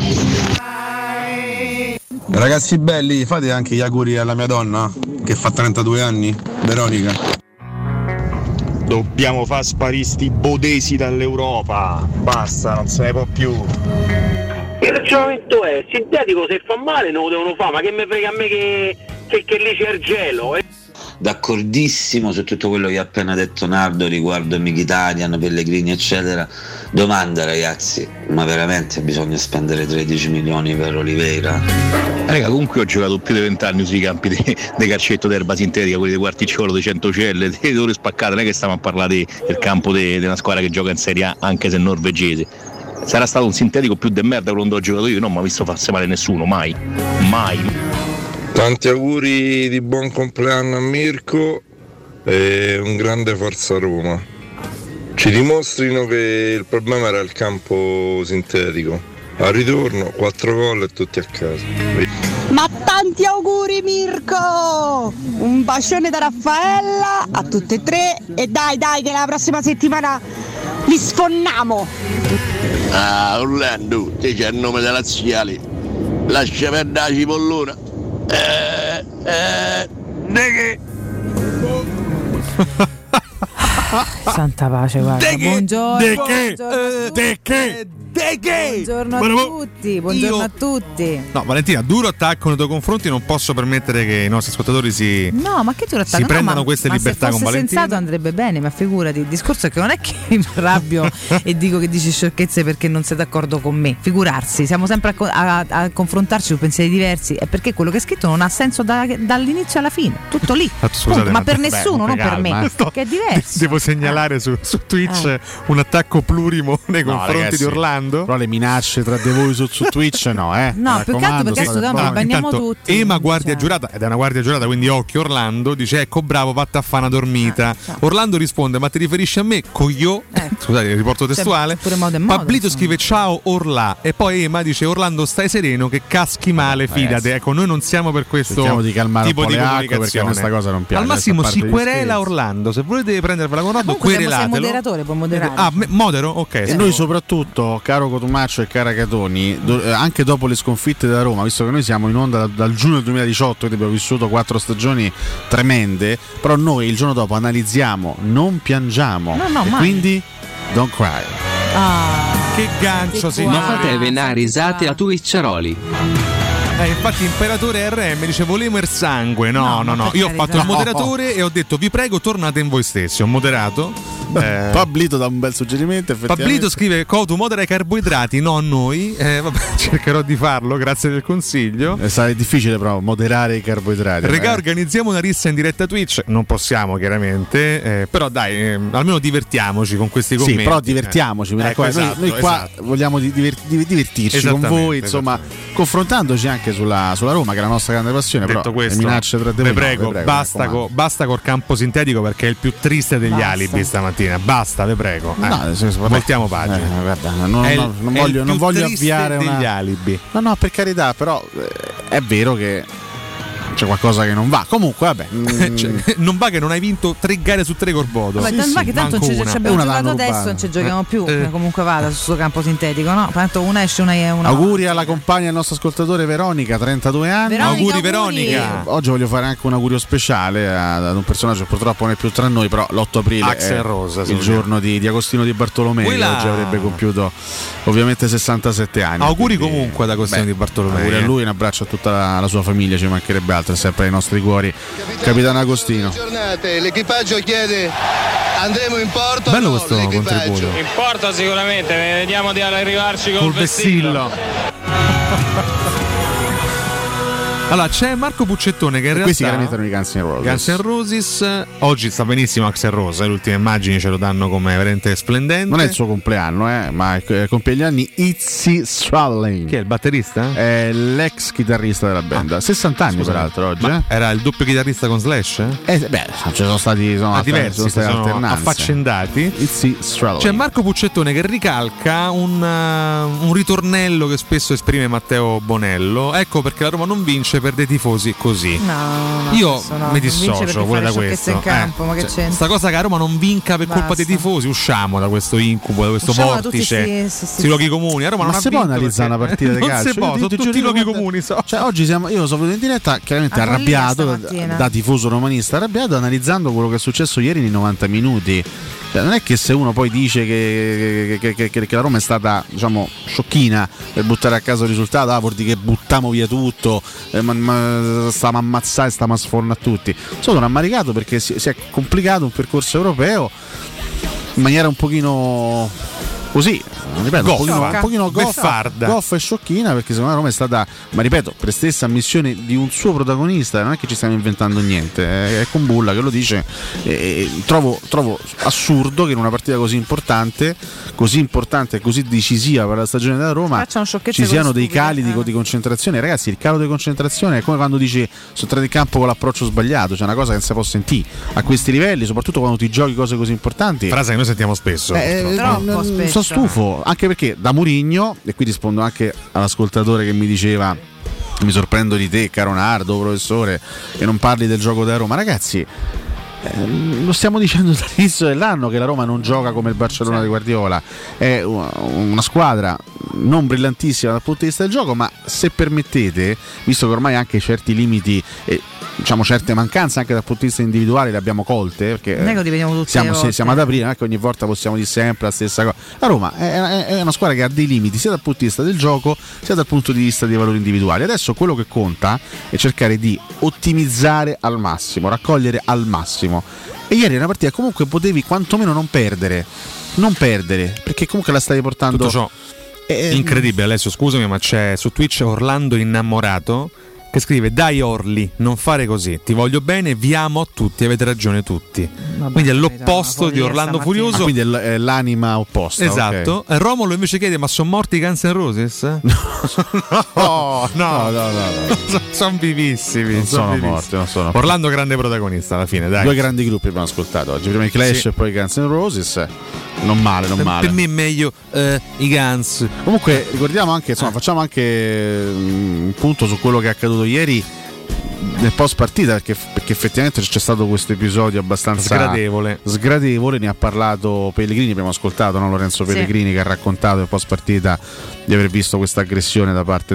Ragazzi belli, fate anche gli auguri alla mia donna che fa 32 anni, Veronica. Dobbiamo far sparire sti bodesi dall'Europa, basta, non se ne può più. Il ragionamento è, sintetico se fa male non lo devono fare, ma che mi frega a me che lì c'è il gelo? D'accordissimo su tutto quello che ha appena detto Nardo riguardo Mkhitaryan, Pellegrini eccetera. Domanda ragazzi, ma veramente bisogna spendere 13 milioni per Oliveira? Raga, comunque ho giocato più di 20 anni sui campi di calcetto d'erba sintetica, quelli di Quarticciolo, di Centocelle, di ore spaccate, non è che stiamo a parlare del campo di una squadra che gioca in Serie A, anche se norvegese. Sarà stato un sintetico più de merda quando ho giocato io, non mi ha visto farsi male nessuno, mai. Tanti auguri di buon compleanno a Mirko e un grande forza Roma. Ci dimostrino che il problema era il campo sintetico. Al ritorno 4 gol e tutti a casa. Ma tanti auguri Mirko! Un bacione da Raffaella a tutte e tre e dai che la prossima settimana li sfonniamo! Ah, Orlando, te c'è il nome della laziale. Lascia perdere la cipollona. Santa pace, guarda. Buongiorno. Buongiorno a tutti. No, Valentina, duro attacco nei tuoi confronti, non posso permettere che i nostri ascoltatori si prendano queste libertà con Valentina. Sensato andrebbe bene, ma figurati, il discorso è che non è che mi arrabbio e dico che dici sciocchezze perché non sei d'accordo con me. Figurarsi, siamo sempre a confrontarci su pensieri diversi, è perché quello che è scritto non ha senso dall'inizio alla fine, tutto lì. Scusate, ma per nessuno, non per me, che è diverso. Devo segnalare su Twitch un attacco plurimo nei confronti ragazzi, di Orlando. Però le minacce tra di voi su Twitch no, No, più che altro perché adesso banniamo tutti. Ema guardia giurata, ed è una guardia giurata, quindi occhio. Orlando dice ecco bravo, vatta a fare una dormita. Orlando risponde ma ti riferisci a me, coglio? Scusate, il riporto testuale. Pablito scrive ciao Orlà e poi Ema dice Orlando stai sereno che caschi male, fidate. Ecco, noi non siamo per questo cerchiamo di calmare tipo un po' di le acque comunicazione, perché questa cosa non piace. Al massimo si querela Orlando, se volete prendervela con Orlando querelatelo. Sei moderatore, può moderare. Modero? Ok. E noi soprattutto, caro Cotumaccio e cara Catoni, anche dopo le sconfitte da Roma, visto che noi siamo in onda dal giugno del 2018, quindi abbiamo vissuto 4 stagioni tremende, però noi il giorno dopo analizziamo, non piangiamo, e quindi don't cry. Che gancio, signore. Ma fatevi una risate a Twitcheroli. Infatti Imperatore RM dice volemo il sangue. No. Io ho fatto il moderatore e ho detto vi prego tornate in voi stessi. Ho moderato. Pablito dà un bel suggerimento. Pablito scrive Cotu modera i carboidrati, no noi. Vabbè, cercherò di farlo, grazie del consiglio. Sarà difficile però moderare i carboidrati. Regà, organizziamo una rissa in diretta Twitch. Non possiamo chiaramente, però dai, almeno divertiamoci con questi commenti. Sì, però divertiamoci. Noi qua vogliamo divertirci con voi, insomma, confrontandoci anche sulla Roma, che è la nostra grande passione. Detto però questo, le minacce tra di voi, prego, basta col campo sintetico perché è il più triste degli alibi stamattina. Basta, vi prego. Voltiamo pagina. Guarda, non voglio avviare degli alibi. No, per carità, però è vero che c'è qualcosa che non va. Comunque, vabbè. Non va che non hai vinto 3 gare su 3 col Bodo. Vabbè, non va che tanto ci abbiamo giocato adesso, non ci giochiamo più. Comunque vada su questo campo sintetico, no? Tanto una esce, una è una. Auguri alla compagna del nostro ascoltatore Veronica, 32 anni. Auguri Veronica. Oggi voglio fare anche un augurio speciale ad un personaggio che purtroppo non è più tra noi, però l'8 aprile Axel è Rosa, il giorno di Agostino Di Bartolomei, che oggi avrebbe compiuto ovviamente 67 anni. Auguri comunque ad Agostino Di Bartolomei. Auguri a lui, un abbraccio a tutta la sua famiglia, ci mancherebbe altro, è sempre ai nostri cuori. Capitano Agostino. L'equipaggio chiede andremo in porto. Bello questo contributo. In porto sicuramente, vediamo di arrivarci col vessillo. Allora c'è Marco Puccettone che in realtà questi chiaramente erano i Guns N' Roses. Oggi sta benissimo Axl Rose, le ultime immagini ce lo danno come veramente splendente. Non è il suo compleanno, ma compie gli anni Izzy Stradlin. Chi è il batterista? È l'ex chitarrista della band. 60 anni peraltro oggi. Era il doppio chitarrista con Slash? Ci sono stati diversi, sono affaccendati. Izzy Stradlin. C'è Marco Puccettone che ricalca un ritornello che spesso esprime Matteo Bonello. Ecco perché la Roma non vince per dei tifosi così. Io mi dissocio pure da questo. In campo, ma che c'è? Sta cosa che a Roma non vinca per colpa dei tifosi, usciamo da questo incubo, da questo vortice, questi luoghi comuni. A Roma non si può analizzare una partita di calcio. Non si può, sono tutti luoghi comuni. Cioè, oggi io sono venuto in diretta chiaramente arrabbiato da tifoso romanista, arrabbiato analizzando quello che è successo ieri nei 90 minuti. Cioè, non è che se uno poi dice che la Roma è stata, diciamo, sciocchina per buttare a caso il risultato, vuol dire che buttiamo via tutto, stiamo a ammazzare, stiamo a sfornare tutti. Sono rammaricato perché si è complicato un percorso europeo in maniera un pochino così, ripeto, un pochino goffa e sciocchina, perché secondo me Roma è stata, ma ripeto, per stessa ammissione di un suo protagonista, non è che ci stiamo inventando niente, è con Bulla che lo dice. Trovo assurdo che in una partita così importante e così decisiva per la stagione della Roma ci siano dei cali di concentrazione. Ragazzi, il calo di concentrazione è come quando dici sono entrato in campo con l'approccio sbagliato, cioè una cosa che non si può sentire a questi livelli, soprattutto quando ti giochi cose così importanti. Frase che noi sentiamo spesso. Troppo spesso. Sono stufo, anche perché da Mourinho, e qui rispondo anche all'ascoltatore che mi diceva mi sorprendo di te, caro Nardo, professore, che non parli del gioco della Roma. Ragazzi, lo stiamo dicendo dall'inizio dell'anno che la Roma non gioca come il Barcellona di Guardiola, è una squadra non brillantissima dal punto di vista del gioco, ma se permettete, visto che ormai anche certi limiti diciamo certe mancanze anche dal punto di vista individuale le abbiamo colte, perché siamo ad aprile, non è che ogni volta possiamo dire sempre la stessa cosa. La Roma è una squadra che ha dei limiti sia dal punto di vista del gioco sia dal punto di vista dei valori individuali. Adesso quello che conta è cercare di ottimizzare al massimo, raccogliere al massimo, e ieri è una partita comunque potevi quantomeno non perdere, perché comunque la stavi portando. Tutto ciò incredibile. Alessio, scusami, ma c'è su Twitch Orlando Innamorato che scrive: dai Orli, non fare così, ti voglio bene, vi amo a tutti, avete ragione tutti. Quindi è l'opposto di Orlando Furioso. Quindi è l'anima opposta. Esatto. Okay. Romolo invece chiede: ma sono morti i Guns N' Roses? No. Sono vivissimi. Non sono morti. Orlando grande protagonista alla fine, dai. Due grandi gruppi abbiamo ascoltato oggi, prima i Clash e poi i Guns N' Roses. Non male. Per me è meglio i Guns. Comunque ricordiamo anche, facciamo anche un punto su quello che è accaduto ieri nel post partita, perché effettivamente c'è stato questo episodio abbastanza sgradevole. Ne ha parlato Pellegrini, abbiamo ascoltato, no? Lorenzo Pellegrini, che ha raccontato nel post partita di aver visto questa aggressione da parte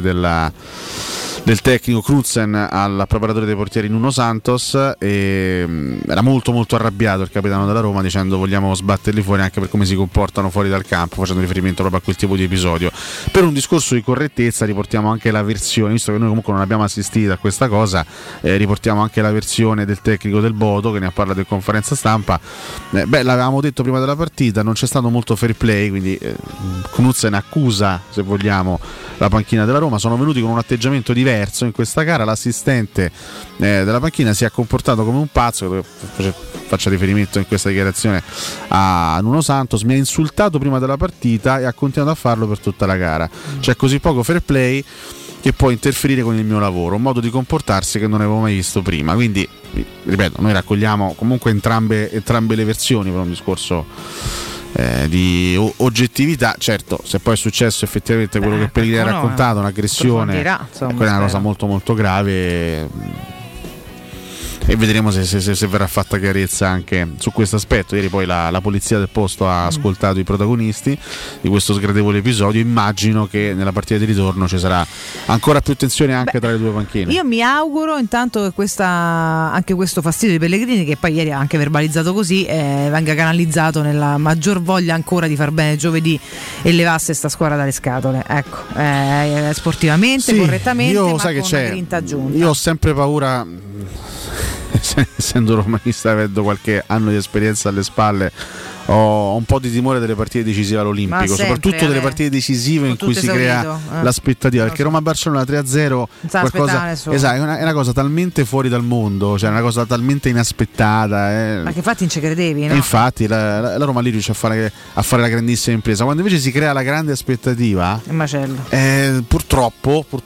del tecnico Cruzen al preparatore dei portieri Nuno Santos, e era molto molto arrabbiato il capitano della Roma, dicendo vogliamo sbatterli fuori anche per come si comportano fuori dal campo, facendo riferimento proprio a quel tipo di episodio. Per un discorso di correttezza riportiamo anche la versione, visto che noi comunque non abbiamo assistito a questa cosa, riportiamo anche la versione del tecnico del Bodo, che ne ha parlato in conferenza stampa. L'avevamo detto prima della partita, non c'è stato molto fair play, quindi Cruzen accusa, se vogliamo, la panchina della Roma. Sono venuti con un atteggiamento diverso in questa gara, l'assistente della panchina si è comportato come un pazzo, faccia riferimento in questa dichiarazione a Nuno Santos, mi ha insultato prima della partita e ha continuato a farlo per tutta la gara. C'è così poco fair play che può interferire con il mio lavoro, un modo di comportarsi che non avevo mai visto prima. Quindi, ripeto, noi raccogliamo comunque entrambe le versioni per un discorso di oggettività. Certo, se poi è successo effettivamente quello che Pellegrini ha raccontato, un'aggressione, quella è una cosa molto molto grave, e vedremo se verrà fatta chiarezza anche su questo aspetto. Ieri poi la polizia del posto ha ascoltato i protagonisti di questo sgradevole episodio. Immagino che nella partita di ritorno ci sarà ancora più tensione anche tra le due panchine. Io mi auguro intanto che anche questo fastidio di Pellegrini, che poi ieri ha anche verbalizzato così, venga canalizzato nella maggior voglia ancora di far bene giovedì e levasse sta squadra dalle scatole, ecco, sportivamente, correttamente, io, ma sai, con una grinta aggiunta. Io ho sempre paura, essendo romanista, avendo qualche anno di esperienza alle spalle, ho un po' di timore delle partite decisive all'Olimpico, sempre, soprattutto delle partite decisive in cui si crea l'aspettativa, perché Roma-Barcellona 3-0 qualcosa, esatto, è una cosa talmente fuori dal mondo, cioè una cosa talmente inaspettata, ma che infatti non ci credevi, no? E infatti la Roma lì riesce a fare la grandissima impresa, quando invece si crea la grande aspettativa, purtroppo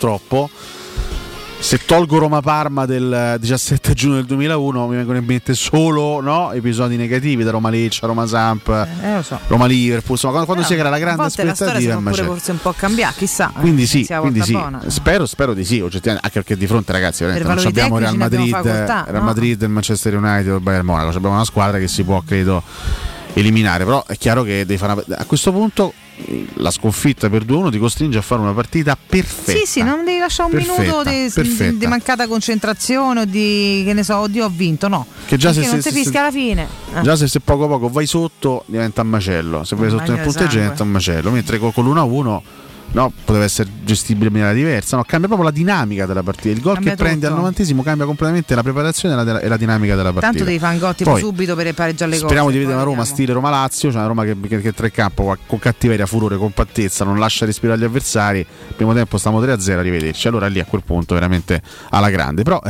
se tolgo Roma-Parma del 17 giugno del 2001 mi vengono in mente solo episodi negativi, da Roma-Lecce, Roma-Samp, Roma-Liverpool, insomma, quando si crea la grande aspettativa la storia forse un po' cambiare, chissà. Quindi sì. Spero di sì, anche perché di fronte, ragazzi, non abbiamo Real Madrid, il Manchester United, il Bayern Monaco, abbiamo una squadra che si può, credo, eliminare, però è chiaro che devi fare a questo punto la sconfitta per 2-1 ti costringe a fare una partita perfetta. Sì, non devi lasciare un minuto di mancata concentrazione o di, che ne so, oddio ho vinto, no. Che già se non si fischia alla fine. Già se poco vai sotto diventa un macello, se vai sotto nel punteggio diventa un macello, mentre con l'1-1 poteva essere gestibile in maniera diversa, cambia proprio la dinamica della partita. Il gol che prendi al 90esimo cambia completamente la preparazione e la dinamica della partita. Tanto devi fare un gol tipo subito per pareggiare le cose. Speriamo di vedere una Roma stile Roma-Lazio, cioè una Roma che tre campo con cattiveria, furore, compattezza, non lascia respirare gli avversari. Primo tempo stiamo 3-0, arrivederci. Allora lì a quel punto veramente alla grande. Però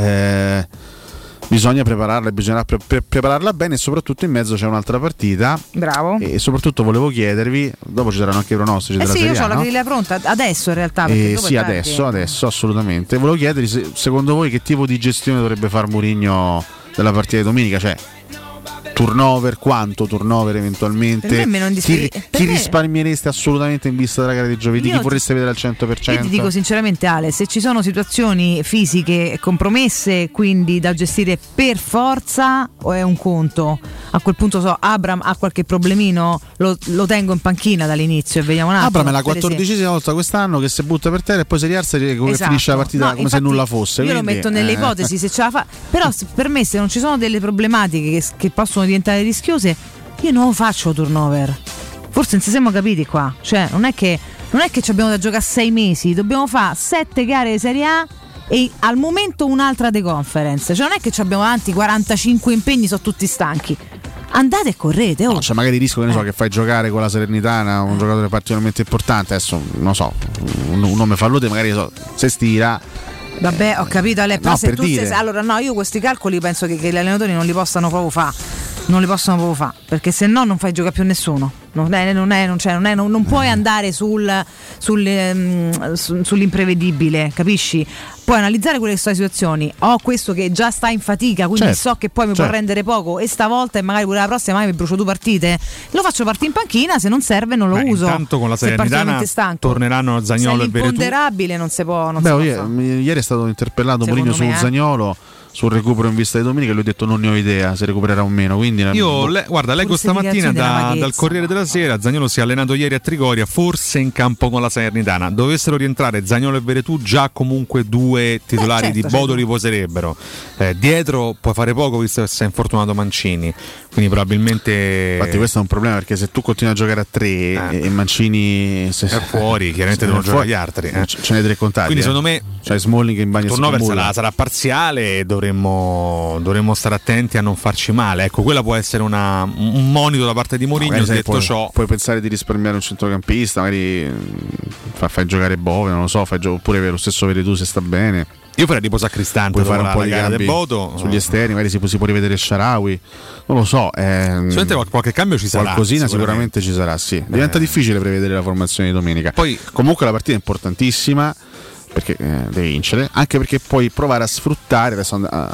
bisogna prepararla bene, e soprattutto in mezzo c'è un'altra partita. Bravo. E soprattutto volevo chiedervi, dopo ci saranno anche i pronostici della Serie A. Io ho la griglia pronta adesso in realtà. Sì, adesso assolutamente. Volevo chiedervi secondo voi che tipo di gestione dovrebbe far Mourinho della partita di domenica, cioè turnover, quanto turnover eventualmente, chi risparmiereste assolutamente in vista della gara di giovedì, chi vorreste vedere al 100%? Io ti dico sinceramente, Ale, se ci sono situazioni fisiche compromesse, quindi da gestire per forza, o è un conto, a quel punto Abram ha qualche problemino, lo tengo in panchina dall'inizio e vediamo un attimo. Abram è la 14ª volta quest'anno che si butta per terra e poi si rialza e finisce la partita come se nulla fosse. Io lo metto nelle ipotesi se ce la fa, però per me se non ci sono delle problematiche che possono diventare rischiose, io non faccio turnover. Forse non ci siamo capiti qua, cioè non è che ci abbiamo da giocare 6 mesi, dobbiamo fare 7 gare di Serie A e al momento un'altra de conference, cioè non è che ci abbiamo avanti 45 impegni, sono tutti stanchi. Andate e correte. No, c'è magari il rischio che fai giocare con la Salernitana un giocatore particolarmente importante, adesso non so, un nome fallote magari se stira. Vabbè, ho capito, Ale, però se tu allora no, io questi calcoli penso che gli allenatori non li possano proprio fare. Non li possono proprio fare, perché se no non fai giocare più nessuno. Non puoi andare sull'imprevedibile, capisci? Puoi analizzare quelle che sono le situazioni. Ho questo che già sta in fatica, quindi so che poi mi può rendere poco, e stavolta e magari pure la prossima magari mi brucio 2 partite, lo faccio partire in panchina, se non serve non lo uso. Intanto con la Salernitana torneranno Zaniolo e Veretù. L'imponderabile non si può. Ieri è stato interpellato Mourinho su Zaniolo, sul recupero in vista di domenica, lui ha detto non ne ho idea se recupererà o meno, quindi io leggo stamattina dal Corriere della Sera, Zaniolo si è allenato ieri a Trigoria, forse in campo con la Salernitana, dovessero rientrare Zaniolo e Veretù, già comunque 2 titolari di Bodo riposerebbero, dietro puoi fare poco visto che si è infortunato Mancini, quindi probabilmente infatti questo è un problema, perché se tu continui a giocare a 3 e Mancini è fuori, chiaramente devono giocare gli altri, ce ne 3 contati, quindi secondo me c'è Smalling in bagno, il turnover sarà parziale e dovremmo stare attenti a non farci male. Ecco, quella può essere un monito da parte di Mourinho. Detto ciò, puoi pensare di risparmiare un centrocampista, magari fai giocare Bove, non lo so, oppure lo stesso Veretù se sta bene. Io farei riposare Cristante, puoi fare un po' di cambi sugli esterni, magari si può rivedere Shaarawy, non lo so. Sicuramente qualche cambio ci sarà. Qualcosina sicuramente ci sarà, sì. Diventa difficile prevedere la formazione di domenica. Poi comunque la partita è importantissima, perché devi vincere, anche perché puoi provare a sfruttare, adesso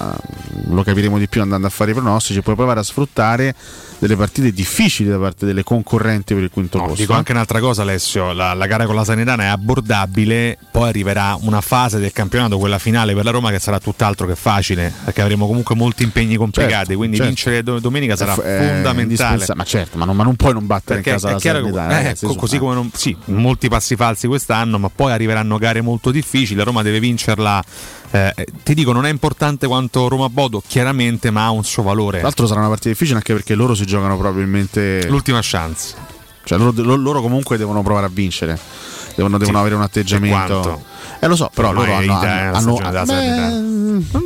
lo capiremo di più andando a fare i pronostici, puoi provare a sfruttare delle partite difficili da parte delle concorrenti per il quinto posto. Dico anche un'altra cosa, Alessio, la gara con la Salernitana è abbordabile, poi arriverà una fase del campionato, quella finale per la Roma, che sarà tutt'altro che facile, perché avremo comunque molti impegni complicati, quindi vincere domenica sarà fondamentale. Ma non puoi non battere perché in casa la Salernitana. Così come molti passi falsi quest'anno, ma poi arriveranno gare molto difficili, la Roma deve vincerla. Ti dico, non è importante quanto Roma-Bodo, chiaramente, ma ha un suo valore. Tra l'altro sarà una partita difficile anche perché loro si giocano probabilmente l'ultima chance, cioè loro comunque devono provare a vincere, devono avere un atteggiamento. Lo so, però loro hanno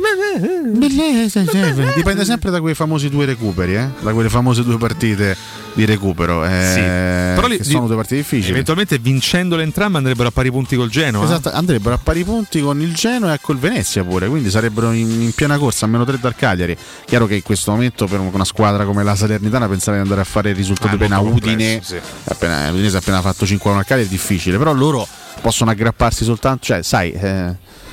dipende sempre da quei famosi 2 recuperi, da quelle famose 2 partite di recupero. Sì. Però sono due partite difficili. Eventualmente vincendole entrambe andrebbero a pari punti col Genoa. Esatto, andrebbero a pari punti con il Genoa e col Venezia pure, quindi sarebbero in piena corsa, a -3 dal Cagliari. Chiaro che in questo momento per una squadra come la Salernitana pensare di andare a fare il risultato appena Udine, sì. Udinese ha appena fatto 5-1 al Cagliari, è difficile, però loro possono aggrapparsi soltanto, cioè sai,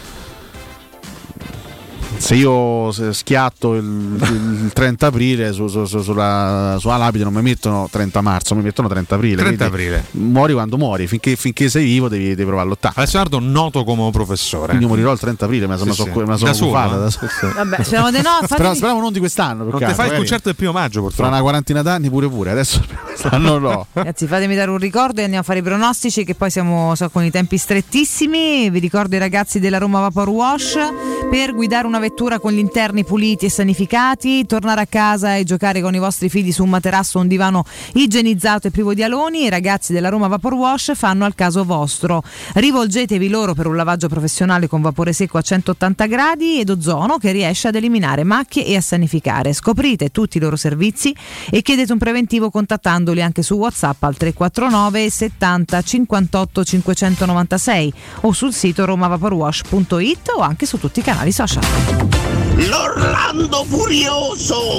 se io schiatto il 30 aprile sulla lapide non mi mettono 30 marzo, mi mettono 30 aprile. 30 aprile. Muori quando muori, finché sei vivo devi provare a lottare. Alessio Nardo noto come professore. Quindi io morirò il 30 aprile, ma sono occupata. Vabbè, siamo dei no, speriamo non di quest'anno. Non ti fai il concerto del 1 maggio, purtroppo. Tra una quarantina d'anni pure. Adesso quest'anno no. Ragazzi, fatemi dare un ricordo e andiamo a fare i pronostici, che poi siamo con i tempi strettissimi. Vi ricordo i ragazzi della Roma Vapor Wash: per guidare una vettura con gli interni puliti e sanificati, tornare a casa e giocare con i vostri figli su un materasso o un divano igienizzato e privo di aloni, i ragazzi della Roma Vapor Wash fanno al caso vostro. Rivolgetevi loro per un lavaggio professionale con vapore secco a 180 gradi ed ozono che riesce ad eliminare macchie e a sanificare. Scoprite tutti i loro servizi e chiedete un preventivo contattandoli anche su WhatsApp al 349 70 58 596 o sul sito romavaporwash.it o anche su tutti i canali social. L'Orlando Furioso!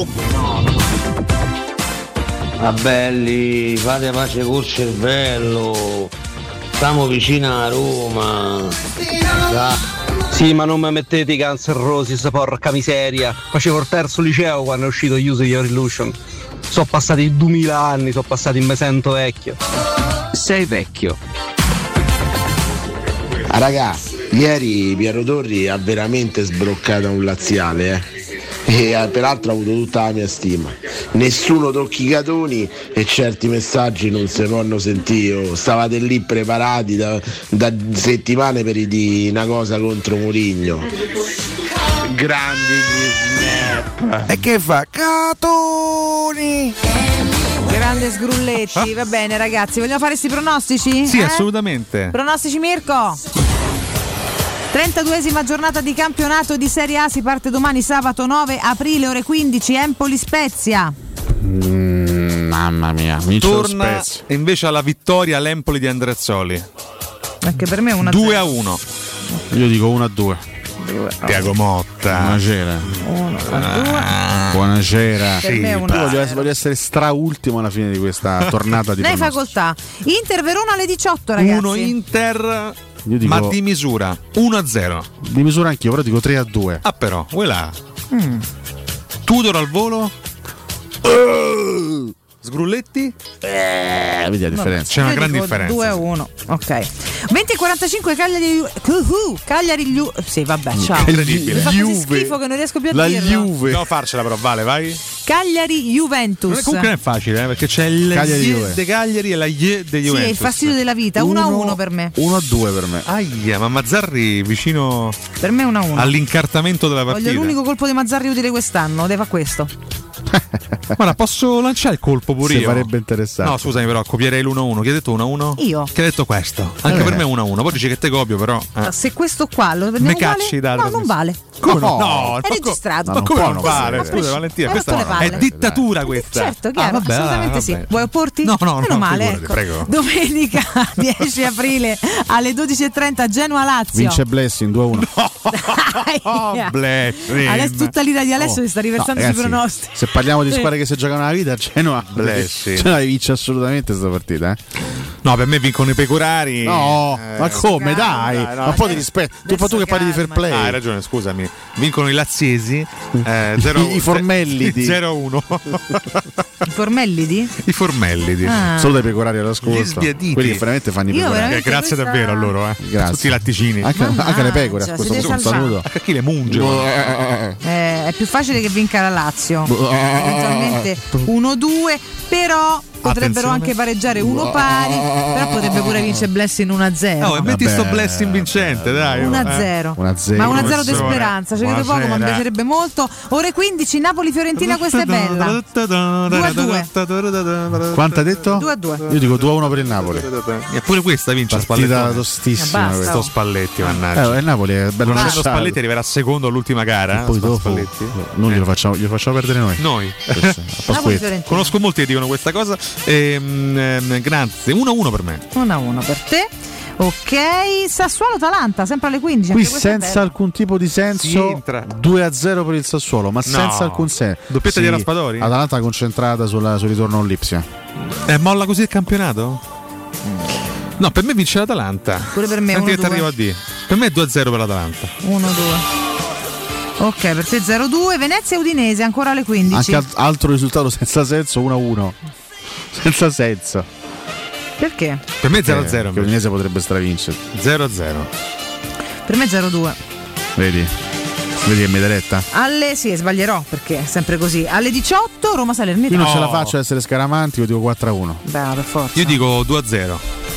Ma belli, fate pace col cervello. Stiamo vicino a Roma. Sì, ma non mi mettete i Guns N' Roses, porca miseria. Facevo il terzo liceo quando è uscito Use Your Illusion. Sono passati 2000 anni, me sento vecchio. Sei vecchio. Raga, ieri Piero Torri ha veramente sbroccato un laziale, e peraltro ha avuto tutta la mia stima. Nessuno tocchi i catoni e certi messaggi non si possono sentire. Stavate lì preparati da settimane per di una cosa contro Mourinho. Grandi snap. E che fa? Catoni! Grande Sgrulletti, va bene ragazzi, vogliamo fare questi pronostici? Sì, assolutamente. Pronostici Mirko? 32esima giornata di campionato di Serie A si parte domani sabato 9 aprile ore 15, Empoli Spezia. Mamma mia, torna invece alla vittoria l'Empoli di Andreazzoli. Anche per me 1-0. 2-1. Io dico 1-2. Tiago Motta. Buonasera. Buonasera. Sì, voglio essere straultimo alla fine di questa tornata di lei facoltà. Inter Verona alle 18, ragazzi. 1 Inter. Ma di misura 1-0. Di misura anch'io, però dico 3-2. Ah, però, voilà. Tudor al volo. Sgrulletti? Vedi la differenza. C'è una grande differenza. 2-1. Ok. 20:45 Cagliari sì, vabbè, ciao. Incredibile. Mi fa così schifo che non riesco più a dirlo. La Juve. No, farcela però, vale, vai. Cagliari Juventus. Comunque non è facile, perché c'è il Cagliari de Cagliari e la Y de Juventus. Sì, è il fastidio della vita. 1-1 per me. 1-2 per me. Aia, ma Mazzarri vicino. Per me 1-1. All'incartamento della partita. Voglio l'unico colpo di Mazzarri utile quest'anno. Deve fare questo. Guarda, posso lanciare il colpo pure io? Sarebbe interessante. No, scusami, però copierei l'1-1. Chi ha detto 1-1? Io. Chi ha detto questo? Anche per me 1-1. Poi dici che te copio, però. Se questo qua lo vediamo cacci vale, no, non vale. Come no? È registrato. Ma come non vale? Scusa Valentina, questa è dittatura questa. Certo, chiaro, vabbè, assolutamente sì. Vuoi opporti? No, meno male, figurati, ecco. Prego. Domenica 10 aprile alle 12:30 Genoa-Lazio. Vince Blessing 2-1. Blessing. Adesso tutta l'ira di Alessio si sta riversando sui pronostici. Se parliamo di squadre che si giocano la vita, Genoa Blessing. Genoa vince assolutamente questa partita, No, per me vincono i pecorari. No, ma come? Dai, un po' di rispetto. Tu che parli di fair play. Hai ragione, scusami. Vincono i laziesi. I formellidi. 0-1. I formellidi? I formellidi. Solo dai pecorari all'ascolto. Gli sbiaditi. Quelli che veramente fanno i pecorari. Grazie davvero a loro, Grazie. Tutti i latticini. Anche le pecore a questo punto. Un saluto. Anche chi le munge. È più facile che vinca la Lazio. Eventualmente 1-2, però potrebbero anche pareggiare 1 pari, però potrebbe pure vincere Blessing 1-0. No, e metti sto Blessing vincente, dai. 1-0. 1-0. Ma 1-0 di speranza, ci vedo poco, ma mi piacerebbe molto. Ore 15 Napoli-Fiorentina, questa è bella. 2-2. Quanto hai detto? 2-2. Io dico 2-1 per il Napoli. E pure questa vince Spalletti. Partita tostissima. Sto Spalletti, mannaggia. Il Napoli è bello nasciato. Spalletti arriverà secondo all'ultima gara. Poi dopo Spalletti. Noi glielo facciamo perdere noi. Conosco molti che dicono questa cosa. Grazie. 1-1 per me. 1-1 per te. Ok, Sassuolo-Atalanta, sempre alle 15. Qui senza alcun tipo di senso 2-0 per il Sassuolo, ma senza alcun senso. Doppietta di Raspadori? Atalanta concentrata sul ritorno all'Lipsia. Molla così il campionato? No, per me vince l'Atalanta. Pure per me. Senti che ti arrivo a dire. Per me è 2-0 per l'Atalanta. 1-2. Ok, per te 0-2. Venezia-Udinese, ancora alle 15. Anche altro risultato senza senso, 1-1. Senza senso. Perché? Per me 0-0. L'Udinese potrebbe stravincere. 0-0. Per me 0-2. Vedi che mi diretta? Sì, sbaglierò perché è sempre così. Alle 18 Roma-Salernitana. Io non ce la faccio ad essere scaramanti, io dico 4-1. Beh, per forza. Io dico 2-0.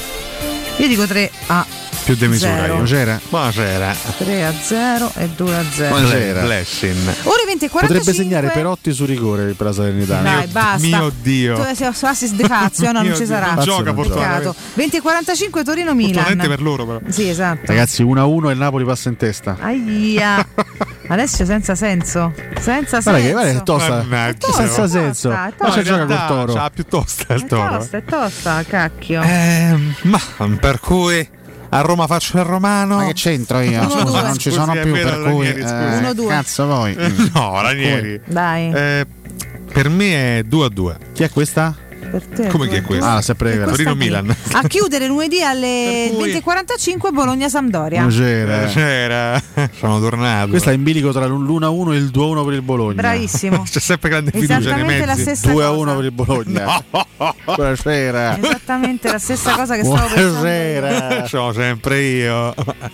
Io dico 3-0. Più di misura io. C'era? Buonasera. 3-0 e 2-0. Buonasera. Ore 20 e 45. Potrebbe segnare Perotti su rigore per la Salernitana. Dai, basta. Mio Dio. Tu sei assist de Fazio, no, non ci sarà. Non gioca Peccato. 20 e 45 Torino-Milan. Per loro però. Sì, esatto. Ragazzi, 1-1 e il Napoli passa in testa. Aia. Adesso senza senso. Senza guarda senso. Che è tosta. Senza senso. Ma c'è gioca col Toro. C'ha più tosta il Toro. È tosta, cacchio. Ma per cui a Roma faccio il romano. Ma che c'entro io? Scusa, non ci sono più, per cui 1-2. Cazzo voi. No, Ranieri. Dai. Per me è 2-2. Chi è questa? Per te, come che è questa? Sempre Torino-Milan. A chiudere lunedì alle 20:45 Bologna-Sampdoria. C'era. Sono tornato. Questa è in bilico tra l'1-1 e il 2-1 per il Bologna. Bravissimo. C'è sempre grande fiducia nei mezzi. La stessa 2-1 per il Bologna. Buonasera. Esattamente la stessa cosa che stavo pensando. Buonasera. Sono sempre io.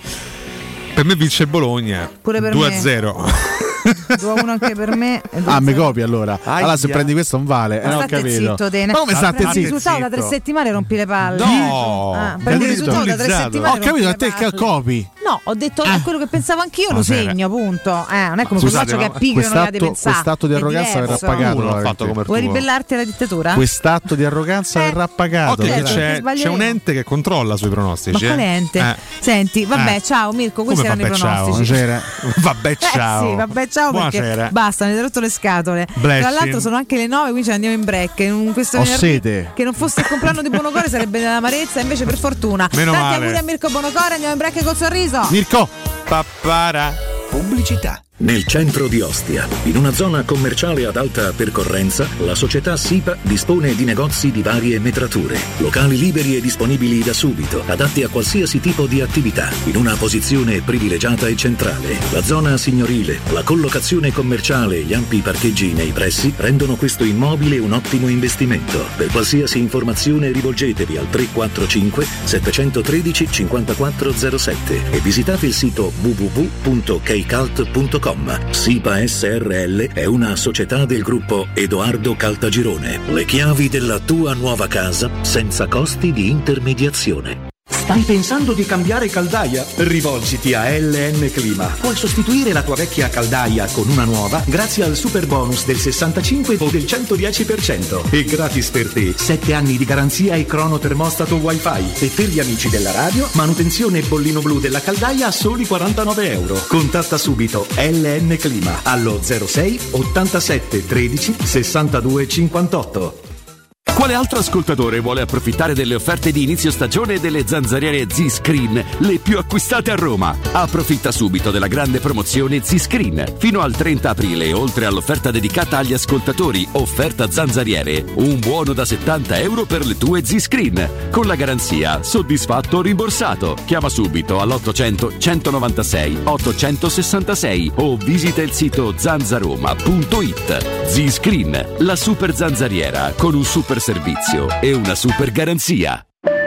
Per me vince il Bologna. Pure per 2-0. 2-1 anche per me. Mi copi allora. Allora se prendi questo non vale. Non ho capito. Zitto, ma come state zitto? Il risultato da 3 settimane rompi le palle. No. Prendi il risultato da 3 settimane. Ho capito, a te che copi. No, ho detto è quello che pensavo anch'io, lo segno, punto. Non è come questo faccio che è pigro e non avete pensato. Quest'atto di arroganza verrà pagato. Vuoi ribellarti alla dittatura? Quest'atto di arroganza verrà pagato. C'è un ente che controlla sui pronostici. Ma quale ente? Senti, vabbè, ciao Mirko, questi erano i pronostici. Vabbè, ciao. Sì, vabbè, ciao perché basta, mi hai rotto le scatole. Tra l'altro sono anche le 9, quindi andiamo in break. In questo sete. Che non fosse il compleanno di Buonocore sarebbe nell'amarezza, invece per fortuna. Meno Tanti male. auguri a Mirko Buonocore, andiamo in break col sorriso. Mirko Pappara. Pubblicità. Nel centro di Ostia, in una zona commerciale ad alta percorrenza, la società SIPA dispone di negozi di varie metrature, locali liberi e disponibili da subito, adatti a qualsiasi tipo di attività, in una posizione privilegiata e centrale. La zona signorile, la collocazione commerciale e gli ampi parcheggi nei pressi rendono questo immobile un ottimo investimento. Per qualsiasi informazione rivolgetevi al 345 713 5407 e visitate il sito www.kcalt.com. SIPA SRL è una società del gruppo Edoardo Caltagirone. Le chiavi della tua nuova casa senza costi di intermediazione. Stai pensando di cambiare caldaia? Rivolgiti a LN Clima. Puoi sostituire la tua vecchia caldaia con una nuova grazie al super bonus del 65 o del 110%. E gratis per te 7 anni di garanzia e cronotermostato wifi. E per gli amici della radio, manutenzione bollino blu della caldaia a soli €49. Contatta subito LN Clima allo 06 87 13 62 58. Quale altro ascoltatore vuole approfittare delle offerte di inizio stagione delle zanzariere Z-Screen, le più acquistate a Roma? Approfitta subito della grande promozione Z-Screen. Fino al 30 aprile, oltre all'offerta dedicata agli ascoltatori, offerta zanzariere, un buono da €70 per le tue Z-Screen. Con la garanzia soddisfatto o rimborsato. Chiama subito all'800 196 866 o visita il sito zanzaroma.it. Z-Screen, la super zanzariera con un super servizio e una super garanzia.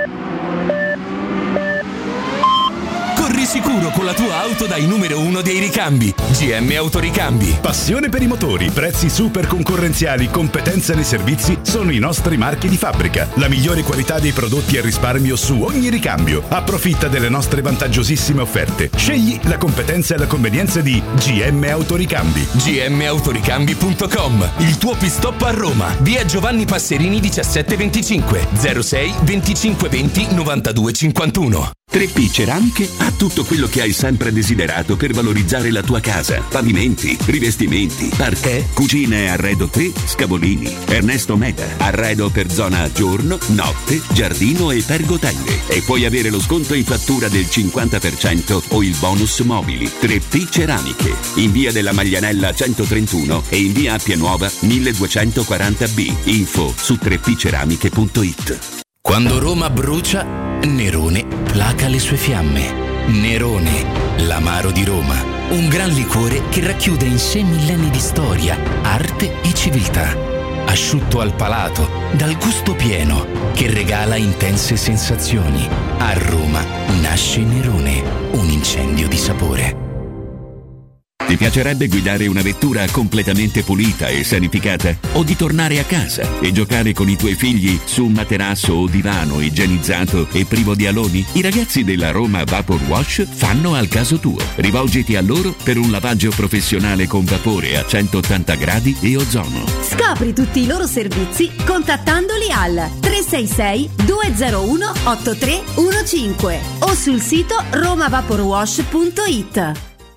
Corri sicuro con la tua auto dai numero 1 dei ricambi. GM Autoricambi. Passione per i motori, prezzi super concorrenziali, competenza nei servizi sono i nostri marchi di fabbrica. La migliore qualità dei prodotti e risparmio su ogni ricambio. Approfitta delle nostre vantaggiosissime offerte. Scegli la competenza e la convenienza di GM Autoricambi. gmaautoricambi.com. Il tuo pit-stop a Roma. Via Giovanni Passerini 1725 06 25 20 92 51. 3P Ceramiche ha tutto quello che hai sempre desiderato per valorizzare la tua casa. Pavimenti, rivestimenti, parquet, cucine e arredo 3, Scavolini. Ernesto Meda, arredo per zona giorno, notte, giardino e pergotelle. E puoi avere lo sconto in fattura del 50% o il bonus mobili. 3P Ceramiche, in via della Maglianella 131 e in via Appia Nuova 1240B. Info su 3pceramiche.it. Quando Roma brucia, Nerone placa le sue fiamme. Nerone, l'amaro di Roma. Un gran liquore che racchiude in sé millenni di storia, arte e civiltà. Asciutto al palato, dal gusto pieno, che regala intense sensazioni. A Roma nasce Nerone, un incendio di sapore. Ti piacerebbe guidare una vettura completamente pulita e sanificata? O di tornare a casa e giocare con i tuoi figli su un materasso o divano igienizzato e privo di aloni? I ragazzi della Roma Vapor Wash fanno al caso tuo. Rivolgiti a loro per un lavaggio professionale con vapore a 180 gradi e ozono. Scopri tutti i loro servizi contattandoli al 366 201 8315 o sul sito romavaporwash.it.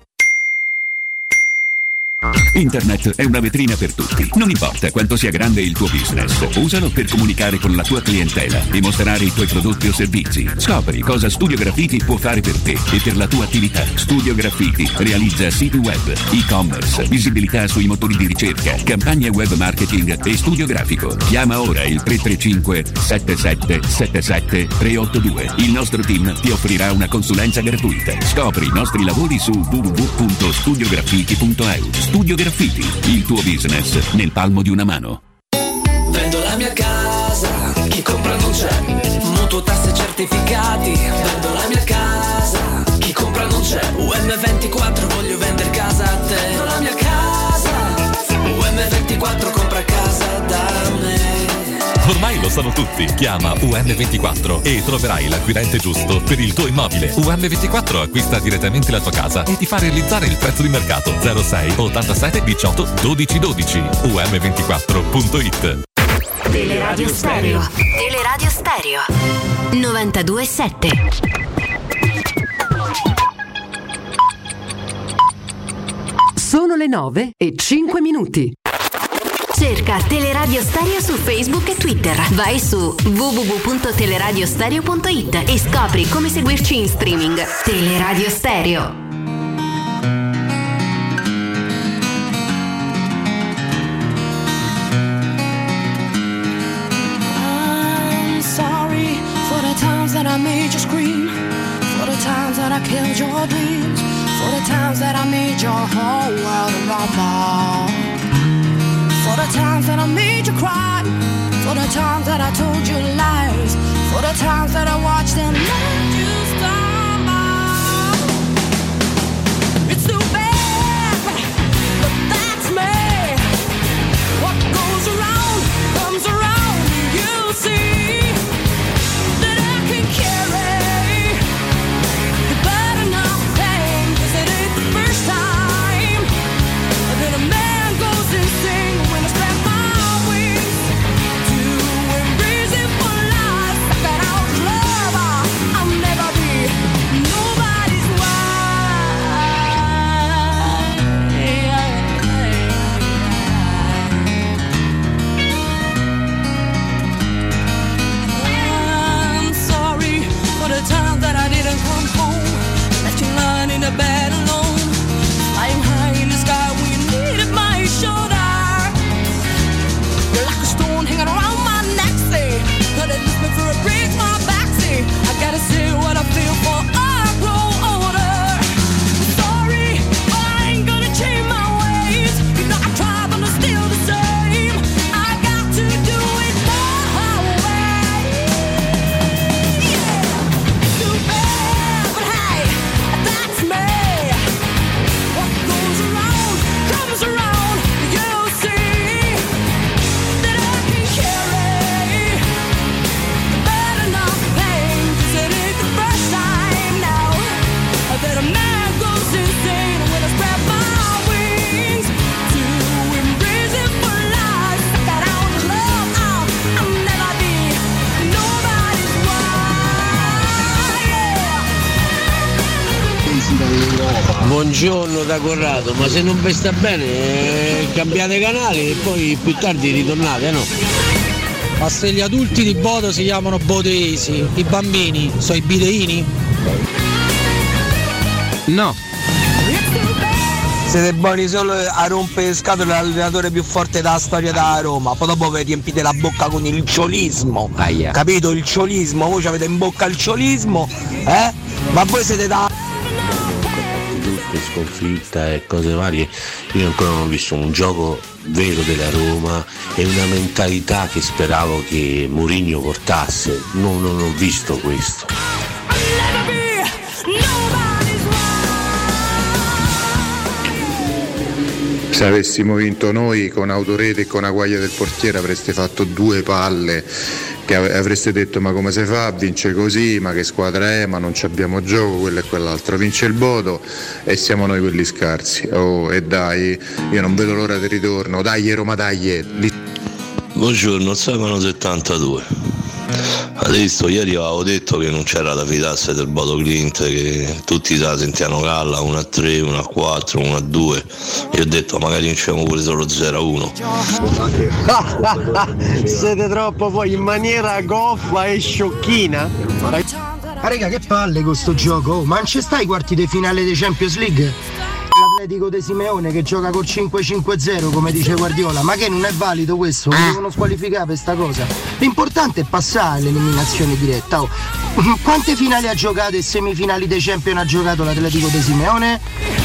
Internet è una vetrina per tutti. Non importa quanto sia grande il tuo business, usalo per comunicare con la tua clientela e mostrare i tuoi prodotti o servizi. Scopri cosa Studio Graffiti può fare per te e per la tua attività. Studio Graffiti realizza siti web, e-commerce, visibilità sui motori di ricerca, campagne web marketing e studio grafico. Chiama ora il 335 7777 382. Il nostro team ti offrirà una consulenza gratuita. Scopri i nostri lavori su www.studiograffiti.eu. Studio Graffiti, il tuo business nel palmo di una mano. Vendo la mia casa, chi compra non c'è. Mutuo, tasse, certificati. Vendo la mia casa, chi compra non c'è. UM24, voglio vendere casa a te. Vendo la mia casa, UM24, compra casa da me. Ormai lo sanno tutti. Chiama UM24 e troverai l'acquirente giusto per il tuo immobile. UM24 acquista direttamente la tua casa e ti fa realizzare il prezzo di mercato. 06 87 18 12 12. UM24.it. Teleradio Stereo. Teleradio Stereo 92.7. Sono le 9:05. Cerca Teleradio Stereo su Facebook e Twitter. Vai su www.teleradiostereo.it e scopri come seguirci in streaming. Teleradio Stereo. I'm sorry for the times that I made you scream, for the times that I killed your dreams, for the times that I made your whole world rumble. For the times that I made you cry, for the times that I told you lies, for the times that I watched and let you stumble. It's too bad, but that's me. What goes around comes around. You see that I can carry the burden of pain, 'cause it ain't the first time that a man goes insane. I'm Buongiorno da Corrado, ma se non vi sta bene cambiate canale e poi più tardi ritornate, no? Ma se gli adulti di Bodo si chiamano bodeesi, i bambini sono i bideini? No. Siete buoni solo a rompere scatole l'allenatore più forte della storia della Roma, poi dopo vi riempite la bocca con il ciolismo, capito? Il ciolismo, voi avete in bocca il ciolismo, ma voi siete da... Sconfitta e cose varie, io ancora non ho visto un gioco vero della Roma e una mentalità che speravo che Mourinho portasse, non ho visto questo. Se avessimo vinto noi con Autorete e con Aguaglia del portiere avreste fatto 2 palle che avreste detto ma come si fa a vincere così, ma che squadra è, ma non ci abbiamo gioco, quello e quell'altro. Vince il Bodo e siamo noi quelli scarsi. Oh, e dai, io non vedo l'ora del ritorno, dai Roma, dai. Buongiorno, Semano 72. Avete visto, ieri avevo detto che non c'era da fidarsi del Bodo Clint, che tutti se la sentiano galla 1-3, 1-4, 1-2. Io ho detto magari vinciamo pure solo 0-1. Siete troppo poi in maniera goffa e sciocchina. Raga, che palle con sto gioco, ma non ci stai ai quarti di finale dei Champions League? L'Atletico De Simeone che gioca col 5-5-0 come dice Guardiola, ma che non è valido questo? Lo devono squalificare per sta cosa. L'importante è passare all'eliminazione diretta. Oh. Quante finali ha giocato e semifinali dei Champions ha giocato l'Atletico De Simeone?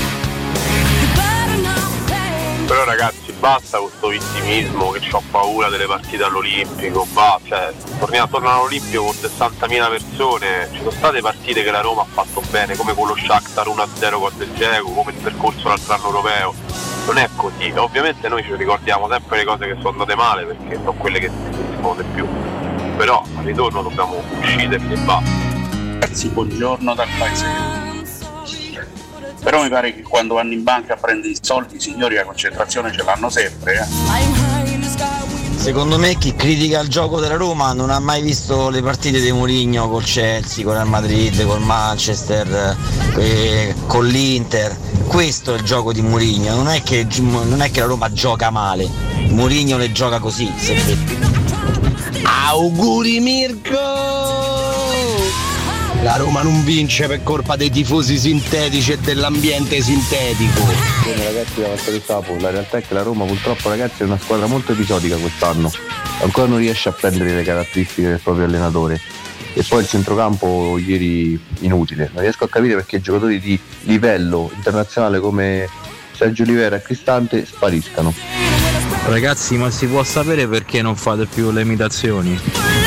Però ragazzi, basta con questo vittimismo che ho paura delle partite all'Olimpico, tornano all'Olimpico con 60.000 persone, ci sono state partite che la Roma ha fatto bene, come con lo Shakhtar 1-0 con Del Dzeko, come il percorso l'altro anno europeo, non è così, ovviamente noi ci ricordiamo sempre le cose che sono andate male perché sono quelle che si risponde più, però al ritorno dobbiamo uscire e basta. Ragazzi, buongiorno dal paese. Però mi pare che quando vanno in banca a prendere i soldi i signori la concentrazione ce l'hanno sempre. Secondo me chi critica il gioco della Roma non ha mai visto le partite di Mourinho col Chelsea, con il Madrid, col Manchester, con l'Inter. Questo è il gioco di Mourinho, non è che la Roma gioca male, Mourinho le gioca così. Auguri Mirko! La Roma non vince per colpa dei tifosi sintetici e dell'ambiente sintetico. Bene ragazzi, la realtà è che la Roma purtroppo ragazzi è una squadra molto episodica quest'anno, ancora non riesce a prendere le caratteristiche del proprio allenatore e poi il centrocampo ieri inutile, non riesco a capire perché giocatori di livello internazionale come Sergio Olivera e Cristante spariscano. Ragazzi, ma si può sapere perché non fate più le imitazioni?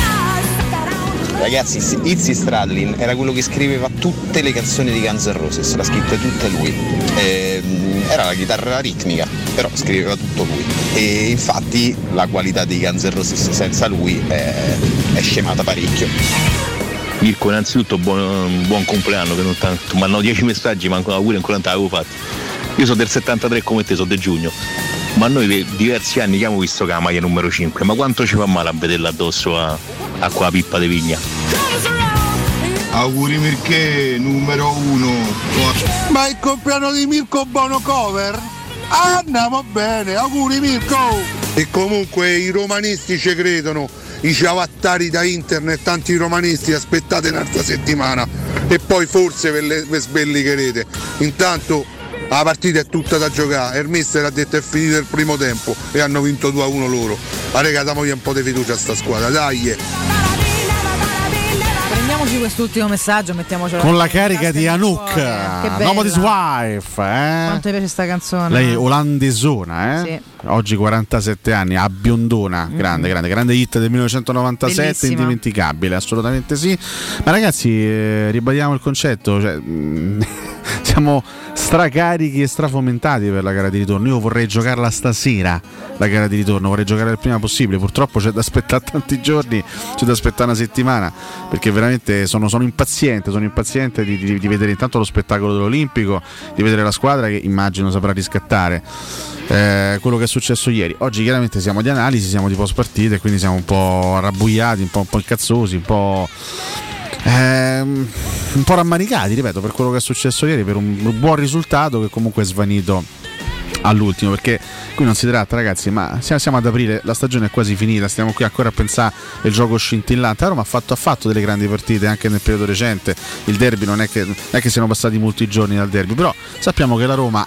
Ragazzi, Izzy Stradlin era quello che scriveva tutte le canzoni di Guns N' Roses, l'ha scritta tutta lui. Era la chitarra ritmica, però scriveva tutto lui. E infatti la qualità di Guns N' Roses senza lui è scemata parecchio. Mirko, innanzitutto buon compleanno, che non tanto, ma hanno 10 messaggi, ma ancora ancora non te l'avevo fatti. Io sono del 73 come te, sono del giugno. Ma noi per diversi anni che abbiamo visto che la maglia numero 5, ma quanto ci fa male a vederla addosso a quella pippa di vigna? Auguri Mirché, numero 1. Ma il compleanno di Mirko Bono cover? Andiamo bene, auguri Mirko! E comunque i romanisti ci credono, i ciavattari da internet, tanti romanisti, aspettate un'altra settimana e poi forse ve sbellicherete. Intanto la partita è tutta da giocare, il mister ha detto è finito il primo tempo e hanno vinto 2-1 loro. Ma raga, diamogli un po' di fiducia a sta squadra, dai! Prendiamoci quest'ultimo messaggio, mettiamocelo con la carica di Anouk, Nobody's Wife. Quanto ti piace sta canzone? Lei olandesona, Sì. Oggi 47 anni, a biondona, grande hit del 1997, bellissima, indimenticabile, assolutamente sì. Ma ragazzi, ribadiamo il concetto, cioè, siamo stracarichi e strafomentati per la gara di ritorno. Io vorrei giocarla stasera, la gara di ritorno, vorrei giocare il prima possibile. Purtroppo c'è da aspettare tanti giorni, c'è da aspettare una settimana, perché veramente sono impaziente di vedere intanto lo spettacolo dell'Olimpico, di vedere la squadra che immagino saprà riscattare quello che è successo ieri. Oggi chiaramente siamo di analisi, siamo di post partita e quindi siamo un po' arrabbuiati, un po' incazzosi, un po' un po' rammaricati, ripeto, per quello che è successo ieri, per un buon risultato che comunque è svanito all'ultimo, perché qui non si tratta, ragazzi, ma siamo ad aprile, la stagione è quasi finita, stiamo qui ancora a pensare al gioco scintillante. La Roma ha fatto delle grandi partite anche nel periodo recente, il derby non è che siano passati molti giorni dal derby, però sappiamo che la Roma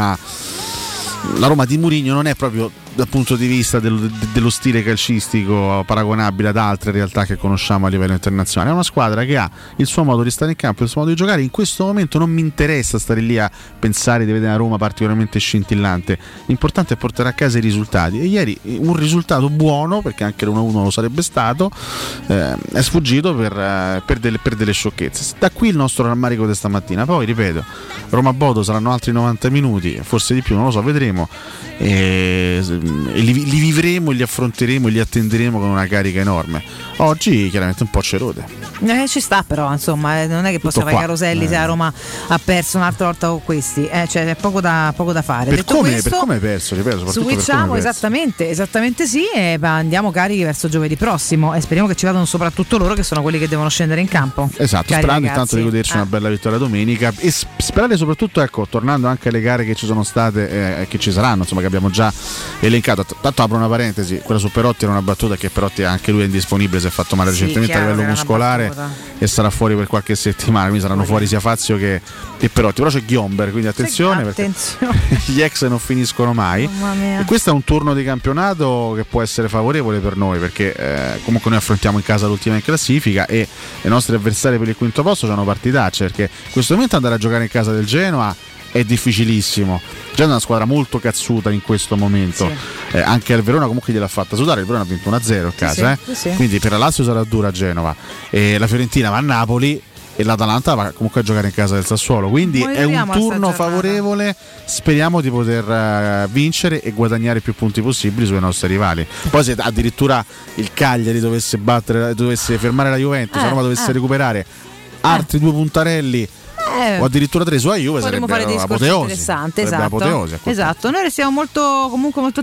di Mourinho non è proprio dal punto di vista dello stile calcistico paragonabile ad altre realtà che conosciamo a livello internazionale. È una squadra che ha il suo modo di stare in campo, il suo modo di giocare. In questo momento non mi interessa stare lì a pensare di vedere una Roma particolarmente scintillante, l'importante è portare a casa i risultati, e ieri un risultato buono, perché anche l'1-1 lo sarebbe stato, è sfuggito per delle sciocchezze. Da qui il nostro rammarico di stamattina. Poi ripeto, Roma-Bodo saranno altri 90 minuti, forse di più, non lo so, vedremo, e li vivremo, li affronteremo e li attenderemo con una carica enorme. Oggi chiaramente un po' ci rode. Ci sta, però insomma non è che possiamo fare caroselli se la Roma ha perso un'altra volta con questi, cioè è poco da fare. Per come hai perso, ripeto, switchiamo esattamente sì, e andiamo carichi verso giovedì prossimo e speriamo che ci vadano soprattutto loro, che sono quelli che devono scendere in campo. Esatto, sperando intanto di goderci una bella vittoria domenica, e sperare soprattutto, ecco, tornando anche alle gare che ci sono state, che ci saranno, insomma, che abbiamo già elencato. Tanto apro una parentesi, quella su Perotti era una battuta, che Perotti anche lui è indisponibile, si è fatto male recentemente a livello muscolare e sarà fuori per qualche settimana, quindi saranno fuori sia Fazio che Perotti. Però c'è Ghiomber, quindi attenzione. Perché gli ex non finiscono mai, e questo è un turno di campionato che può essere favorevole per noi, perché comunque noi affrontiamo in casa l'ultima in classifica e i nostri avversari per il quinto posto hanno partitacce, perché in questo momento andare a giocare in casa del Genoa è difficilissimo. Già è una squadra molto cazzuta in questo momento, sì. Anche il Verona comunque gliel'ha fatta sudare. Il Verona ha vinto 1-0 a casa, sì. Quindi per la Lazio sarà dura a Genova, e la Fiorentina va a Napoli e l'Atalanta va comunque a giocare in casa del Sassuolo, quindi è un turno favorevole. Speriamo di poter vincere e guadagnare più punti possibili sui nostri rivali. Poi se addirittura il Cagliari dovesse fermare la Juventus, la Roma dovesse recuperare altri 2 puntarelli o addirittura 3 su Juve, sarebbe fare dei discorsi interessanti. Esatto. Noi restiamo molto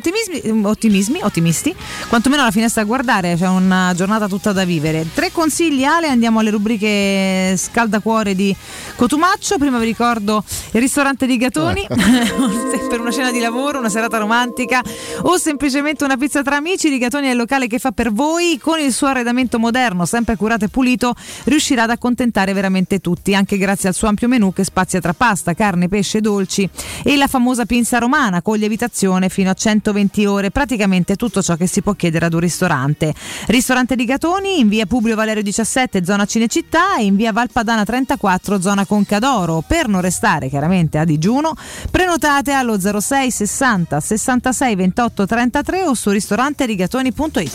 ottimisti, quantomeno alla finestra a guardare, c'è una giornata tutta da vivere. 3 consigli, Ale, andiamo alle rubriche scaldacuore di Cotumaccio. Prima vi ricordo il ristorante di Gatoni per una cena di lavoro, una serata romantica o semplicemente una pizza tra amici. Rigatoni è il locale che fa per voi. Con il suo arredamento moderno, sempre curato e pulito, riuscirà ad accontentare veramente tutti, anche grazie al suo ampio menù che spazia tra pasta, carne, pesce, dolci e la famosa pinza romana con lievitazione fino a 120 ore, praticamente tutto ciò che si può chiedere ad un ristorante. Ristorante di Gatoni in via Publio Valerio 17, zona Cinecittà, e in via Valpadana 34, zona Concadoro. Per non restare chiaramente a digiuno, prenotate allo 06 60 66 28 33 o su ristoranterigatoni.it.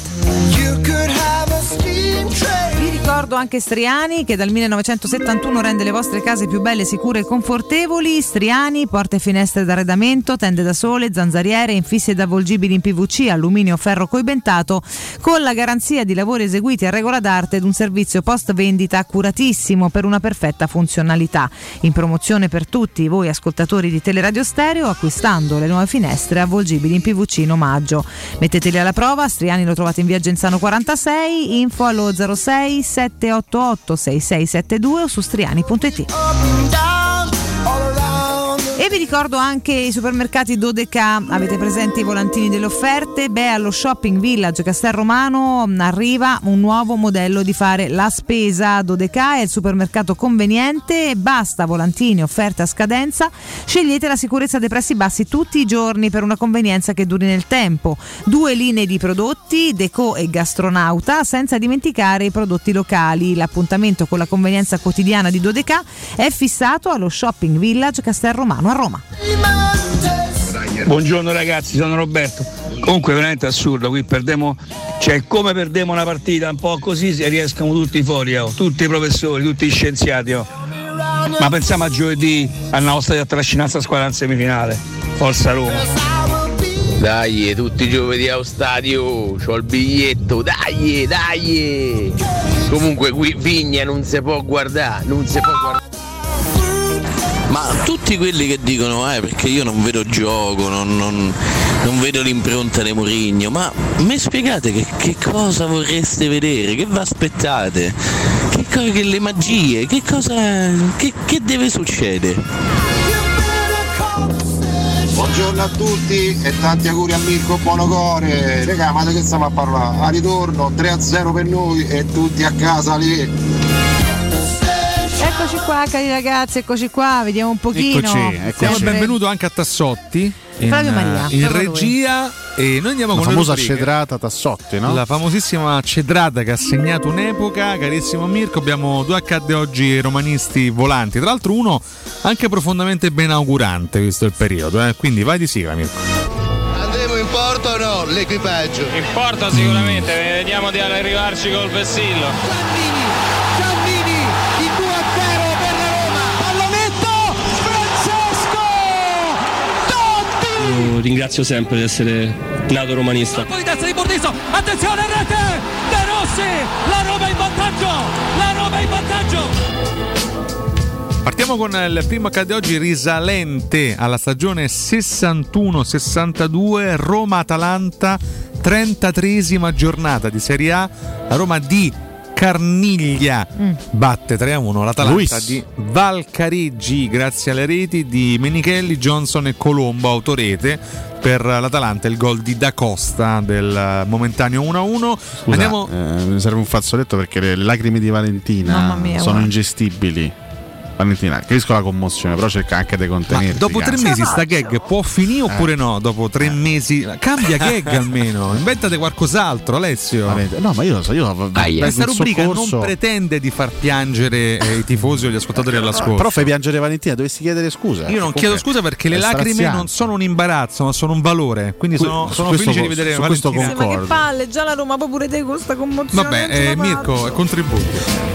Vi ricordo anche Striani, che dal 1971 rende le vostre case più belle, sicure e confortevoli. Striani, porte e finestre d'arredamento, tende da sole, zanzariere, infissi ed avvolgibili in PVC, alluminio, ferro coibentato, con la garanzia di lavori eseguiti a regola d'arte ed un servizio post vendita accuratissimo per una perfetta funzionalità. In promozione per tutti voi ascoltatori di Teleradio Stereo, acquistando le nuove finestre avvolgibili in PVC in omaggio. Metteteli alla prova. Striani lo trovate in via Genzano 46, info allo 06 788 6672 o su striani.it. E vi ricordo anche i supermercati Dodecà. Avete presenti i volantini delle offerte? Allo Shopping Village Castel Romano arriva un nuovo modello di fare la spesa. Dodecà è il supermercato conveniente, basta volantini, offerte a scadenza, scegliete la sicurezza dei prezzi bassi tutti i giorni per una convenienza che duri nel tempo. 2 linee di prodotti, Deco e Gastronauta, senza dimenticare i prodotti locali. L'appuntamento con la convenienza quotidiana di Dodecà è fissato allo Shopping Village Castel Romano a Roma. Buongiorno ragazzi, sono Roberto. Comunque veramente assurdo, qui perdiamo, cioè come perdiamo una partita un po' così si riescono tutti fuori, tutti i professori, tutti gli scienziati. Ma pensiamo a giovedì, andiamo stati a trascinare questa squadra in semifinale. Forza Roma. Dai, tutti i giovedì allo stadio, c'ho il biglietto, dai. Comunque qui Vigna non si può guardare, Ma tutti quelli che dicono perché io non vedo gioco, non vedo l'impronta di Mourinho, ma mi spiegate che cosa vorreste vedere, che vi aspettate, che le magie, che deve succedere? Buongiorno a tutti e tanti auguri a Mirko Buonocore. Regà, ma di che stiamo a parlare? A ritorno 3-0 per noi e tutti a casa lì. Eccoci qua cari ragazzi, eccoci qua, vediamo un pochino. Diamo il benvenuto anche a Tassotti in regia e noi andiamo con la famosa rubriche. cedrata Tassotti, no? La famosissima cedrata che ha segnato un'epoca, carissimo Mirko. Abbiamo 2 accadde oggi romanisti volanti, tra l'altro uno anche profondamente benaugurante visto il periodo, quindi vai di sigla Mirko. Andremo in porto o no? L'equipaggio? In porto sicuramente, vediamo di arrivarci col vessillo. Ringrazio sempre di essere nato romanista. Poi destra di Bordiso, attenzione rete! De Rossi, la Roma in vantaggio! Partiamo con il primo accade oggi risalente alla stagione 61-62, Roma-Atalanta, 33esima giornata di Serie A, la Roma di Carniglia batte 3-1 l'Atalanta di Valcariggi grazie alle reti di Menichelli, Johnson e Colombo, autorete per l'Atalanta, il gol di Da Costa del momentaneo 1-1. Scusa, mi serve un fazzoletto perché le lacrime di Valentina sono ingestibili. Valentina, capisco la commozione, però cerca anche di contenerti. Dopo 3 mesi sta gag può finire oppure no? Dopo 3 mesi cambia gag almeno, inventate qualcos'altro, Alessio. No, ma io lo so, questa rubrica non pretende di far piangere i tifosi o gli ascoltatori all'ascolto. Però fai piangere Valentina, dovresti chiedere scusa. Io non chiedo scusa perché le lacrime non sono un imbarazzo, ma sono un valore. Quindi sono felice di vedere Valentina. Ma che palle, già la Roma, poi pure te con sta commozione. Vabbè, Mirko, contributi.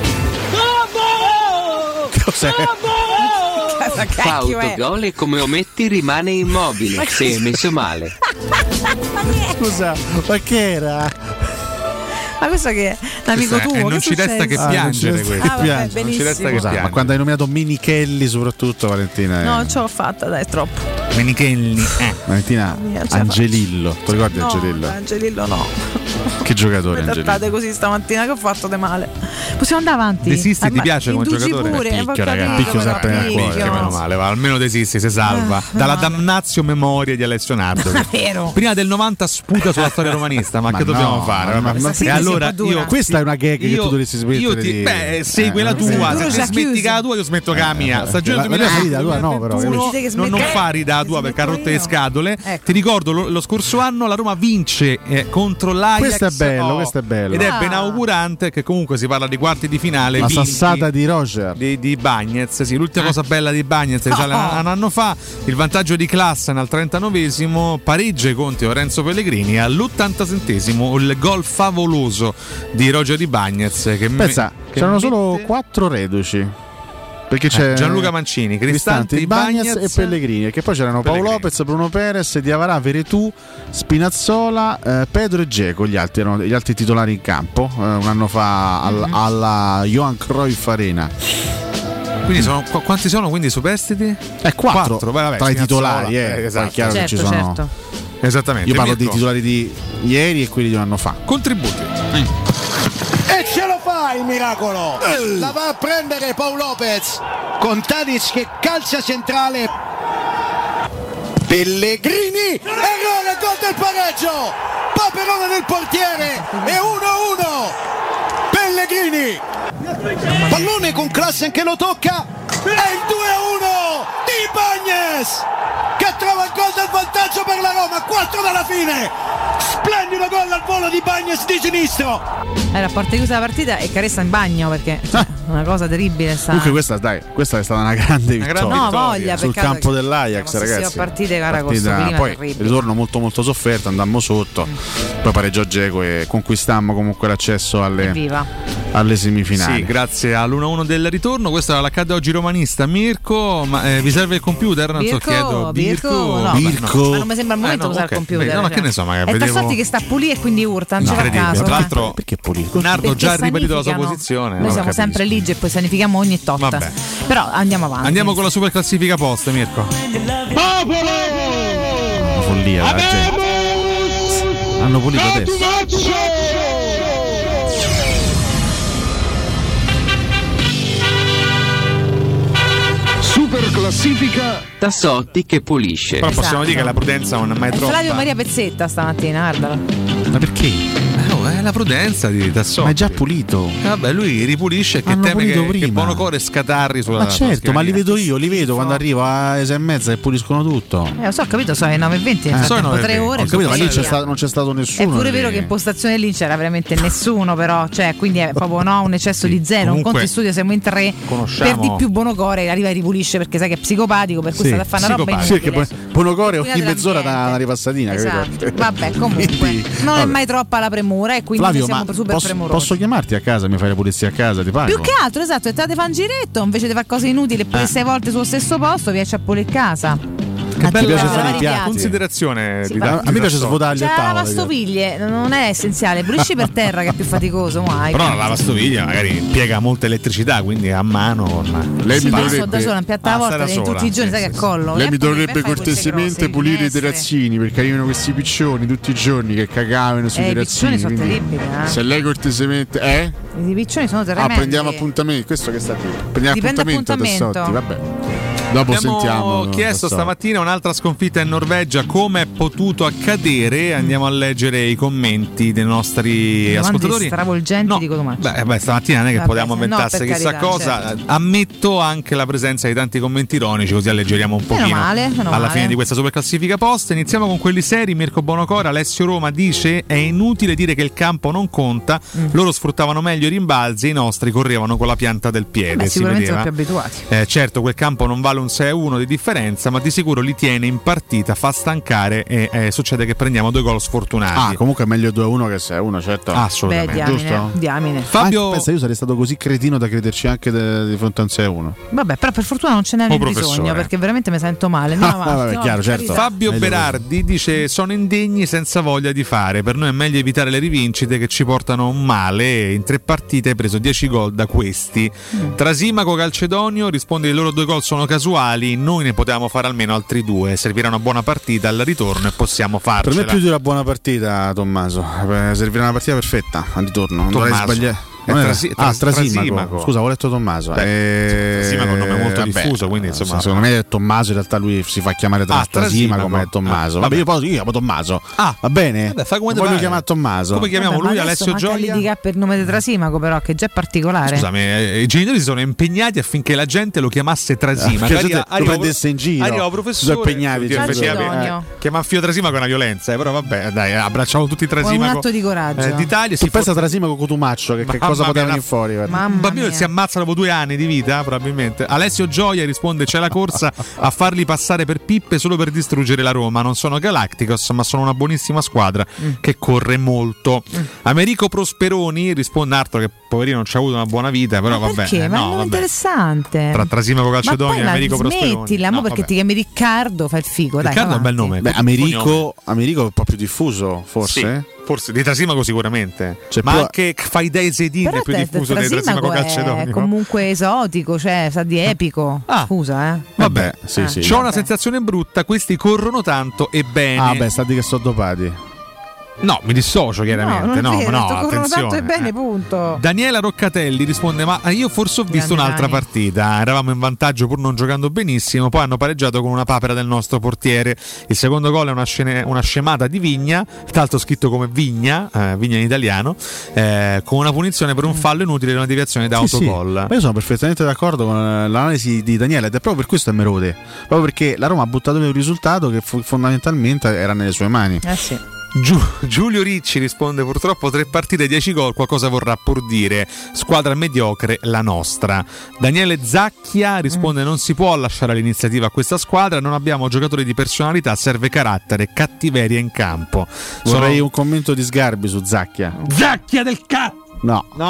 Fa autogol e come ometti rimane immobile. Si è messo male. Scusa, ma che era? Ma questo che è l'amico tuo? Non ci resta che piangere questo. Vabbè, non ci resta che piangere. Ma quando hai nominato Menichelli soprattutto, Valentina. No, ce l'ho fatta, dai, è troppo. Menichelli. Valentina, Angelillo. Tu ricordi Angelillo? Angelillo no. Che giocatore Angelillo. Trattate così stamattina che ho fatto de male. Possiamo andare avanti? De Sisti ti piace come giocatore? Picchio, ragazzi, Picchio sempre nel cuore. Meno male, va. Almeno De Sisti si salva dalla damnazio memoria di Alessio Nardo. Prima del 90 sputa sulla storia romanista, ma che dobbiamo fare? E allora questa è una gag che tu dovresti smettere. segui la tua, se smetti che la tua io smetto che la mia. Stagione 2021 non fa ridere la tua perché ha rotto le scatole. Ti ricordo lo scorso anno la Roma vince contro l'Ajax. Questo è bello. Ed è benaugurante che comunque si parla di quarti di finale. La sassata di Roger di Bagnez, sì, l'ultima cosa bella di Bagnez risale un anno fa, il vantaggio di Klassen al 39esimo, pareggia i conti Lorenzo Pellegrini all'87esimo, il gol favoloso di Roger di Bagnez che c'erano solo 4 reduci. Perché c'è Gianluca Mancini, Cristante, Bagnez e Pellegrini, e che poi c'erano Paolo Lopez, Bruno Perez, Diavarà, Veretù, Spinazzola, Pedro e Dzeko, gli altri titolari in campo un anno fa alla Johan Cruyff Arena. Quindi quanti sono quindi superstiti? 4 tra i titolari, esatto. È chiaro che ci sono. Certo. Esattamente. Io parlo dei titolari di ieri e quelli di un anno fa. Contributi. E ce lo fa il miracolo! La va a prendere Paolo Lopez con Tadic che calcia centrale. Pellegrini, errore, gol del pareggio, Paperone del portiere e 1-1. Pellegrini, pallone con Klassen che lo tocca e il 2-1 di Bagnez che trova il gol del vantaggio per la Roma, 4 dalla fine. Splendido gol al volo di Bagnez di sinistro. La porta chiusa della partita e Caressa in bagno perché una cosa terribile. Comunque questa è stata una grande vittoria. No, voglia, sul campo dell'Ajax, ragazzi. Partite poi il ritorno molto molto sofferto, andammo sotto, poi pareggiò Dzeko e conquistammo comunque l'accesso alle alle semifinali. Sì, grazie all'1-1 del ritorno. Questo era l'accadde oggi romanista. Mirko, ma vi serve il computer? Non so, chiedo. Birko. No, Birko. ma non mi sembra il momento di usare il computer. No, ma che ne so, magari è vedevo... per farti che sta pulì e quindi urta, non c'era caso. Tra l'altro, perché pulito? Nardo già ha ribadito la sua posizione. Noi siamo sempre ligi e poi sanifichiamo ogni tot. Vabbè. Però andiamo avanti. Andiamo con la super classifica post, Mirko. Una follia la gente. Hanno pulito adesso. Super classifica Tassotti che pulisce. Però possiamo dire che la prudenza non è mai troppa. Flavio Maria Pezzetta stamattina, guardalo. Ma perché? È la prudenza di Tassotti. Ma è già pulito. Vabbè, lui ripulisce che teme che Bonocore scatarri sulla. Ma certo, ma li vedo io, quando arrivo alle 6:30 e puliscono tutto. Lo so, ho capito, sono le 9:20, sono 3 ore. Ho capito, ma lì non c'è stato nessuno. È pure vero che in postazione lì c'era veramente nessuno, però, cioè, quindi è proprio un eccesso di zero. Un conto in studio siamo in 3. Per di più Bonocore arriva e ripulisce perché sai che è psicopatico, per cui sta a fare una roba sì, che Bonocore ogni mezz'ora da una ripassatina, esatto. Vabbè, comunque non è mai troppa la premura e quindi Flavio, siamo super premurosi. Posso chiamarti a casa, mi fai la pulizia a casa, ti pago? Più che altro, esatto, e te fa un giretto invece di fare cose inutili e poi 6 volte sullo stesso posto riesci a pulire casa. Che bella piace fare i piatti. Considerazione sì, a me piace svuotargli il tavolo. La lavastoviglie non è essenziale, pulisci per terra che è più faticoso. Però la lavastoviglie magari impiega molta elettricità, quindi a mano. Lei mi dovrebbe da sola, un piatto alla volta tutti i giorni, sai che collo. Lei mi dovrebbe cortesemente pulire i terazzini, perché arrivano questi piccioni tutti i giorni che cagavano sui terazzini. I piccioni sono terribili, se lei cortesemente i piccioni sono tremendi. Prendiamo appuntamento, questo che sta qui. Prendiamo appuntamento. Vabbè. Dopo abbiamo chiesto stamattina un'altra sconfitta in Norvegia, come è potuto accadere. Andiamo a leggere i commenti dei nostri ascoltatori stravolgenti di Cotumaccio. Beh, stamattina non è che potevamo inventarsi chissà cosa, certo. Ammetto anche la presenza di tanti commenti ironici, così alleggeriamo un pochino alla fine di questa super classifica post. Iniziamo con quelli seri. Mirko Bonocore, Alessio Roma dice: è inutile dire che il campo non conta, loro sfruttavano meglio i rimbalzi e i nostri correvano con la pianta del piede. Sicuramente sono più abituati. Certo, quel campo non vale un 6-1 di differenza, ma di sicuro li tiene in partita, fa stancare e succede che prendiamo 2 gol sfortunati. Comunque è meglio 2-1 che 6-1, certo. Assolutamente. Diamine. Fabio, pensa, io sarei stato così cretino da crederci anche di fronte a un 6-1. Vabbè, però per fortuna non ce n'è bisogno, perché veramente mi sento male. Vabbè, chiaro, certo. Fabio Berardi dice: sono indegni senza voglia di fare, per noi è meglio evitare le rivincite che ci portano un male. In 3 partite hai preso 10 gol da questi. Trasimaco Calcedonio risponde: i loro 2 gol sono casuali, noi ne potevamo fare almeno altri 2, servirà una buona partita al ritorno e possiamo farcela. Per me più di una buona partita, Tommaso, servirà una partita perfetta al ritorno, non dovrei sbagliare. Trasimaco. Scusa, ho letto Tommaso. Trasimaco è un nome molto diffuso, quindi insomma. Secondo me è Tommaso, in realtà lui si fa chiamare Trasimaco, ma è Tommaso. Vabbè, io chiamo Tommaso. Va bene? Voglio chiamare Tommaso. Come chiamiamo lui? Alessio Gioia? Liga per nome di Trasimaco, però, che già è particolare. Scusami, i genitori si sono impegnati affinché la gente lo chiamasse Trasimaco. Lo prendesse in giro. Arriva professore. Chiamare figlio Trasimaco è una violenza, però vabbè, dai, abbracciamo tutti Trasimaco. Un atto di coraggio. D'Italia. Tu pensa Trasimaco Cotumaccio, che cosa poteva venire fuori? Un bambino si ammazza dopo 2 anni di vita, probabilmente. Alessio Gioia risponde: c'è la corsa a farli passare per pippe solo per distruggere la Roma. Non sono Galacticos, ma sono una buonissima squadra che corre molto. Americo Prosperoni risponde: altro che poverino non ci ha avuto una buona vita, però vabbè. Perché? Ma è interessante. Tra Trasimaco Calcedonio e Americo Prosperoni. Smettila, perché ti chiami Riccardo, fai il figo. Riccardo è un bel nome. Beh, Americo è un po' più diffuso, forse. Sì. Forse di Trasimaco sicuramente, ma anche fai dei sedini è più diffuso di Trasimaco Calcedonio. È comunque esotico, cioè sa di epico. Scusa, Vabbè, sì. C'ho una sensazione brutta, questi corrono tanto e bene. Sta di che sono dopati. No, mi dissocio chiaramente. No, attenzione. Tanto è bene, punto. Daniela Roccatelli risponde: ma io forse ho visto un'altra partita. Eravamo in vantaggio pur non giocando benissimo. Poi hanno pareggiato con una papera del nostro portiere. Il secondo gol è una scemata di Vigna, tra l'altro scritto come Vigna in italiano, con una punizione per un fallo inutile e una deviazione da autogol. Ma io sono perfettamente d'accordo con l'analisi di Daniela, ed è proprio per questo che mi rode. Proprio perché la Roma ha buttato via un risultato che fondamentalmente era nelle sue mani. Sì. Giulio Ricci risponde: purtroppo 3 partite 10 gol, qualcosa vorrà pur dire, squadra mediocre la nostra. Daniele Zacchia risponde: non si può lasciare l'iniziativa a questa squadra, non abbiamo giocatori di personalità, serve carattere e cattiveria in campo. Vorrei un commento di Sgarbi su Zacchia. Zacchia del cazzo! No.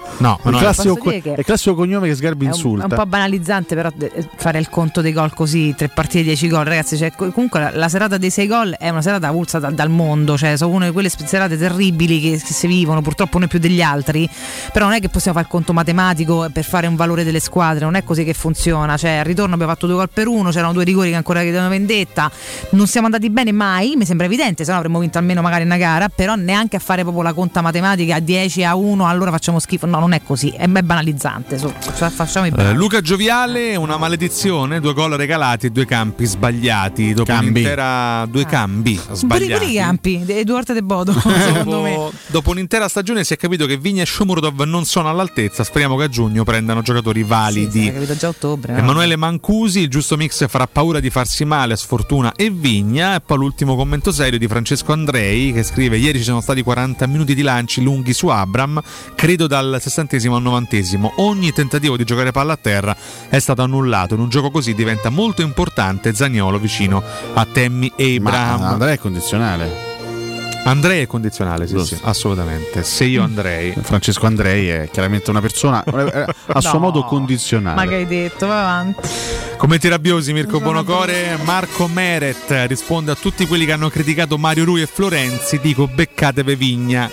No, il classico, posso dire che è il classico cognome che Sgarbi è insulta. un po' banalizzante, però fare il conto dei gol così, 3 partite 10 gol, ragazzi, cioè, comunque la serata dei 6 gol è una serata avulsa dal mondo, cioè sono una di quelle serate terribili che si vivono, purtroppo noi più degli altri, però non è che possiamo fare il conto matematico per fare un valore delle squadre, non è così che funziona, cioè al ritorno abbiamo fatto 2 gol per 1, c'erano 2 rigori che ancora chiedevano vendetta, non siamo andati bene mai, mi sembra evidente, se no avremmo vinto almeno magari una gara, però neanche a fare proprio la conta matematica a 10-1 allora facciamo schifo, no, non è così, è banalizzante, cioè, facciamo i bravi. Luca Gioviale, una maledizione, 2 gol regalati e 2 campi sbagliati dopo un'intera 2 cambi sbagliati. I campi, Eduardo De Bodo, secondo me. Dopo un'intera stagione si è capito che Vigna e Shomurodov non sono all'altezza, speriamo che a giugno prendano giocatori validi. Sì, capito già a ottobre. Emanuele Mancusi, il giusto mix farà paura di farsi male a Sfortuna e Vigna. E poi l'ultimo commento serio di Francesco Andrei che scrive: ieri ci sono stati 40 minuti di lanci lunghi su Abram, credo dal 60° al 90°. Ogni tentativo di giocare palla a terra è stato annullato. In un gioco così diventa molto importante Zaniolo vicino a Tammy Abraham. Ma Andrei è condizionale. Andrei è condizionale, sì, assolutamente. Se io Andrei, Francesco Andrei è chiaramente una persona a suo modo condizionale. Ma che hai detto? Va avanti. Commenti rabbiosi, Mirko Bonocore. Marco Meret risponde a tutti quelli che hanno criticato Mario Rui e Florenzi, dico beccatevi Vigna.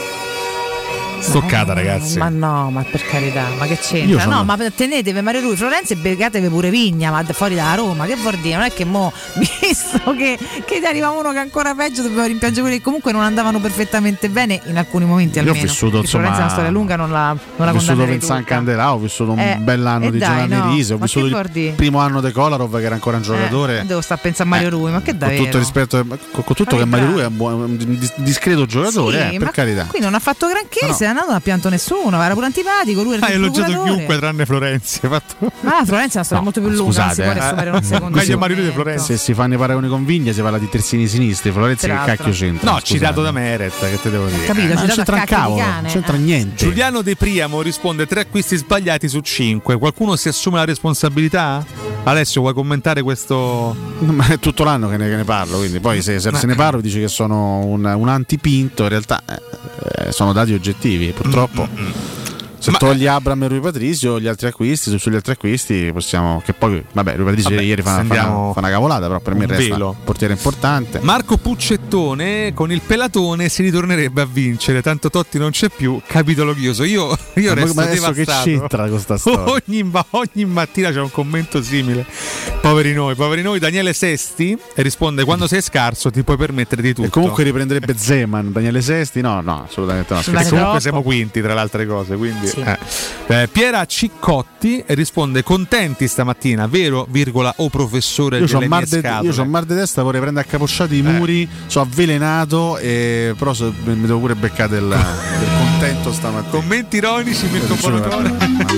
Stoccata, ragazzi. Ma no, ma per carità, ma che c'entra? No, ma tenetevi Mario Rui, Florenzi e beccatevi pure Vigna, ma fuori da Roma, che vuol dire? Non è che mo, visto che ti arriva uno che è ancora peggio, dobbiamo rimpiangere quelli che comunque non andavano perfettamente bene in alcuni momenti almeno. Io ho vissuto, Florenzi è una storia lunga, non la ho vissuto Vincent Candelà, ho vissuto un bell'anno di Giovanni Risi, ho vissuto il primo anno di Kolarov che era ancora un giocatore. Devo stare a pensare a Mario Rui, ma che davvero? Con tutto rispetto, con tutto che Mario Rui è un discreto giocatore, per carità. Qui non ha fatto granché, se non ha pianto nessuno, era pure antipatico, lui era il elogiato chiunque tranne Florenzi. Florenzi è una storia molto più lunga, si può riassumere un secondo. Meglio Mario Rui di Florenzi. Se si fanno i paragoni con Vigna si parla di terzini sinistri, Florenzi che cacchio c'entra? No, citato da Meret, che te devo dire. Capito, non c'entra un cavolo, non c'entra niente. Giuliano De Priamo risponde 3 acquisti sbagliati su 5. Qualcuno si assume la responsabilità? Alessio, vuoi commentare questo? Ma è tutto l'anno che ne parlo, quindi poi se ne parlo dici che sono un antipinto, in realtà sono dati oggettivi, purtroppo. Se togli Abram e Rui Patricio, gli altri acquisti, sugli altri acquisti possiamo. Che poi, Rui Patricio ieri fa una cavolata, però per me resta un portiere importante. Marco Puccettone, con il pelatone si ritornerebbe a vincere, tanto Totti non c'è più, capitolo chiuso. Io resto devastato. Che c'entra con sta storia? Ogni mattina c'è un commento simile. Poveri noi. Daniele Sesti risponde: quando sei scarso ti puoi permettere di tutto. E comunque riprenderebbe Zeman. Daniele Sesti? No, assolutamente no. Comunque siamo quinti tra le altre cose, quindi. Sì. Piera Ciccotti risponde: contenti stamattina, vero? O professore io c'ho mal di testa, vorrei prendere a capocciati i muri, sono avvelenato però mi devo pure beccare del contento stamattina. Commenti ironici, Mirko Bonocore.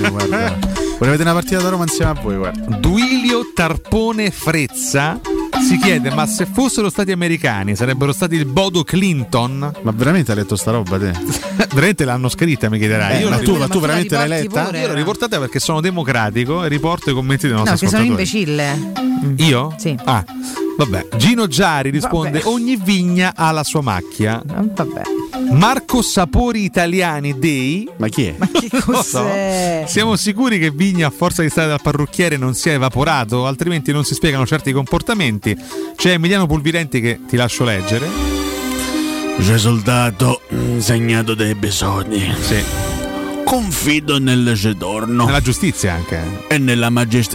Vorrei vedere una partita da Roma insieme a voi, guarda. Duilio Tarpone Frezza si chiede: ma se fossero stati americani sarebbero stati il Bodo Clinton? Ma veramente hai letto sta roba te? Veramente l'hanno scritta, mi chiederai. Ma tu veramente l'hai letta? Pure. Io l'ho riportata perché sono democratico e riporto i commenti dei nostri ascoltatori. No, che sono imbecille. Io? Sì. Vabbè. Gino Giari risponde: ogni vigna ha la sua macchia. Vabbè. Marco Sapori Italiani Dei. Ma chi è? Ma che cos'è? Siamo sicuri che Vigna, a forza di stare dal parrucchiere, non sia evaporato? Altrimenti non si spiegano certi comportamenti. C'è Emiliano Pulvirenti che ti lascio leggere. C'è soldato segnato dai bisogni. Sì. Confido nel ritorno, nella giustizia anche e nella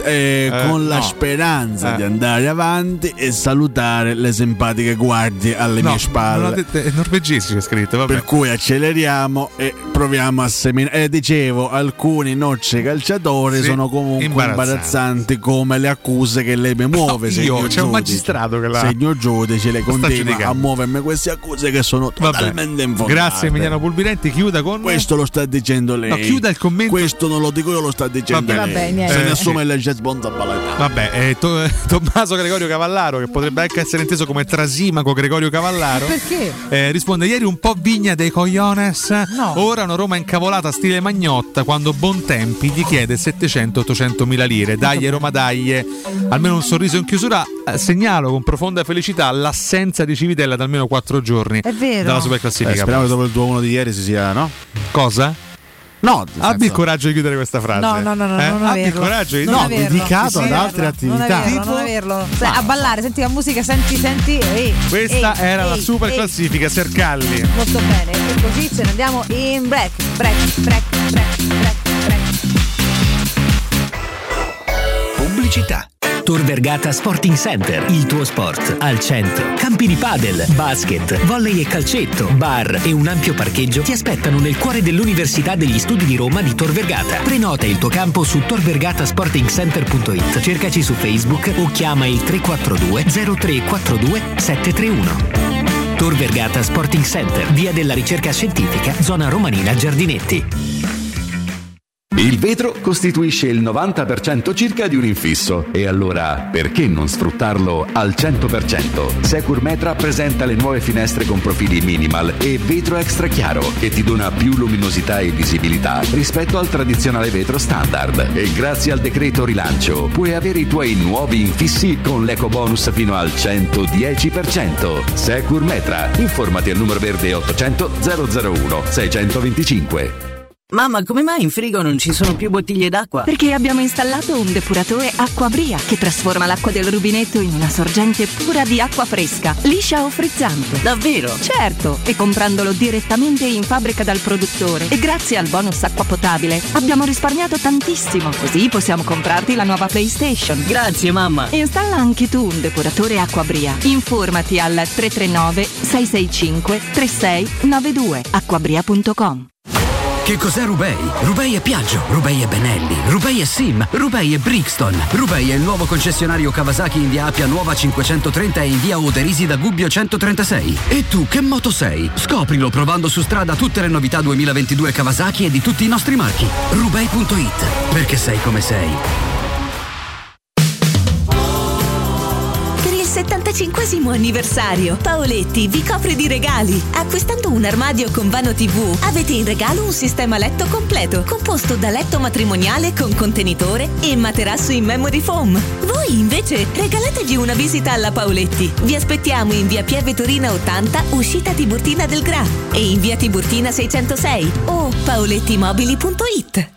con la speranza di andare avanti e salutare le simpatiche guardie alle mie spalle. È norvegese c'è scritto, vabbè. Per cui acceleriamo e proviamo a seminare. Dicevo, alcuni nocci calciatori sono comunque imbarazzanti, come le accuse che lei mi muove. C'è un magistrato che la signor giudice le continua a muovermi queste accuse che sono totalmente infondate. Grazie Emiliano Pulvirenti. Chiuda con questo, lo sta dicendo lei. No, chiuda il commento. Questo non lo dico io, lo sta dicendo lei. Se ne assume le responsabilità. Vabbè, Tommaso Gregorio Cavallaro, che potrebbe anche essere inteso come Trasimaco Gregorio Cavallaro. Perché? Risponde: ieri un po' vigna dei cogliones. No. Ora una Roma incavolata stile Magnotta, quando Bontempi gli chiede 700-800 mila lire. Dai Roma, dai. Almeno un sorriso in chiusura. Segnalo con profonda felicità l'assenza di Civitella da almeno 4 giorni. È vero. Dalla superclassifica. Speriamo che dopo il 2-1 di ieri si sia, no? Cosa? No, abbi il coraggio di chiudere questa frase. No, non averlo. Abbi il coraggio di dedicato ad altre attività. Non averlo. A ballare, senti la musica, senti. Questa era la super classifica Sercalli. Molto bene. E così ce ne andiamo in break. Pubblicità. Tor Vergata Sporting Center, il tuo sport al centro. Campi di padel, basket, volley e calcetto, bar e un ampio parcheggio ti aspettano nel cuore dell'Università degli Studi di Roma di Tor Vergata. Prenota il tuo campo su torvergatasportingcenter.it. Cercaci su Facebook o chiama il 342 0342 731. Tor Vergata Sporting Center, via della ricerca scientifica, zona romanina Giardinetti. Il vetro costituisce il 90% circa di un infisso e allora perché non sfruttarlo al 100%? Securmetra presenta le nuove finestre con profili minimal e vetro extra chiaro che ti dona più luminosità e visibilità rispetto al tradizionale vetro standard e grazie al decreto rilancio puoi avere i tuoi nuovi infissi con l'eco bonus fino al 110%. Securmetra, informati al numero verde 800 001 625. Mamma, come mai in frigo non ci sono più bottiglie d'acqua? Perché abbiamo installato un depuratore Acquabria che trasforma l'acqua del rubinetto in una sorgente pura di acqua fresca, liscia o frizzante. Davvero? Certo, e comprandolo direttamente in fabbrica dal produttore. E grazie al bonus acqua potabile abbiamo risparmiato tantissimo. Così possiamo comprarti la nuova PlayStation. Grazie, mamma. Installa anche tu un depuratore Acquabria. Informati al 339 665 3692 acquabria.com. Che cos'è Rubei? Rubei è Piaggio, Rubei è Benelli, Rubei è Sim, Rubei è Brixton. Rubei è il nuovo concessionario Kawasaki in via Appia Nuova 530 e in via Oderisi da Gubbio 136. E tu che moto sei? Scoprilo provando su strada tutte le novità 2022 Kawasaki e di tutti i nostri marchi. Rubei.it, perché sei come sei. 75° anniversario. Paoletti vi copre di regali. Acquistando un armadio con vano TV avete in regalo un sistema letto completo composto da letto matrimoniale con contenitore e materasso in memory foam. Voi invece regalatevi una visita alla Paoletti. Vi aspettiamo in via Pieve Torina 80, uscita Tiburtina del Gra, e in via Tiburtina 606 o paolettimobili.it.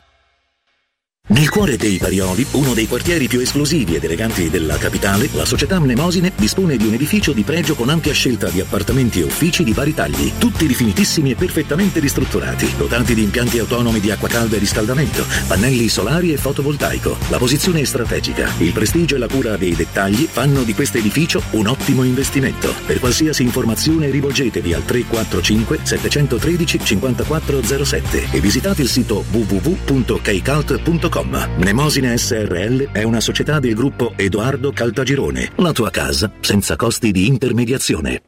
Nel cuore dei Parioli, uno dei quartieri più esclusivi ed eleganti della capitale, la società Mnemosine dispone di un edificio di pregio con ampia scelta di appartamenti e uffici di vari tagli, tutti rifinitissimi e perfettamente ristrutturati, dotati di impianti autonomi di acqua calda e riscaldamento, pannelli solari e fotovoltaico. La posizione è strategica, il prestigio e la cura dei dettagli fanno di questo edificio un ottimo investimento. Per qualsiasi informazione rivolgetevi al 345 713 5407 e visitate il sito www.keicalt.com. Mnemosine SRL è una società del gruppo Edoardo Caltagirone. La tua casa senza costi di intermediazione.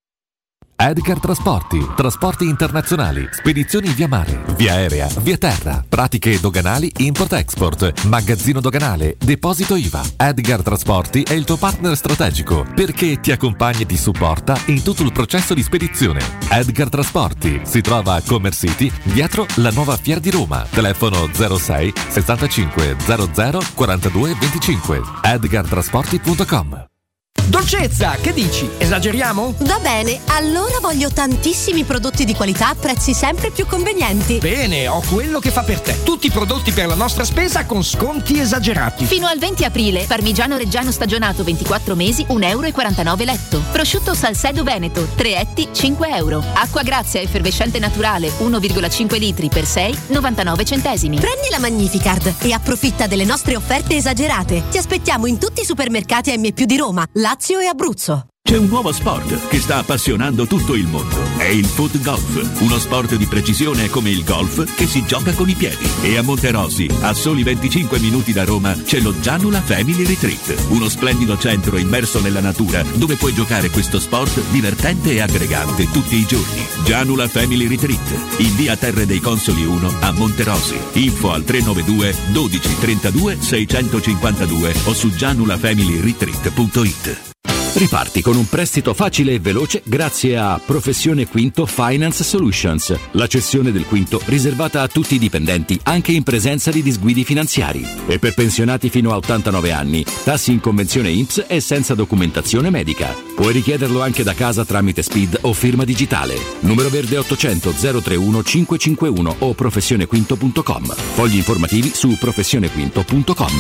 Edgar trasporti internazionali, spedizioni via mare, via aerea, via terra, pratiche doganali import-export, magazzino doganale, deposito IVA. Edgar Trasporti è il tuo partner strategico perché ti accompagna e ti supporta in tutto il processo di spedizione. Edgar Trasporti si trova a Commerce City, dietro la nuova Fiera di Roma. Telefono 06 65 00 42 25. edgartrasporti.com. Dolcezza, che dici? Esageriamo? Va bene, allora voglio tantissimi prodotti di qualità a prezzi sempre più convenienti. Bene, ho quello che fa per te. Tutti i prodotti per la nostra spesa con sconti esagerati. Fino al 20 aprile, parmigiano reggiano stagionato 24 mesi, 1,49 € letto. Prosciutto Salcedo Veneto, 3 etti, 5 €. Acqua Grazia effervescente naturale, 1,5 litri per 6, 99 centesimi. Prendi la Magnificard e approfitta delle nostre offerte esagerate. Ti aspettiamo in tutti i supermercati M+ di Roma, Lazio e Abruzzo. C'è un nuovo sport che sta appassionando tutto il mondo. È il foot golf, uno sport di precisione come il golf che si gioca con i piedi. E a Monterosi, a soli 25 minuti da Roma, c'è lo Gianula Family Retreat, uno splendido centro immerso nella natura dove puoi giocare questo sport divertente e aggregante tutti i giorni. Gianula Family Retreat, in via Terre dei Consoli 1 a Monterosi. Info al 392 12 32 652 o su gianulafamilyretreat.it. Riparti con un prestito facile e veloce grazie a Professione Quinto Finance Solutions, la cessione del quinto riservata a tutti i dipendenti anche in presenza di disguidi finanziari. E per pensionati fino a 89 anni, tassi in convenzione INPS e senza documentazione medica. Puoi richiederlo anche da casa tramite SPID o firma digitale. Numero verde 800 031 551 o professionequinto.com. Fogli informativi su professionequinto.com.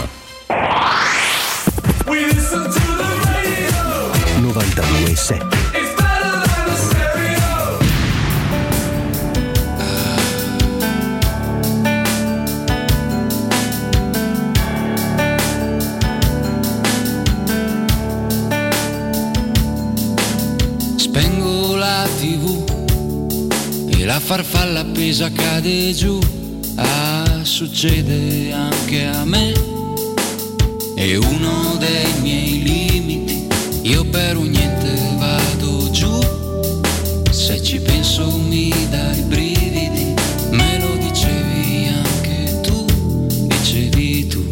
92.7. Spengo la TV e la farfalla appesa cade giù. Ah, succede anche a me. È uno dei miei limiti. Io per un niente vado giù. Se ci penso mi dai brividi. Me lo dicevi anche tu. Dicevi tu.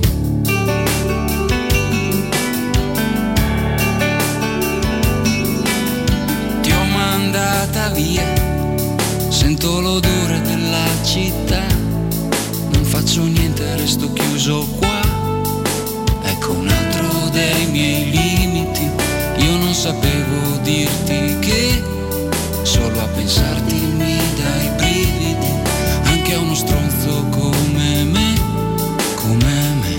Ti ho mandata via. Sento l'odore della città. Non faccio niente, resto chiuso qua. Ecco un altro dei miei limiti. Io non sapevo dirti che solo a pensarti mi dai brividi. Anche a uno stronzo come me, come me.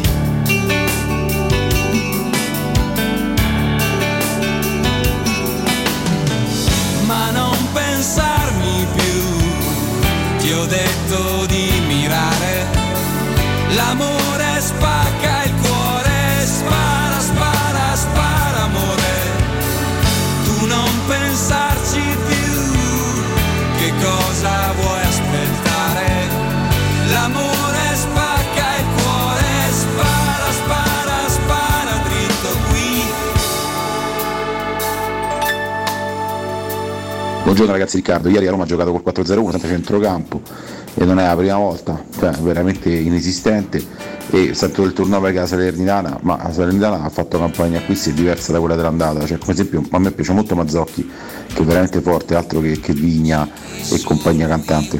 Ma non pensarmi più. Ti ho detto di mirare. L'amore spacca il cuore. Spara, spara, spara amore. Tu non pensarci più. Che cosa vuoi aspettare? L'amore spacca il cuore. Spara, spara, spara dritto qui. Buongiorno ragazzi, Riccardo. Ieri a Roma ha giocato col 4-0-1 sempre centrocampo e non è la prima volta, cioè veramente inesistente. E sento del turnover che la Salernitana, ma la Salernitana ha fatto campagna acquisti diversa da quella dell'andata, cioè come esempio a me piace molto Mazzocchi, che è veramente forte, altro che Vigna e compagnia cantante.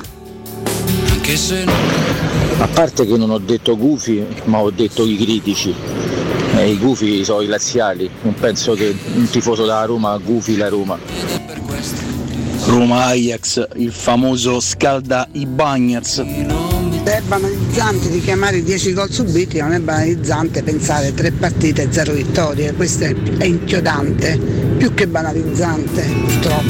A parte che non ho detto gufi, ma ho detto i critici. I gufi sono i laziali, non penso che un tifoso della Roma gufi la Roma. Roma-Ajax, il famoso scalda i Bagners. È banalizzante di chiamare 10 gol subiti, non è banalizzante pensare 3 partite e 0 vittorie, questo è inchiodante, più che banalizzante purtroppo.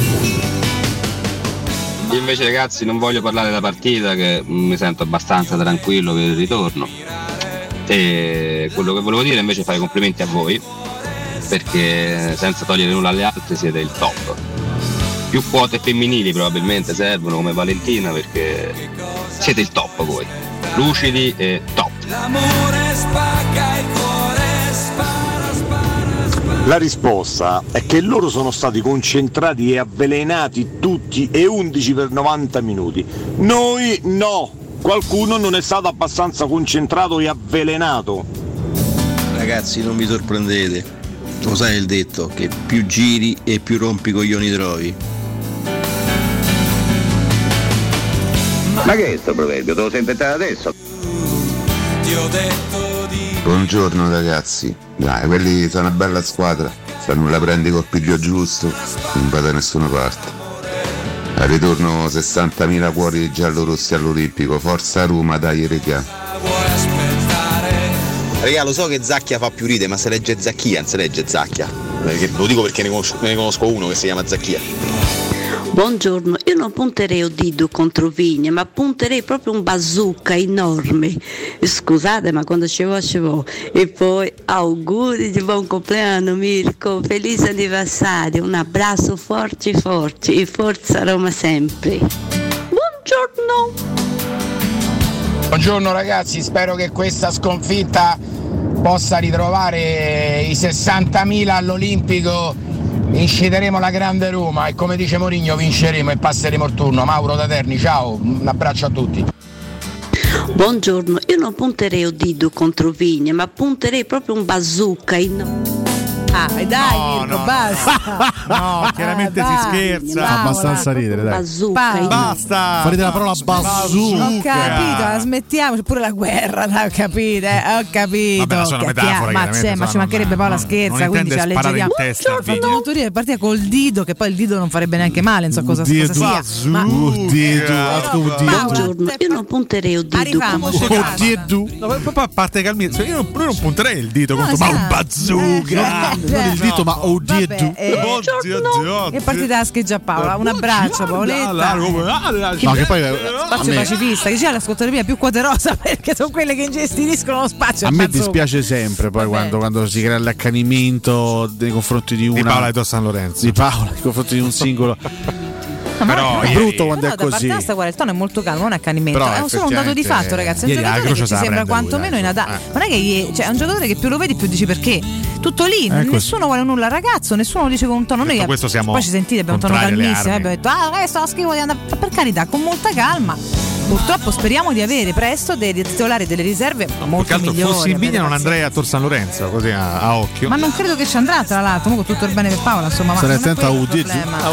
Io invece ragazzi non voglio parlare della partita, che mi sento abbastanza tranquillo per il ritorno, e quello che volevo dire invece è fare complimenti a voi, perché senza togliere nulla alle altre siete il top. Più quote femminili probabilmente servono come Valentina, perché siete il top voi, lucidi e top. L'amore spacca il cuore, spara, spara, spara. La risposta è che loro sono stati concentrati e avvelenati tutti e 11 per 90 minuti. Noi no, qualcuno non è stato abbastanza concentrato e avvelenato. Ragazzi, non vi sorprendete, lo sai il detto, che più giri e più rompi coglioni trovi. Ma che è sto proverbio? Te lo sei inventato adesso? Buongiorno ragazzi, dai, quelli sono una bella squadra, se non la prendi col piglio giusto non va da nessuna parte. Al ritorno 60.000 cuori giallorossi all'Olimpico, forza Roma, dai regà. Regà, lo so che Zacchia fa più ride, ma se legge Zacchia, non si legge Zacchia. Lo dico perché ne conosco uno che si chiama Zacchia. Buongiorno, io non punterei Odido contro Vigna, ma punterei proprio un bazooka enorme. Scusate, ma quando ci vo. E poi auguri di buon compleanno Mirko, felice anniversario, un abbraccio forte e forza Roma sempre. Buongiorno. Buongiorno ragazzi, spero che questa sconfitta possa ritrovare i 60.000 all'Olimpico. Incideremo la grande Roma e come dice Mourinho vinceremo e passeremo il turno. Mauro da Terni, ciao, un abbraccio a tutti. Buongiorno, io non punterei Odido contro Vigna, ma punterei proprio un bazooka Dai, Mirko, basta. No, chiaramente si scherza. Fa abbastanza ridere, dai. Basta. Farete la parola bazooka. Ho capito, la smettiamo, c'è pure la guerra, ho capito. Vabbè, sono metafore, ma ci mancherebbe Paola scherza, quindi ci alleggeriamo. Fatto molto ridere, partita col Dido, che poi il Dido non farebbe neanche male, non so cosa sia. Buongiorno, io non punterei il dito. No, poi a parte calmissimo, io non punterei il dito contro ma un bazooka. Non il dito, ma che partita scheggia Paola. Un abbraccio, Paoletta. No, che poi spazio pacifista, che c'è l'ascoltatrice più quoterosa, perché sono quelle che ingestiriscono lo spazio. A me dispiace sempre poi quando si crea l'accanimento nei confronti di una. Di Paola e Don San Lorenzo. Di Paola nei confronti di un singolo. Però è brutto quando è così. Guarda, il tono è molto calmo, non è accanimento, è solo un dato di fatto, ragazzi. È un giocatore che ci sembra quantomeno inadatto. Non è che è un giocatore che più lo vedi più dici perché. Tutto lì, nessuno vuole nulla, ragazzo, nessuno lo dice con un tono. Noi poi ci sentite, abbiamo un tono calmissimo, abbiamo detto questo schifo di andare. Per carità, con molta calma. Purtroppo speriamo di avere presto dei titolari delle riserve molto migliori. Fossi in Vigna non andrei a Tor San Lorenzo, così a occhio. Ma non credo che ci andrà, tra l'altro, con tutto il bene per Paola, insomma. Sarei attento a Udizio.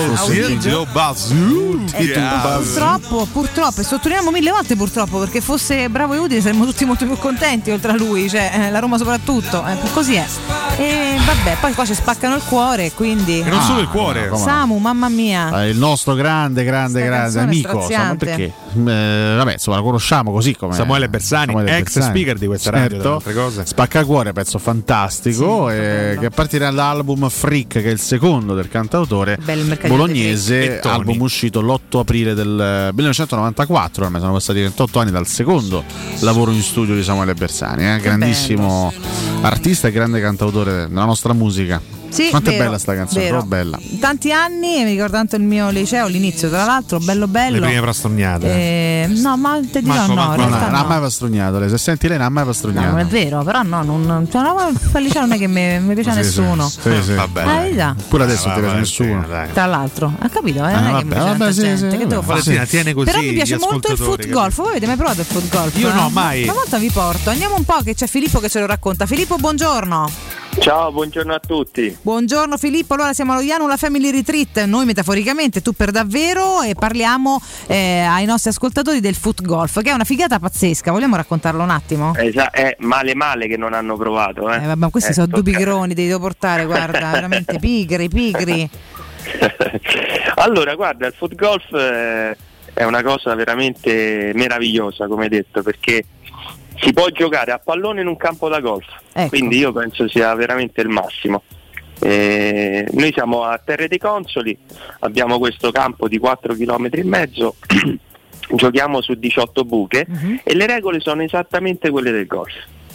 Purtroppo, e sottolineiamo 1000 volte purtroppo, perché fosse bravo Udine saremmo tutti molto più contenti oltre a lui, cioè la Roma soprattutto, così è. E vabbè, poi qua ci spaccano il cuore, quindi. E non solo il cuore. Samu, mamma mia. Il nostro grande amico, ma perché? Vabbè, insomma, lo conosciamo così come Samuele Bersani, ex speaker di questa radio, Spaccacuore, pezzo fantastico, che partirà dall'album Freak, che è il secondo del cantautore bolognese, album uscito l'8 aprile del 1994, ormai sono passati 28 anni dal secondo lavoro in studio di Samuele Bersani, grandissimo artista e grande cantautore della nostra musica. Sì, quanto è bella sta canzone, proprio bella. Tanti anni, mi ricordo tanto il mio liceo, l'inizio tra l'altro, bello. Le prime pastrugnatte. No, ma te dirò no, in realtà non ha mai pastrugnato, se senti lei non ha mai pastrugnato. No, non è vero, però al liceo non è che mi piace a nessuno. Sì. Vabbè. Pure adesso non ti piace nessuno. Tra l'altro, ha capito? Non è che mi piace tanta gente. Che devo fare? Tiene così. Però mi piace molto il foot golf. Voi avete mai provato il foot golf? Io no, mai. Una volta vi porto. Andiamo un po' che c'è Filippo che ce lo racconta. Filippo, buongiorno. Ciao, buongiorno a tutti. Buongiorno Filippo, allora siamo allo Janula Family Retreat, noi metaforicamente, tu per davvero, e parliamo ai nostri ascoltatori del foot golf, che è una figata pazzesca, vogliamo raccontarlo un attimo? È male che non hanno provato. Vabbè, questi sono due pigroni, devi devo portare, guarda, veramente pigri. Allora, guarda, il foot golf è una cosa veramente meravigliosa, come detto, perché si può giocare a pallone in un campo da golf, quindi io penso sia veramente il massimo. Noi siamo a Terre dei Consoli, abbiamo questo campo di 4,5 km, giochiamo su 18 buche e le regole sono esattamente quelle del golf.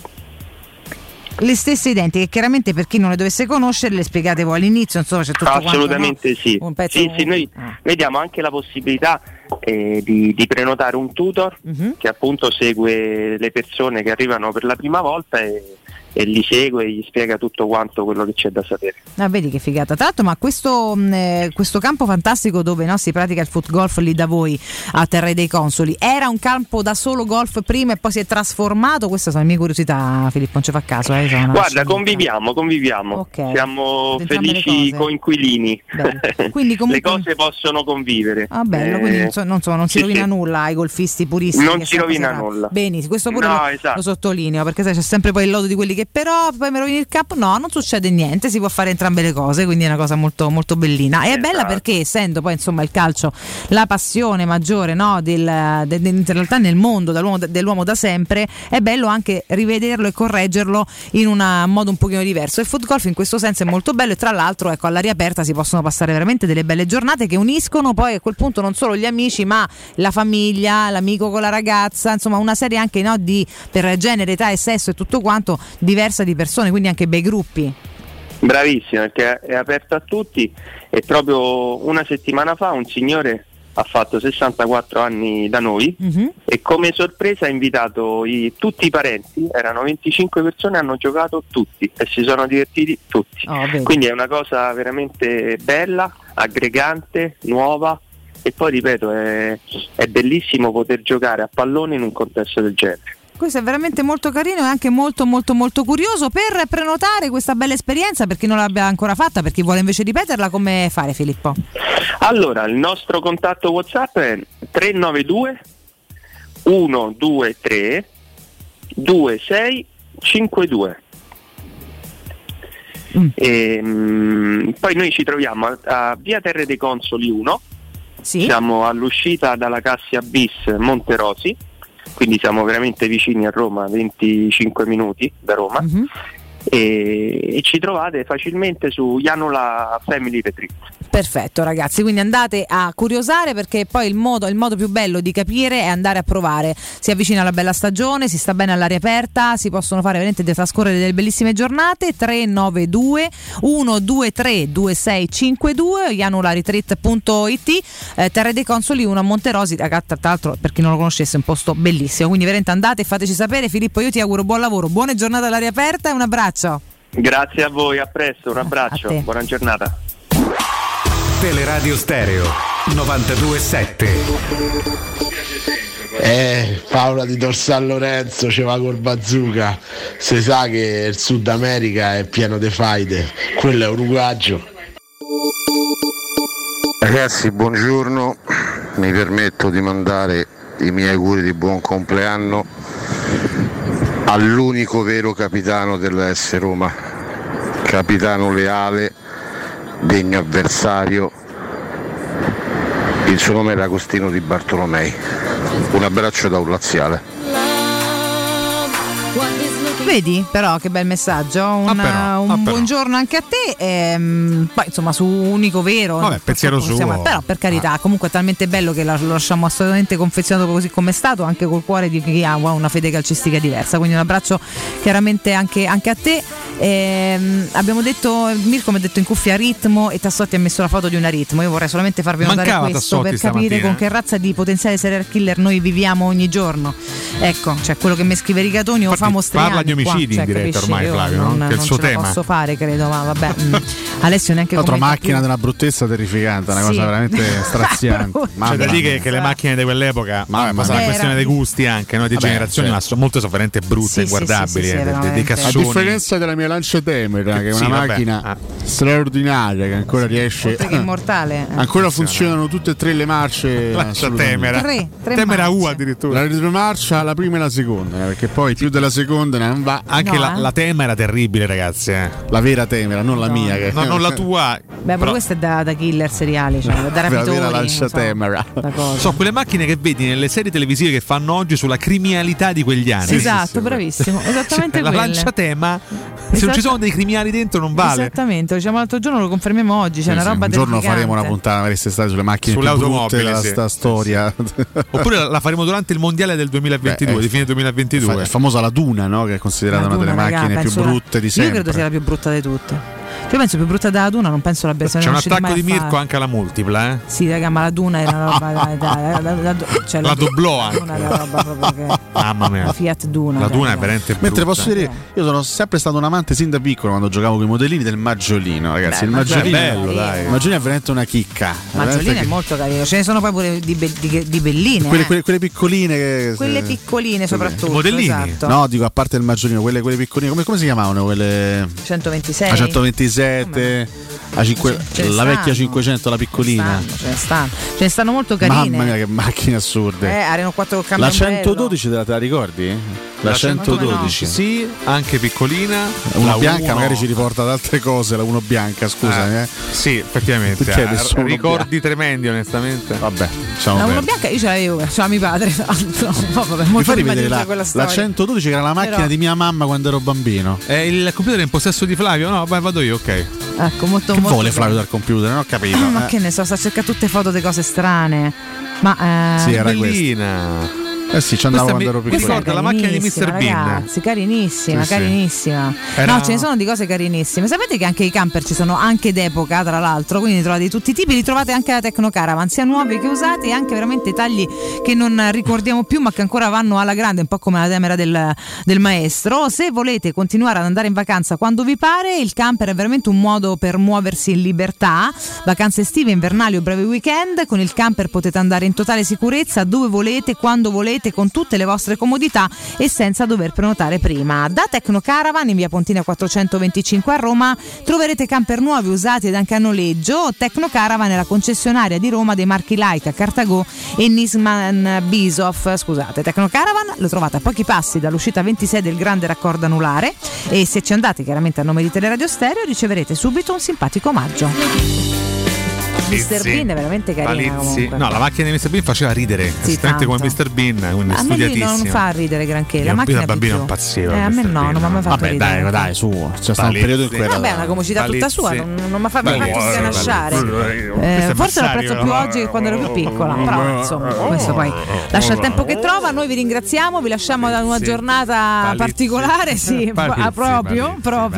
Le stesse identiche, chiaramente per chi non le dovesse conoscere le spiegate voi all'inizio, insomma c'è tutto assolutamente quanto, no? Un pezzo sì, noi diamo anche la possibilità di prenotare un tutor che appunto segue le persone che arrivano per la prima volta e li segue e gli spiega tutto quanto quello che c'è da sapere. Vedi che figata. Tra l'altro, ma questo campo fantastico dove si pratica il foot golf lì da voi a Terre dei Consoli era un campo da solo golf prima e poi si è trasformato? Queste sono le mie curiosità, Filippo, non ci fa caso. Guarda, conviviamo. Okay. Siamo felici coinquilini. Quindi comunque le cose possono convivere. Bello, quindi non si rovina nulla ai golfisti puristi. Non si rovina nulla. Bene, questo pure lo sottolineo, perché sai, c'è sempre poi il lodo di quelli che però poi mi rovini il cap. No, non succede niente, si può fare entrambe le cose, quindi è una cosa molto, molto bellina. E è bella perché, essendo poi insomma il calcio la passione maggiore, no, in realtà nel mondo dell'uomo da sempre, è bello anche rivederlo e correggerlo in un modo un pochino diverso. Il foot golf in questo senso è molto bello e tra l'altro all'aria aperta si possono passare veramente delle belle giornate che uniscono poi a quel punto non solo gli amici ma la famiglia, l'amico con la ragazza, insomma una serie anche per genere, età e sesso e tutto quanto diversa di persone, quindi anche bei gruppi. Bravissimo, perché è aperto a tutti e proprio una settimana fa un signore ha fatto 64 anni da noi e come sorpresa ha invitato tutti i parenti, erano 25 persone, hanno giocato tutti e si sono divertiti tutti. Quindi è una cosa veramente bella, aggregante, nuova e poi ripeto è bellissimo poter giocare a pallone in un contesto del genere. Questo è veramente molto carino e anche molto molto molto curioso. Per prenotare questa bella esperienza, per chi non l'abbia ancora fatta, per chi vuole invece ripeterla, come fare, Filippo? Allora, il nostro contatto WhatsApp è 392 123 2652. Poi noi ci troviamo a via Terre dei Consoli 1, siamo all'uscita dalla Cassia Bis Monterosi, quindi siamo veramente vicini a Roma, 25 minuti da Roma, e ci trovate facilmente su Ianola Family Retreat. Perfetto, ragazzi, quindi andate a curiosare, perché poi il modo più bello di capire è andare a provare. Si avvicina la bella stagione, si sta bene all'aria aperta, si possono fare veramente trascorrere delle bellissime giornate. 392 123 2652 ianularetreat.it, Terre dei Consoli 1 a Monterosi, tra l'altro, per chi non lo conoscesse, è un posto bellissimo, quindi veramente andate e fateci sapere. Filippo, io ti auguro buon lavoro, buone giornate all'aria aperta e un abbraccio. Grazie a voi, a presto, un abbraccio, buona giornata. Teleradio Stereo 92.7. Paola di Tor San Lorenzo ce va col bazooka. Si sa che il Sud America è pieno di faide, quello è uruguaggio. Ragazzi, buongiorno, mi permetto di mandare i miei auguri di buon compleanno all'unico vero capitano dell'AS Roma, capitano leale, degno avversario. Il suo nome era Agostino Di Bartolomei. Un abbraccio da un laziale. Vedi però che bel messaggio, un buongiorno anche a te, poi insomma su unico vero, vabbè, pensiero suo, però per carità comunque è talmente bello che lo lasciamo assolutamente confezionato così come è stato, anche col cuore di chi ha una fede calcistica diversa, quindi un abbraccio chiaramente anche a te. Abbiamo detto, Mirko mi ha detto in cuffia ritmo, e Tassotti ha messo la foto di una ritmo. Io vorrei solamente farvi notare questo per capire con che razza di potenziale serial killer noi viviamo ogni giorno. Ecco, cioè quello che mi scrive Rigatoni o fa mostriani. Parla di omicidi in diretta ormai, Flavio, no? Che è il suo tema. Non posso fare, credo, ma vabbè. Alessio neanche come macchina di una bruttezza terrificante, una cosa veramente straziante. C'è da dire che le macchine di quell'epoca, ma sarà una questione dei gusti anche, no? Di generazioni, ma sono molte sofferente brutte, inguardabili, dei cassoni. A differenza della mia Lancia Temera, che è una macchina straordinaria che ancora riesce, oltre che immortale, ancora funzionano tutte e tre le marce. Lancia Temera, Temera U addirittura, la retromarcia, la prima e la seconda, perché poi più della seconda non va. Anche la Temera terribile, ragazzi, la vera Temera, non la mia, che non la tua. Beh, però questa è da killer seriali, cioè da rapitori, la Lancia Temera. So quelle macchine che vedi nelle serie televisive che fanno oggi sulla criminalità di quegli anni. Esatto, bravissimo, esattamente la Lancia Tema. Se non ci sono dei criminali dentro non vale. Esattamente, diciamo l'altro giorno, lo confermiamo oggi, c'è una roba un giorno faremo una puntata quest'estate sulle macchine più brutte della storia. Oppure la faremo durante il mondiale del 2022, di fine 2022. È famosa la Duna, no? Che è considerata una delle macchine più brutte di sempre. Io credo sia la più brutta di tutte. Io penso più brutta della Duna, non penso l'abbia. C'è un attacco di Mirko anche alla multipla, Sì, raga, ma la Duna è una roba. Cioè, la doblò anche. Una roba proprio che. Mamma mia. La Fiat Duna. La Duna è veramente brutta. Mentre posso dire, io sono sempre stato un amante sin da piccolo quando giocavo con i modellini del Maggiolino, ragazzi. Il Maggiolino è bello, dai. Il Maggiolino è veramente una chicca. Maggiolino è molto carino. Ce ne sono poi pure di belline. Quelle piccoline. Quelle piccoline soprattutto. Modellini? Esatto. No, dico a parte il Maggiolino, quelle piccoline. Come si chiamavano quelle? 126. La 127. La vecchia 500, la piccolina. Ce ne stanno molto carine. Mamma mia, che macchine assurde. Erano 4 col la 112 te la ricordi? La 112, no. Sì, anche piccolina. Una bianca magari ci riporta ad altre cose. La 1 bianca, scusami. Sì, effettivamente. Ricordi tremendi, onestamente. Vabbè, la 1 bianca io ce l'avevo, ce l'ha mio padre. Mi fa rivedere la 112 che era la macchina di mia mamma quando ero bambino. Il computer è in possesso di Flavio? No, vai, vado io, ok. Ecco, molto che molto vuole Flavio dal computer? Non ho capito. Ma che ne so, sta cercando tutte foto di cose strane. Ma sì, era bellina. Sì, ci andavo quando ero piccolo. Mi ricorda la macchina di Mr. Bean. Ragazzi, carinissima, carinissima. No, ce ne sono di cose carinissime. Sapete che anche i camper ci sono anche d'epoca, tra l'altro, quindi trovate di tutti i tipi, li trovate anche alla Tecnocaravan, sia nuovi che usati, e anche veramente tagli che non ricordiamo più, ma che ancora vanno alla grande, un po' come la Temera del maestro. Se volete continuare ad andare in vacanza quando vi pare, il camper è veramente un modo per muoversi in libertà. Vacanze estive, invernali o brevi weekend, con il camper potete andare in totale sicurezza dove volete, quando volete, troverete con tutte le vostre comodità e senza dover prenotare prima. Da Tecnocaravan in via Pontina 425 a Roma troverete camper nuovi, usati ed anche a noleggio. Tecnocaravan è la concessionaria di Roma dei marchi Laika, Cartagò e Nisman Bisoff. Scusate, Tecnocaravan lo trovate a pochi passi dall'uscita 26 del grande raccordo anulare, e se ci andate chiaramente a nome di Teleradio Stereo riceverete subito un simpatico omaggio. Mr. Bean è veramente carina comunque. No, la macchina di Mr. Bean faceva ridere, esattamente come Mr. Bean, quindi a me non fa ridere granché. La macchina da bambino impazziva. A me no, non mi ha mai fatto ridere. Dai, su. C'è stato un periodo in cui era. Vabbè, una comicità tutta sua, non mi ha fatto sganasciare. Forse lo apprezzo più oggi che quando ero più piccola, però insomma, questo poi lascia il tempo che trova. Noi vi ringraziamo, vi lasciamo da una giornata particolare, sì, proprio,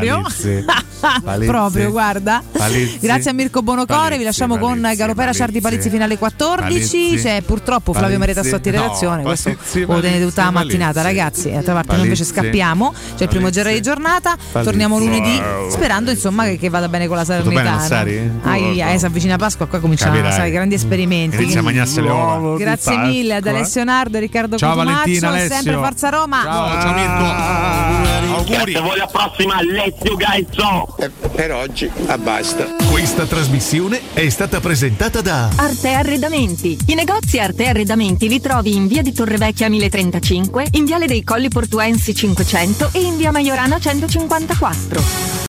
guarda. Grazie a Mirko Bonocore, vi lasciamo con Galopera Ciardi Palizzi finale 14. C'è purtroppo Flavio Maretta sotto in redazione, questo lo tenete tutta la mattinata, ragazzi. D'altra parte noi invece scappiamo, c'è il primo giro di giornata, torniamo lunedì sperando insomma che vada bene con la Salernitana. Si avvicina Pasqua, qua cominciano i grandi esperimenti. Grazie mille ad Alessio Nardo e Riccardo Cotumaccio, sempre Forza Roma. Ciao Mirko, auguri. Voglio la prossima Alessio Gaizzo. Per oggi basta. Questa trasmissione è stata presentata da Arte Arredamenti. I negozi Arte Arredamenti li trovi in via di Torrevecchia 1035, in viale dei Colli Portuensi 500 e in via Maiorana 154.